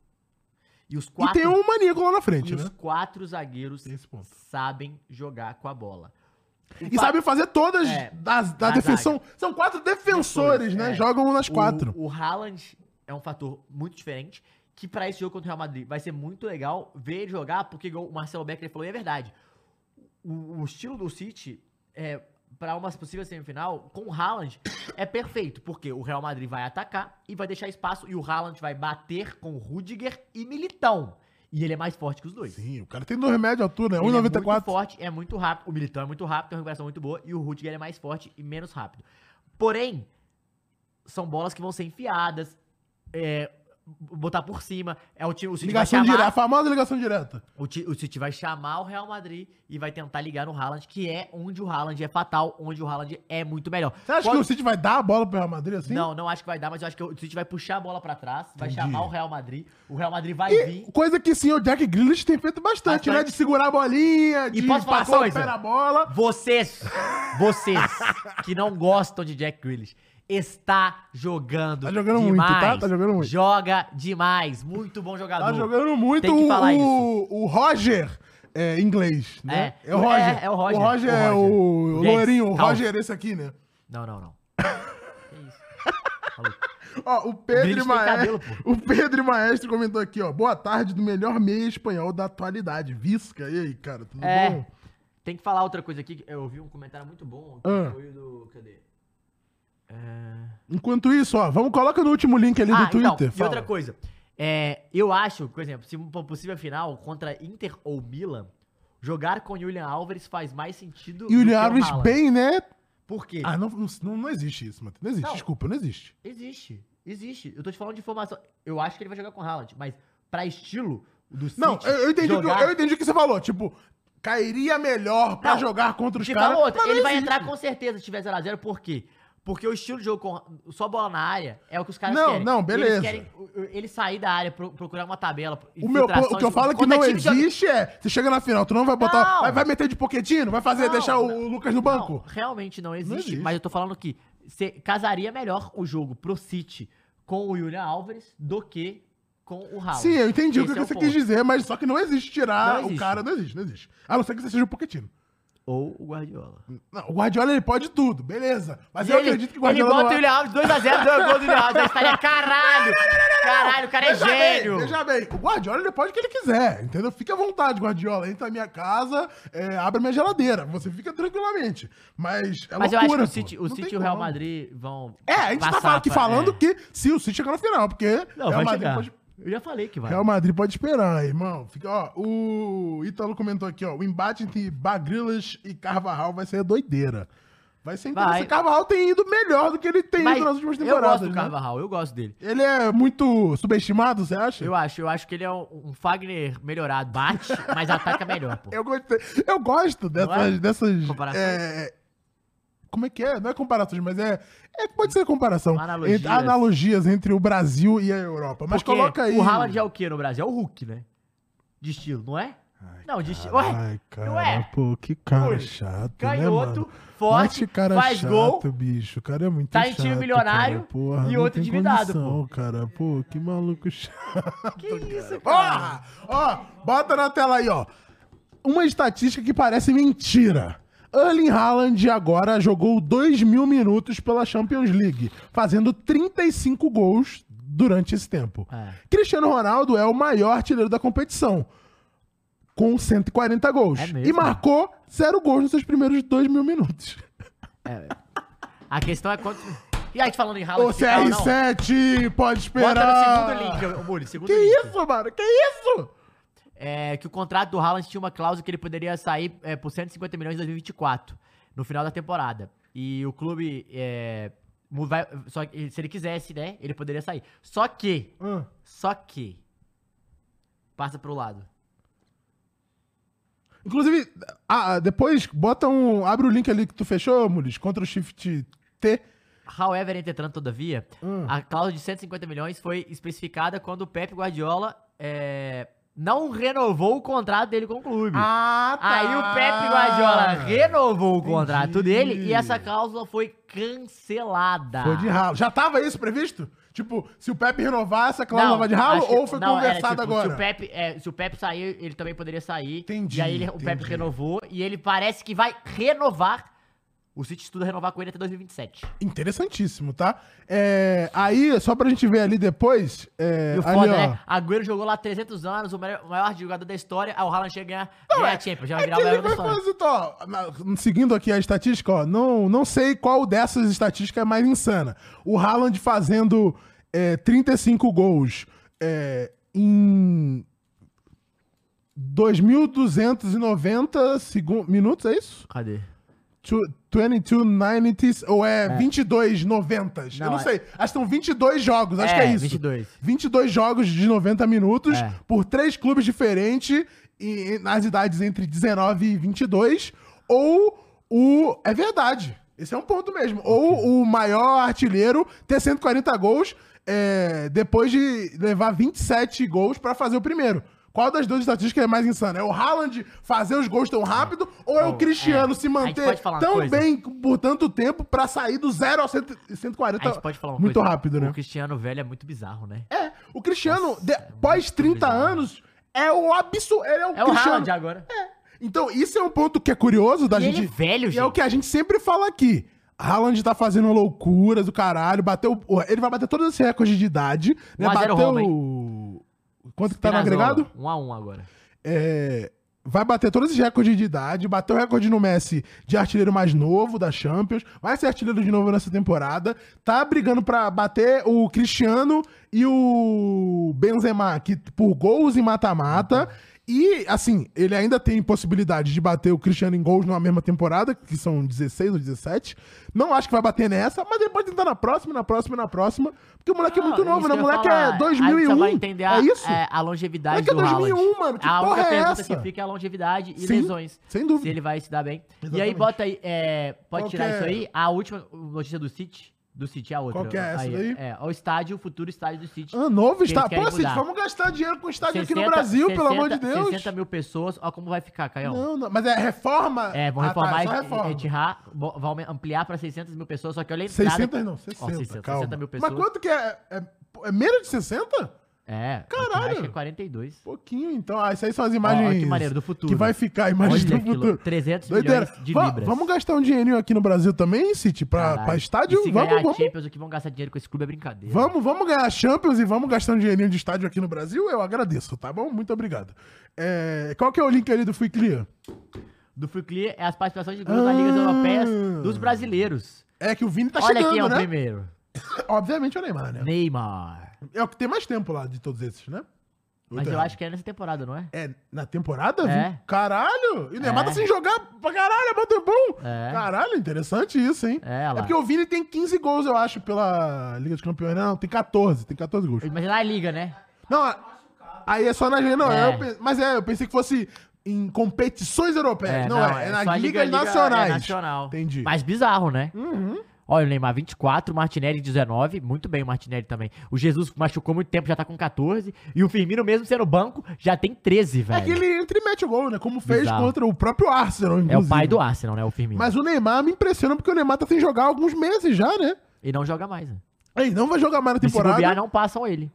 [SPEAKER 1] E os
[SPEAKER 2] E
[SPEAKER 1] quatro,
[SPEAKER 2] tem um maníaco lá na frente,
[SPEAKER 1] e
[SPEAKER 2] né?
[SPEAKER 1] os quatro zagueiros
[SPEAKER 2] Tem esse ponto.
[SPEAKER 1] sabem jogar com a bola. O
[SPEAKER 2] E
[SPEAKER 1] fa-
[SPEAKER 2] sabe fazer todas
[SPEAKER 1] É,
[SPEAKER 2] das, da
[SPEAKER 1] da
[SPEAKER 2] defensão.
[SPEAKER 1] zaga.
[SPEAKER 2] São quatro defensores, né?
[SPEAKER 1] é.
[SPEAKER 2] Jogam nas quatro.
[SPEAKER 1] O, o Haaland é um fator muito diferente, que pra esse jogo contra o Real Madrid vai ser muito legal ver ele jogar, porque igual o Marcelo Becker falou, e é verdade. O, o estilo do City, é, pra uma possível semifinal, com o Haaland, é perfeito, porque o Real Madrid vai atacar e vai deixar espaço, e o Haaland vai bater com o Rudiger e Militão. E ele é mais forte que os dois.
[SPEAKER 2] Sim, o cara tem dois metros de altura, né?
[SPEAKER 1] Ele
[SPEAKER 2] um e
[SPEAKER 1] é
[SPEAKER 2] noventa e
[SPEAKER 1] muito
[SPEAKER 2] quatro.
[SPEAKER 1] forte, é muito rápido. O Militão é muito rápido, tem uma recuperação muito boa. E o Rudiger é mais forte e menos rápido. Porém, são bolas que vão ser enfiadas, é, botar por cima. É o, time, o City
[SPEAKER 2] Ligação
[SPEAKER 1] vai chamar,
[SPEAKER 2] direta, a famosa ligação direta.
[SPEAKER 1] o, Ti- o City vai chamar o Real Madrid e vai tentar ligar no Haaland, que é onde o Haaland é fatal, onde o Haaland é muito melhor.
[SPEAKER 2] Você acha
[SPEAKER 1] Quando-
[SPEAKER 2] que o City vai dar a bola pro Real Madrid assim?
[SPEAKER 1] Não, não acho que vai dar, mas eu acho que o City vai puxar a bola pra trás, vai
[SPEAKER 2] Entendi.
[SPEAKER 1] chamar o Real Madrid, o Real Madrid vai
[SPEAKER 2] E
[SPEAKER 1] vir.
[SPEAKER 2] coisa que sim, o Jack Grealish tem feito bastante,
[SPEAKER 1] Bastante.
[SPEAKER 2] né? De segurar a bolinha, de
[SPEAKER 1] posso falar
[SPEAKER 2] passar o
[SPEAKER 1] coisa?
[SPEAKER 2] pé na bola.
[SPEAKER 1] Vocês, vocês que não gostam de Jack Grealish, está jogando
[SPEAKER 2] Tá jogando
[SPEAKER 1] demais.
[SPEAKER 2] muito, tá? Tá jogando muito.
[SPEAKER 1] Joga demais. Muito bom jogador.
[SPEAKER 2] Tá jogando muito
[SPEAKER 1] Tem que
[SPEAKER 2] o,
[SPEAKER 1] falar isso.
[SPEAKER 2] o, o Roger é, inglês, né?
[SPEAKER 1] É.
[SPEAKER 2] É, o Roger.
[SPEAKER 1] É, é o Roger.
[SPEAKER 2] O Roger
[SPEAKER 1] O
[SPEAKER 2] é
[SPEAKER 1] Roger.
[SPEAKER 2] o, o
[SPEAKER 1] Yes,
[SPEAKER 2] loirinho, o
[SPEAKER 1] calma.
[SPEAKER 2] Roger esse aqui, né?
[SPEAKER 1] Não, não, não. Que isso? Falou.
[SPEAKER 2] Ó, o Pedro,
[SPEAKER 1] Grealish tem
[SPEAKER 2] Maestro,
[SPEAKER 1] cabelo, pô.
[SPEAKER 2] o Pedro Maestro comentou aqui, ó. Boa tarde do melhor meia espanhol da atualidade. Visca, e aí, cara, tudo
[SPEAKER 1] É.
[SPEAKER 2] bom?
[SPEAKER 1] Tem que falar outra coisa aqui. Eu ouvi um comentário muito bom. Que
[SPEAKER 2] Ah.
[SPEAKER 1] foi o do... Cadê? É...
[SPEAKER 2] Enquanto isso, ó, vamos, coloca no último link ali do
[SPEAKER 1] Ah,
[SPEAKER 2] Twitter.
[SPEAKER 1] então, e
[SPEAKER 2] fala.
[SPEAKER 1] outra coisa. É, eu acho, por exemplo, se uma possível final contra Inter ou Milan, jogar com o Julian Alves faz mais sentido
[SPEAKER 2] E o
[SPEAKER 1] do que
[SPEAKER 2] Julian Alves
[SPEAKER 1] Haaland.
[SPEAKER 2] bem, né?
[SPEAKER 1] Por quê?
[SPEAKER 2] Ah, não, não, não existe isso, Matheus. Não existe,
[SPEAKER 1] Não.
[SPEAKER 2] desculpa, não existe.
[SPEAKER 1] Existe, existe. Eu tô te falando de informação. Eu acho que ele vai jogar com o Haaland, mas pra estilo do City...
[SPEAKER 2] Não, eu, eu entendi o que,
[SPEAKER 1] jogar...
[SPEAKER 2] eu entendi o que você falou. Tipo, cairia melhor pra
[SPEAKER 1] Não,
[SPEAKER 2] jogar contra os
[SPEAKER 1] Te
[SPEAKER 2] caras.
[SPEAKER 1] falo outra,
[SPEAKER 2] mas não
[SPEAKER 1] ele vai
[SPEAKER 2] existe.
[SPEAKER 1] entrar com certeza se tiver zero a zero, por quê? Porque o estilo de jogo com só bola na área é o que os caras
[SPEAKER 2] Não,
[SPEAKER 1] querem.
[SPEAKER 2] não, beleza.
[SPEAKER 1] Eles querem uh, uh, ele sair da área, pro- procurar uma tabela.
[SPEAKER 2] O, meu,
[SPEAKER 1] infiltrações,
[SPEAKER 2] o que eu falo é que
[SPEAKER 1] quando
[SPEAKER 2] não
[SPEAKER 1] time joga-
[SPEAKER 2] existe é. Você chega na final, tu não vai botar.
[SPEAKER 1] Não.
[SPEAKER 2] Vai, vai meter de Pochettino? Vai fazer,
[SPEAKER 1] Não,
[SPEAKER 2] deixar o,
[SPEAKER 1] não.
[SPEAKER 2] o Lucas no banco?
[SPEAKER 1] Não, realmente não existe,
[SPEAKER 2] existe.
[SPEAKER 1] mas eu tô falando que você casaria melhor o jogo pro City com o Julian Alves do que com o Haaland.
[SPEAKER 2] Sim, eu entendi
[SPEAKER 1] Esse
[SPEAKER 2] o que
[SPEAKER 1] é
[SPEAKER 2] você
[SPEAKER 1] ponto.
[SPEAKER 2] quis dizer, mas só que não existe tirar
[SPEAKER 1] Não existe.
[SPEAKER 2] o cara, não existe, não existe. A não ser que você seja o Pochettino.
[SPEAKER 1] Ou o Guardiola.
[SPEAKER 2] Não, o Guardiola ele pode tudo, beleza. Mas
[SPEAKER 1] E
[SPEAKER 2] eu
[SPEAKER 1] ele,
[SPEAKER 2] acredito que o
[SPEAKER 1] ele
[SPEAKER 2] Guardiola
[SPEAKER 1] bota
[SPEAKER 2] não
[SPEAKER 1] o
[SPEAKER 2] é-
[SPEAKER 1] William Alves dois a zero, dois gols do William Alves. Aí estaria, caralho! Caralho, o cara é
[SPEAKER 2] Veja
[SPEAKER 1] gênio!
[SPEAKER 2] bem, veja bem, o Guardiola ele pode o que ele quiser, entendeu? Fique à vontade, Guardiola. Entra na minha casa, é, abre a minha geladeira. Você fica tranquilamente. Mas é
[SPEAKER 1] Mas eu acho que
[SPEAKER 2] loucura,
[SPEAKER 1] o City,
[SPEAKER 2] pô.
[SPEAKER 1] o
[SPEAKER 2] Não
[SPEAKER 1] City
[SPEAKER 2] tem
[SPEAKER 1] e o Real
[SPEAKER 2] como.
[SPEAKER 1] Madrid vão.
[SPEAKER 2] É, a gente tá
[SPEAKER 1] passar
[SPEAKER 2] falando aqui
[SPEAKER 1] pra-
[SPEAKER 2] falando
[SPEAKER 1] é.
[SPEAKER 2] que se o City chegar na final, porque
[SPEAKER 1] Não, vai chegar. Eu já falei que vai.
[SPEAKER 2] Real Madrid pode esperar, irmão. Fica, ó, o Ítalo comentou aqui, ó. O embate entre Bagrilas e Carvajal vai ser doideira. Vai ser interessante.
[SPEAKER 1] Vai.
[SPEAKER 2] Carvajal tem ido melhor do que ele tem
[SPEAKER 1] Mas
[SPEAKER 2] ido nas últimas
[SPEAKER 1] eu
[SPEAKER 2] temporadas.
[SPEAKER 1] gosto do
[SPEAKER 2] né?
[SPEAKER 1] Carvajal, eu gosto dele.
[SPEAKER 2] Ele é muito subestimado, você acha?
[SPEAKER 1] Eu acho, eu acho que ele é um, um Fagner melhorado. Bate, mas ataca melhor, pô.
[SPEAKER 2] Eu, gostei. Eu gosto dessas.
[SPEAKER 1] Não é?
[SPEAKER 2] dessas
[SPEAKER 1] Comparações?
[SPEAKER 2] é, como é que é? Não é comparações, mas é. é pode ser comparação.
[SPEAKER 1] Analogias.
[SPEAKER 2] Entre- analogias entre o Brasil e a Europa. Mas
[SPEAKER 1] Porque
[SPEAKER 2] coloca aí.
[SPEAKER 1] o Haaland é o que no Brasil? É o Hulk, né? De estilo, não é? Não, de estilo. Ué,
[SPEAKER 2] Ai, cara,
[SPEAKER 1] não é?
[SPEAKER 2] pô, que cara
[SPEAKER 1] Ui,
[SPEAKER 2] chato,
[SPEAKER 1] canhoto,
[SPEAKER 2] né, mano?
[SPEAKER 1] forte,
[SPEAKER 2] Mas que cara
[SPEAKER 1] faz
[SPEAKER 2] chato,
[SPEAKER 1] gol,
[SPEAKER 2] bicho. O cara é muito
[SPEAKER 1] tá
[SPEAKER 2] chato,
[SPEAKER 1] em time milionário
[SPEAKER 2] cara, porra,
[SPEAKER 1] e
[SPEAKER 2] não
[SPEAKER 1] outro
[SPEAKER 2] tem
[SPEAKER 1] endividado,
[SPEAKER 2] condição, cara. Pô, que maluco chato.
[SPEAKER 1] Que isso, cara?
[SPEAKER 2] Porra! Ó, bota na tela aí, ó. Uma estatística que parece mentira. Erling Haaland agora jogou dois mil minutos pela Champions League, fazendo trinta e cinco gols durante esse tempo.
[SPEAKER 1] É.
[SPEAKER 2] Cristiano Ronaldo é o maior artilheiro da competição, com cento e quarenta gols.
[SPEAKER 1] É mesmo?
[SPEAKER 2] E marcou zero gols nos seus primeiros dois mil minutos.
[SPEAKER 1] A questão é quanto. E aí, falando em
[SPEAKER 2] O
[SPEAKER 1] Haaland,
[SPEAKER 2] C
[SPEAKER 1] ficar ou
[SPEAKER 2] R
[SPEAKER 1] não?
[SPEAKER 2] sete, pode esperar.
[SPEAKER 1] Bota no segundo link, ô, Muri, segundo
[SPEAKER 2] Que
[SPEAKER 1] link.
[SPEAKER 2] isso, mano? Que isso?
[SPEAKER 1] É, que o contrato do Haaland tinha uma cláusula que ele poderia sair é, por cento e cinquenta milhões em dois mil e vinte e quatro, no final da temporada. E o clube, é, mu- vai- só que se ele quisesse, né, ele poderia sair. Só que,
[SPEAKER 2] Ah.
[SPEAKER 1] só que, passa pro lado.
[SPEAKER 2] Inclusive, ah, depois bota um. Abre o link ali que tu fechou, Mulis, contra o Shift T.
[SPEAKER 1] However, entretanto, todavia,
[SPEAKER 2] Hum.
[SPEAKER 1] a cláusula de cento e cinquenta milhões foi especificada quando o Pep Guardiola é, não renovou o contrato dele com o clube.
[SPEAKER 2] Ah, tá.
[SPEAKER 1] Aí o Pep Guardiola renovou o contrato
[SPEAKER 2] Entendi.
[SPEAKER 1] dele e essa cláusula foi cancelada.
[SPEAKER 2] Foi de ralo. Já tava isso previsto? Tipo, se o Pepe renovar, essa cláusula vai de ralo
[SPEAKER 1] acho que-
[SPEAKER 2] ou foi
[SPEAKER 1] não, era,
[SPEAKER 2] conversado
[SPEAKER 1] tipo,
[SPEAKER 2] agora?
[SPEAKER 1] Se o, Pepe, é, se o Pepe sair, ele também poderia sair.
[SPEAKER 2] Entendi,
[SPEAKER 1] E aí ele- o Pepe
[SPEAKER 2] entendi.
[SPEAKER 1] renovou e ele parece que vai renovar. O City estuda renovar com ele até dois mil e vinte e sete.
[SPEAKER 2] Interessantíssimo, tá? É, aí, só pra gente ver ali depois. É,
[SPEAKER 1] E o
[SPEAKER 2] ali,
[SPEAKER 1] foda,
[SPEAKER 2] ó.
[SPEAKER 1] né? Agüero jogou lá trezentos anos, o maior, o maior jogador da história. Aí o Haaland chega e ganha, ganha a Champions. Já vai
[SPEAKER 2] É
[SPEAKER 1] virar
[SPEAKER 2] que
[SPEAKER 1] o
[SPEAKER 2] ele
[SPEAKER 1] maior da
[SPEAKER 2] vai
[SPEAKER 1] história.
[SPEAKER 2] fazer, ó, na- seguindo aqui a estatística, ó, não, não sei qual dessas estatísticas é mais insana. O Haaland fazendo é, trinta e cinco gols é, em dois mil duzentos e noventa segun- minutos, é isso?
[SPEAKER 1] Cadê?
[SPEAKER 2] Tu- vinte e dois noventas ou é, vinte e dois noventas? Eu
[SPEAKER 1] Não,
[SPEAKER 2] não
[SPEAKER 1] é-
[SPEAKER 2] sei. Acho que são vinte e dois jogos, acho que é isso.
[SPEAKER 1] vinte e dois.
[SPEAKER 2] vinte e dois jogos de noventa minutos
[SPEAKER 1] É.
[SPEAKER 2] por três clubes diferentes e, e nas idades entre dezenove e vinte e dois. Ou o... É verdade. Esse é um ponto mesmo. Ou o maior artilheiro ter cento e quarenta gols é, depois de levar vinte e sete gols pra fazer o primeiro. Qual das duas estatísticas é mais insana? É o Haaland fazer os gols tão rápido ou é o
[SPEAKER 1] Oh,
[SPEAKER 2] Cristiano
[SPEAKER 1] é.
[SPEAKER 2] se
[SPEAKER 1] A gente
[SPEAKER 2] manter
[SPEAKER 1] pode falar uma
[SPEAKER 2] tão
[SPEAKER 1] coisa?
[SPEAKER 2] bem por tanto tempo pra sair do zero ao cento e quarenta
[SPEAKER 1] A gente pode falar uma
[SPEAKER 2] muito
[SPEAKER 1] coisa.
[SPEAKER 2] rápido, né?
[SPEAKER 1] O Cristiano velho é muito bizarro, né?
[SPEAKER 2] É, o Cristiano,
[SPEAKER 1] Nossa,
[SPEAKER 2] de-
[SPEAKER 1] é
[SPEAKER 2] pós
[SPEAKER 1] muito
[SPEAKER 2] trinta
[SPEAKER 1] bizarro.
[SPEAKER 2] anos, é o absurdo. Ele é o
[SPEAKER 1] É o
[SPEAKER 2] Cristiano.
[SPEAKER 1] Haaland agora.
[SPEAKER 2] Então, isso é um ponto que é curioso da
[SPEAKER 1] E
[SPEAKER 2] gente.
[SPEAKER 1] ele é velho,
[SPEAKER 2] E é o
[SPEAKER 1] gente.
[SPEAKER 2] que a gente sempre fala aqui. Haaland tá fazendo loucuras do caralho, bateu. Ele vai bater todos os recordes de idade. Né?
[SPEAKER 1] um a zero
[SPEAKER 2] Bateu.
[SPEAKER 1] Roma,
[SPEAKER 2] Quanto que tá no
[SPEAKER 1] Spinazzola,
[SPEAKER 2] agregado?
[SPEAKER 1] um a um agora.
[SPEAKER 2] É, vai bater todos os recordes de idade, bateu o recorde no Messi de artilheiro mais novo da Champions, vai ser artilheiro de novo nessa temporada, tá brigando pra bater o Cristiano e o Benzema que, por gols em mata-mata. E, assim, ele ainda tem possibilidade de bater o Cristiano em gols numa mesma temporada, que são dezesseis ou dezessete. Não acho que vai bater nessa, mas ele pode tentar na próxima, na próxima e na próxima. Porque o moleque é muito
[SPEAKER 1] Não,
[SPEAKER 2] novo,
[SPEAKER 1] isso
[SPEAKER 2] né? O
[SPEAKER 1] que eu ia
[SPEAKER 2] moleque
[SPEAKER 1] falar.
[SPEAKER 2] é dois mil e um.
[SPEAKER 1] Aí você vai entender a,
[SPEAKER 2] é isso?
[SPEAKER 1] é, a longevidade
[SPEAKER 2] Moleque é
[SPEAKER 1] do Haaland.
[SPEAKER 2] dois mil e um, mano. Que
[SPEAKER 1] a
[SPEAKER 2] porra
[SPEAKER 1] única
[SPEAKER 2] é
[SPEAKER 1] pergunta
[SPEAKER 2] essa?
[SPEAKER 1] que fica é a longevidade e
[SPEAKER 2] Sim,
[SPEAKER 1] lesões.
[SPEAKER 2] sem dúvida.
[SPEAKER 1] Se ele vai se dar bem. E
[SPEAKER 2] Exatamente.
[SPEAKER 1] aí, bota aí, é, pode
[SPEAKER 2] Qual
[SPEAKER 1] tirar
[SPEAKER 2] que é?
[SPEAKER 1] isso aí. A última notícia do City. Do City, a outra.
[SPEAKER 2] Qual que é essa daí?
[SPEAKER 1] É, o estádio, o futuro estádio do City.
[SPEAKER 2] Ah, novo
[SPEAKER 1] que eles
[SPEAKER 2] estádio.
[SPEAKER 1] querem
[SPEAKER 2] Pô, Cid,
[SPEAKER 1] mudar.
[SPEAKER 2] vamos gastar dinheiro com estádio aqui no
[SPEAKER 1] sessenta
[SPEAKER 2] Brasil, pelo amor de
[SPEAKER 1] sessenta
[SPEAKER 2] Deus.
[SPEAKER 1] sessenta mil pessoas, ó como vai ficar, Caião.
[SPEAKER 2] Não, não, mas é reforma.
[SPEAKER 1] É, vão
[SPEAKER 2] Ah,
[SPEAKER 1] reformar
[SPEAKER 2] tá, é só
[SPEAKER 1] e
[SPEAKER 2] reforma.
[SPEAKER 1] Etihad, bo- vão ampliar pra seiscentas mil pessoas, só que olha a entrada...
[SPEAKER 2] seiscentas não, sessenta,
[SPEAKER 1] Ó, sessenta,
[SPEAKER 2] calma.
[SPEAKER 1] sessenta mil pessoas.
[SPEAKER 2] Mas quanto que é? É, é menos de sessenta?
[SPEAKER 1] É,
[SPEAKER 2] Caralho.
[SPEAKER 1] acho que é quarenta e dois.
[SPEAKER 2] Pouquinho, então. Ah, isso aí são as
[SPEAKER 1] Ó,
[SPEAKER 2] imagens...
[SPEAKER 1] que maneiro, do futuro.
[SPEAKER 2] Que vai ficar, imagens
[SPEAKER 1] Olha
[SPEAKER 2] do
[SPEAKER 1] aquilo,
[SPEAKER 2] futuro.
[SPEAKER 1] trezentos
[SPEAKER 2] Doideira.
[SPEAKER 1] milhões de
[SPEAKER 2] Va-
[SPEAKER 1] libras.
[SPEAKER 2] Vamos gastar um dinheirinho aqui no Brasil também, City? Pra,
[SPEAKER 1] Caralho.
[SPEAKER 2] pra estádio?
[SPEAKER 1] E se
[SPEAKER 2] Vamos,
[SPEAKER 1] ganhar
[SPEAKER 2] vamos.
[SPEAKER 1] Champions, o que vão gastar dinheiro com esse clube é brincadeira.
[SPEAKER 2] Vamos, vamos ganhar Champions e vamos gastar um dinheirinho de estádio aqui no Brasil? Eu agradeço, tá bom? Muito obrigado. É, qual que é o link ali do Fui Clear?
[SPEAKER 1] Do Free Clear é as participações de gols nas ligas europeias dos brasileiros.
[SPEAKER 2] É que o Vini tá
[SPEAKER 1] Olha
[SPEAKER 2] chegando,
[SPEAKER 1] quem é o
[SPEAKER 2] né?
[SPEAKER 1] primeiro.
[SPEAKER 2] Obviamente é o Neymar, né?
[SPEAKER 1] Neymar.
[SPEAKER 2] É o que tem mais tempo lá de todos esses, né?
[SPEAKER 1] Mas eu acho que é nessa temporada, não é?
[SPEAKER 2] É na temporada?
[SPEAKER 1] É.
[SPEAKER 2] Vi- Caralho! E o Neymar
[SPEAKER 1] É.
[SPEAKER 2] tá sem jogar pra caralho, é bom tempão.
[SPEAKER 1] É.
[SPEAKER 2] Caralho, interessante isso, hein?
[SPEAKER 1] É, lá.
[SPEAKER 2] É porque o Vini tem quinze gols, eu acho, pela Liga dos Campeões. Não, tem catorze, tem catorze gols.
[SPEAKER 1] Mas na liga, né?
[SPEAKER 2] Não, a- aí é só na... Não,
[SPEAKER 1] É.
[SPEAKER 2] eu pe- mas é, eu pensei que fosse em competições europeias.
[SPEAKER 1] É,
[SPEAKER 2] não, é, é
[SPEAKER 1] só
[SPEAKER 2] nas
[SPEAKER 1] a
[SPEAKER 2] ligas
[SPEAKER 1] liga,
[SPEAKER 2] nacionais.
[SPEAKER 1] É nacional.
[SPEAKER 2] Entendi.
[SPEAKER 1] Mas bizarro, né?
[SPEAKER 2] Uhum.
[SPEAKER 1] Olha, o Neymar vinte e quatro, o Martinelli dezenove, muito bem o Martinelli também. O Jesus machucou muito tempo, já tá com catorze. E o Firmino, mesmo sendo banco, já tem treze, velho.
[SPEAKER 2] É que ele entra e mete o gol, né? Como fez
[SPEAKER 1] Bizarro.
[SPEAKER 2] contra o próprio Arsenal, inclusive.
[SPEAKER 1] É o pai do Arsenal, né? O Firmino.
[SPEAKER 2] Mas o Neymar me impressiona porque o Neymar tá sem jogar há alguns meses já, né?
[SPEAKER 1] E não joga mais, né?
[SPEAKER 2] Ele não vai jogar mais na
[SPEAKER 1] E se
[SPEAKER 2] temporada.
[SPEAKER 1] bobear, não passam ele.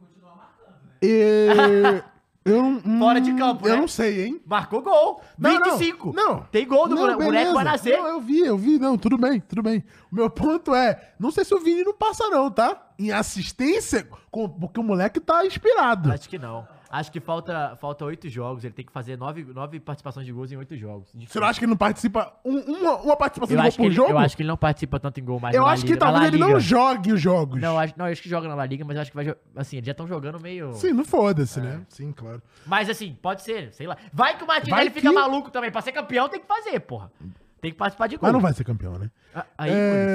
[SPEAKER 2] E... eu não-
[SPEAKER 1] Fora de campo,
[SPEAKER 2] Eu
[SPEAKER 1] né?
[SPEAKER 2] não sei, hein?
[SPEAKER 1] Marcou gol.
[SPEAKER 2] Não,
[SPEAKER 1] vinte e cinco.
[SPEAKER 2] Não, não.
[SPEAKER 1] Tem gol do
[SPEAKER 2] Não,
[SPEAKER 1] boneco. O boneco vai
[SPEAKER 2] beleza.
[SPEAKER 1] nascer.
[SPEAKER 2] Não, eu vi, eu vi. Não, tudo bem, tudo bem. O meu ponto é, não sei se o Vini não passa não, tá? Em assistência, com- porque o moleque tá inspirado.
[SPEAKER 1] Acho que não. Acho que falta falta oito jogos. Ele tem que fazer nove, nove participações de gols em oito jogos.
[SPEAKER 2] Você não acha que ele não participa um- uma, uma participação
[SPEAKER 1] Eu
[SPEAKER 2] de gol
[SPEAKER 1] acho, que
[SPEAKER 2] por
[SPEAKER 1] ele,
[SPEAKER 2] jogo?
[SPEAKER 1] eu acho que ele não participa tanto em gol mais
[SPEAKER 2] Eu
[SPEAKER 1] na La
[SPEAKER 2] acho que
[SPEAKER 1] Liga. Na
[SPEAKER 2] talvez
[SPEAKER 1] La
[SPEAKER 2] ele não
[SPEAKER 1] Liga.
[SPEAKER 2] jogue os jogos.
[SPEAKER 1] Não, acho, não, eu acho que joga na La Liga, mas eu acho que vai jogar. Assim, eles já estão jogando meio.
[SPEAKER 2] Sim, não foda-se,
[SPEAKER 1] É.
[SPEAKER 2] né? Sim, claro.
[SPEAKER 1] Mas assim, pode ser, sei lá. Vai que o
[SPEAKER 2] Vai
[SPEAKER 1] Martinelli
[SPEAKER 2] que-
[SPEAKER 1] fica maluco também. Pra ser campeão tem que fazer, porra. Tem que participar de gol.
[SPEAKER 2] Mas não vai ser campeão, né?
[SPEAKER 1] Ah, Aí,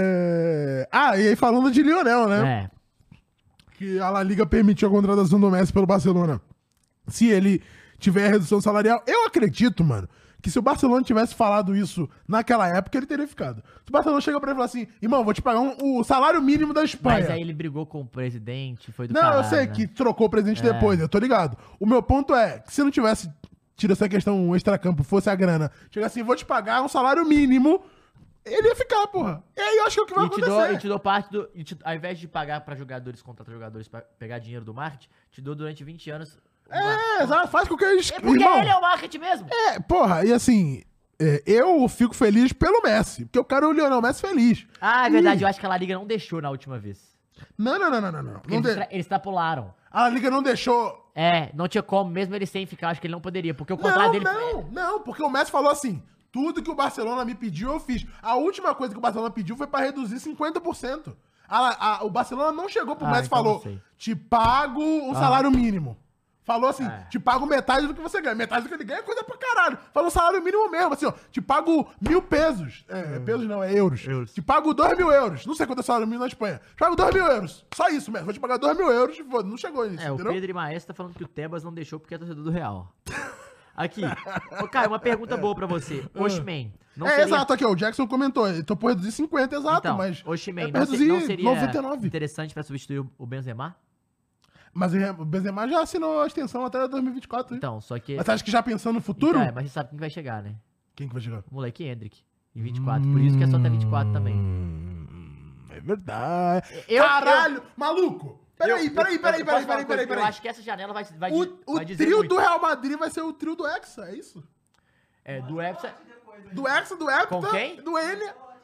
[SPEAKER 2] É... Ah, e aí falando de Lionel,
[SPEAKER 1] Maurício.
[SPEAKER 2] né?
[SPEAKER 1] É.
[SPEAKER 2] Que a La Liga permitiu a contratação do Messi pelo Barcelona. Se ele tiver a redução salarial, eu acredito, mano, que se o Barcelona tivesse falado isso naquela época, ele teria ficado. Se o Barcelona chega pra ele e fala assim, irmão, vou te pagar um- o salário mínimo da Espanha.
[SPEAKER 1] Mas aí ele brigou com o presidente, foi do
[SPEAKER 2] Não,
[SPEAKER 1] caralho,
[SPEAKER 2] eu sei
[SPEAKER 1] né?
[SPEAKER 2] que trocou o presidente
[SPEAKER 1] É.
[SPEAKER 2] depois, eu tô ligado. O meu ponto é, que se não tivesse tido essa questão extracampo, fosse a grana, chega assim, vou te pagar um salário mínimo, ele ia ficar, porra. E aí eu acho que é o que vai
[SPEAKER 1] E te,
[SPEAKER 2] acontecer.
[SPEAKER 1] dou, e te dou parte do. E te- ao invés de pagar pra jogadores, contratar jogadores pra pegar dinheiro do marketing, te dou durante vinte anos. o marketing.
[SPEAKER 2] É, exato, faz com que eles...
[SPEAKER 1] É porque
[SPEAKER 2] irmão,
[SPEAKER 1] ele é o marketing mesmo.
[SPEAKER 2] É, porra, e assim, é, eu fico feliz pelo Messi, porque eu quero o Lionel Messi feliz.
[SPEAKER 1] Ah, é verdade, eu acho que a La Liga não deixou na última vez.
[SPEAKER 2] Não, não, não, não, não. não.
[SPEAKER 1] Porque
[SPEAKER 2] Não
[SPEAKER 1] eles,
[SPEAKER 2] de-
[SPEAKER 1] extra- eles extrapolaram.
[SPEAKER 2] A Liga não deixou...
[SPEAKER 1] É, não tinha como, mesmo ele sem ficar, acho que ele não poderia, porque o
[SPEAKER 2] Não,
[SPEAKER 1] contrato dele.
[SPEAKER 2] não, não, porque o Messi falou assim, tudo que o Barcelona me pediu, eu fiz. A última coisa que o Barcelona pediu foi pra reduzir cinquenta por cento. A- a- o Barcelona não chegou pro
[SPEAKER 1] Ah,
[SPEAKER 2] Messi e
[SPEAKER 1] então
[SPEAKER 2] falou,
[SPEAKER 1] não sei.
[SPEAKER 2] te pago um salário mínimo. Falou assim,
[SPEAKER 1] É.
[SPEAKER 2] te pago metade do que você ganha. Metade do que ele ganha é coisa pra caralho. Falou salário mínimo mesmo, assim, ó. Te pago mil pesos. É, pesos não, é euros.
[SPEAKER 1] Euros.
[SPEAKER 2] Te pago dois mil euros. Não sei quanto é salário mínimo na Espanha. Te pago dois mil euros. Só isso mesmo. Vou te pagar dois mil euros. Pô, não chegou nisso,
[SPEAKER 1] É, o
[SPEAKER 2] entendeu?
[SPEAKER 1] Pedro e Maestro tá falando que o Tebas não deixou porque é torcedor do Real. Aqui. Ô, Caio, uma pergunta boa pra você. Oshman. Não
[SPEAKER 2] é,
[SPEAKER 1] seria...
[SPEAKER 2] exato, aqui, ó, o Jackson comentou. Ele topou reduzir cinquenta, exato,
[SPEAKER 1] Então,
[SPEAKER 2] mas...
[SPEAKER 1] Oshman,
[SPEAKER 2] é pra
[SPEAKER 1] não, se-
[SPEAKER 2] reduzir
[SPEAKER 1] não seria
[SPEAKER 2] noventa e nove.
[SPEAKER 1] interessante pra substituir o- o Benzema?
[SPEAKER 2] Mas o Benzema já assinou a extensão até dois mil e vinte e quatro. hein?
[SPEAKER 1] Então, só que...
[SPEAKER 2] Mas você acha que já pensando no futuro?
[SPEAKER 1] Então, é, mas você sabe quem vai chegar, né?
[SPEAKER 2] Quem que vai chegar?
[SPEAKER 1] O moleque Hendrick, em vinte e quatro. Por isso que é só até vinte e quatro também.
[SPEAKER 2] Hum, é verdade.
[SPEAKER 1] Eu-
[SPEAKER 2] Caralho, maluco! Peraí,
[SPEAKER 1] Eu-
[SPEAKER 2] peraí,
[SPEAKER 1] eu-
[SPEAKER 2] peraí,
[SPEAKER 1] eu
[SPEAKER 2] peraí,
[SPEAKER 1] posso falar
[SPEAKER 2] peraí,
[SPEAKER 1] uma coisa,
[SPEAKER 2] peraí,
[SPEAKER 1] Eu
[SPEAKER 2] peraí.
[SPEAKER 1] acho que essa janela vai, vai,
[SPEAKER 2] O,
[SPEAKER 1] di- vai
[SPEAKER 2] o
[SPEAKER 1] dizer
[SPEAKER 2] trio
[SPEAKER 1] muito.
[SPEAKER 2] do Real Madrid vai ser o trio do Hexa, é isso?
[SPEAKER 1] É, do Epsa...
[SPEAKER 2] Do Hexa, do Hepta,
[SPEAKER 1] Com quem?
[SPEAKER 2] do N...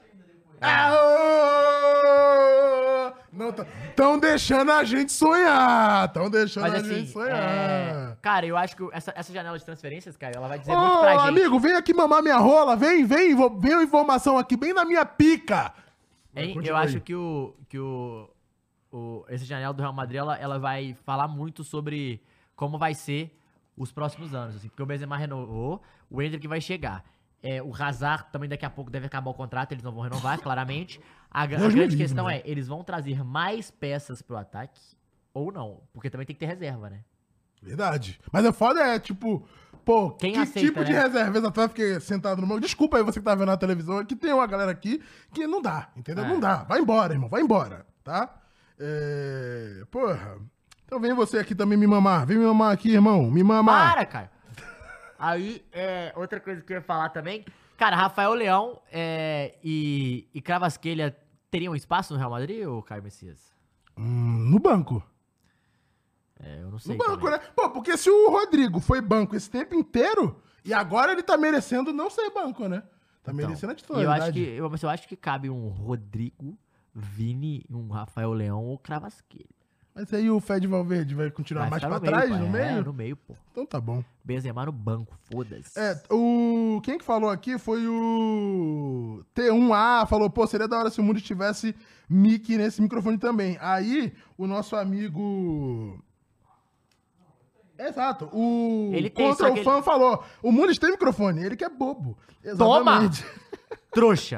[SPEAKER 2] Ah, ô! Não, tão deixando a gente sonhar, tão deixando
[SPEAKER 1] Mas
[SPEAKER 2] a
[SPEAKER 1] assim,
[SPEAKER 2] gente sonhar.
[SPEAKER 1] é... cara, eu acho que essa, essa janela de transferências, Caio, ela vai dizer
[SPEAKER 2] Ô,
[SPEAKER 1] muito pra gente.
[SPEAKER 2] amigo, vem aqui mamar minha rola, vem, vem, vou- vem uma informação aqui, bem na minha pica. Vai,
[SPEAKER 1] Hein?
[SPEAKER 2] continua
[SPEAKER 1] Eu
[SPEAKER 2] aí.
[SPEAKER 1] acho que o que o, o essa janela do Real Madrid ela, ela vai falar muito sobre como vai ser os próximos anos, assim, porque o Benzema renovou, o Endrick vai chegar. É, o Hazard também daqui a pouco deve acabar o contrato, eles não vão renovar, claramente. A, gra- a
[SPEAKER 2] Deus me
[SPEAKER 1] grande
[SPEAKER 2] livre,
[SPEAKER 1] questão
[SPEAKER 2] né?
[SPEAKER 1] é, eles vão trazer mais peças pro ataque ou não? Porque também tem que ter reserva, né?
[SPEAKER 2] Verdade. Mas é foda, é tipo, pô,
[SPEAKER 1] Quem
[SPEAKER 2] que
[SPEAKER 1] aceita,
[SPEAKER 2] tipo de
[SPEAKER 1] né?
[SPEAKER 2] reserva? Exato, eu fiquei sentado no banco. Desculpa aí você que tá vendo na televisão, é que tem uma galera aqui que não dá, entendeu?
[SPEAKER 1] É.
[SPEAKER 2] Não dá. Vai embora, irmão, vai embora, tá? É... Porra. Então vem você aqui também me mamar. Vem me mamar aqui, irmão. Me mamar.
[SPEAKER 1] Para, cara! Aí, é, outra coisa que eu ia falar também, cara, Rafael Leão é, e, e Cravasquelia teriam espaço no Real Madrid ou Caio Messias?
[SPEAKER 2] Hum, no banco.
[SPEAKER 1] É, eu não sei.
[SPEAKER 2] No banco,
[SPEAKER 1] também.
[SPEAKER 2] né? Pô, porque se o Rodrigo foi banco esse tempo inteiro, e agora ele tá merecendo não ser banco, né? Tá
[SPEAKER 1] Então,
[SPEAKER 2] merecendo a
[SPEAKER 1] e eu
[SPEAKER 2] titularidade.
[SPEAKER 1] acho que eu, mas eu acho que cabe um Rodrigo, Vini, um Rafael Leão ou Cravasqueira.
[SPEAKER 2] Mas aí o Fed Valverde vai continuar
[SPEAKER 1] Vai
[SPEAKER 2] mais
[SPEAKER 1] ficar
[SPEAKER 2] pra
[SPEAKER 1] no meio,
[SPEAKER 2] trás,
[SPEAKER 1] pô.
[SPEAKER 2] no
[SPEAKER 1] É,
[SPEAKER 2] meio?
[SPEAKER 1] no meio, pô.
[SPEAKER 2] Então tá bom.
[SPEAKER 1] Benzema no banco, foda-se.
[SPEAKER 2] É, o... Quem que falou aqui foi o T um A, falou, pô, seria da hora se o mundo tivesse mic nesse microfone também. Aí, o nosso amigo... Exato, o
[SPEAKER 1] Ele tem,
[SPEAKER 2] Contra
[SPEAKER 1] só
[SPEAKER 2] o
[SPEAKER 1] que
[SPEAKER 2] Fã falou, o mundo tem microfone, ele que é bobo.
[SPEAKER 1] Toma!
[SPEAKER 2] Exatamente.
[SPEAKER 1] Trouxa.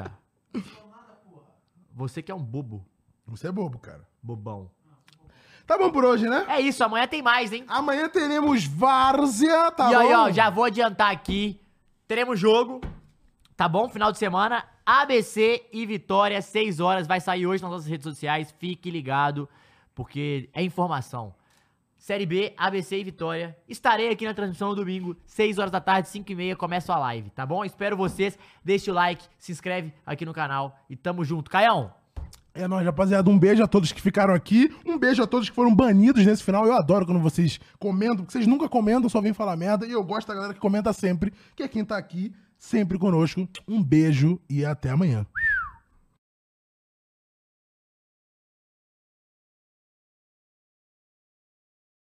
[SPEAKER 1] Você que é um bobo.
[SPEAKER 2] Você é bobo, cara.
[SPEAKER 1] Bobão.
[SPEAKER 2] Tá bom por hoje, né?
[SPEAKER 1] É isso, amanhã tem mais, hein?
[SPEAKER 2] Amanhã teremos Várzea, tá
[SPEAKER 1] e
[SPEAKER 2] bom?
[SPEAKER 1] aí, ó, já vou adiantar aqui. Teremos jogo, tá bom? Final de semana, A B C e Vitória, seis horas. Vai sair hoje nas nossas redes sociais. Fique ligado, porque é informação. Série B, A B C e Vitória. Estarei aqui na transmissão no domingo, seis horas da tarde, cinco e meia, começa a live, tá bom? Espero vocês. Deixe o like, se inscreve aqui no canal e tamo junto. Caião!
[SPEAKER 2] É nóis, rapaziada. Um beijo a todos que ficaram aqui. Um beijo a todos que foram banidos nesse final. Eu adoro quando vocês comentam, porque vocês nunca comentam, só vêm falar merda. E eu gosto da galera que comenta sempre, que é quem tá aqui, sempre conosco. Um beijo e até amanhã.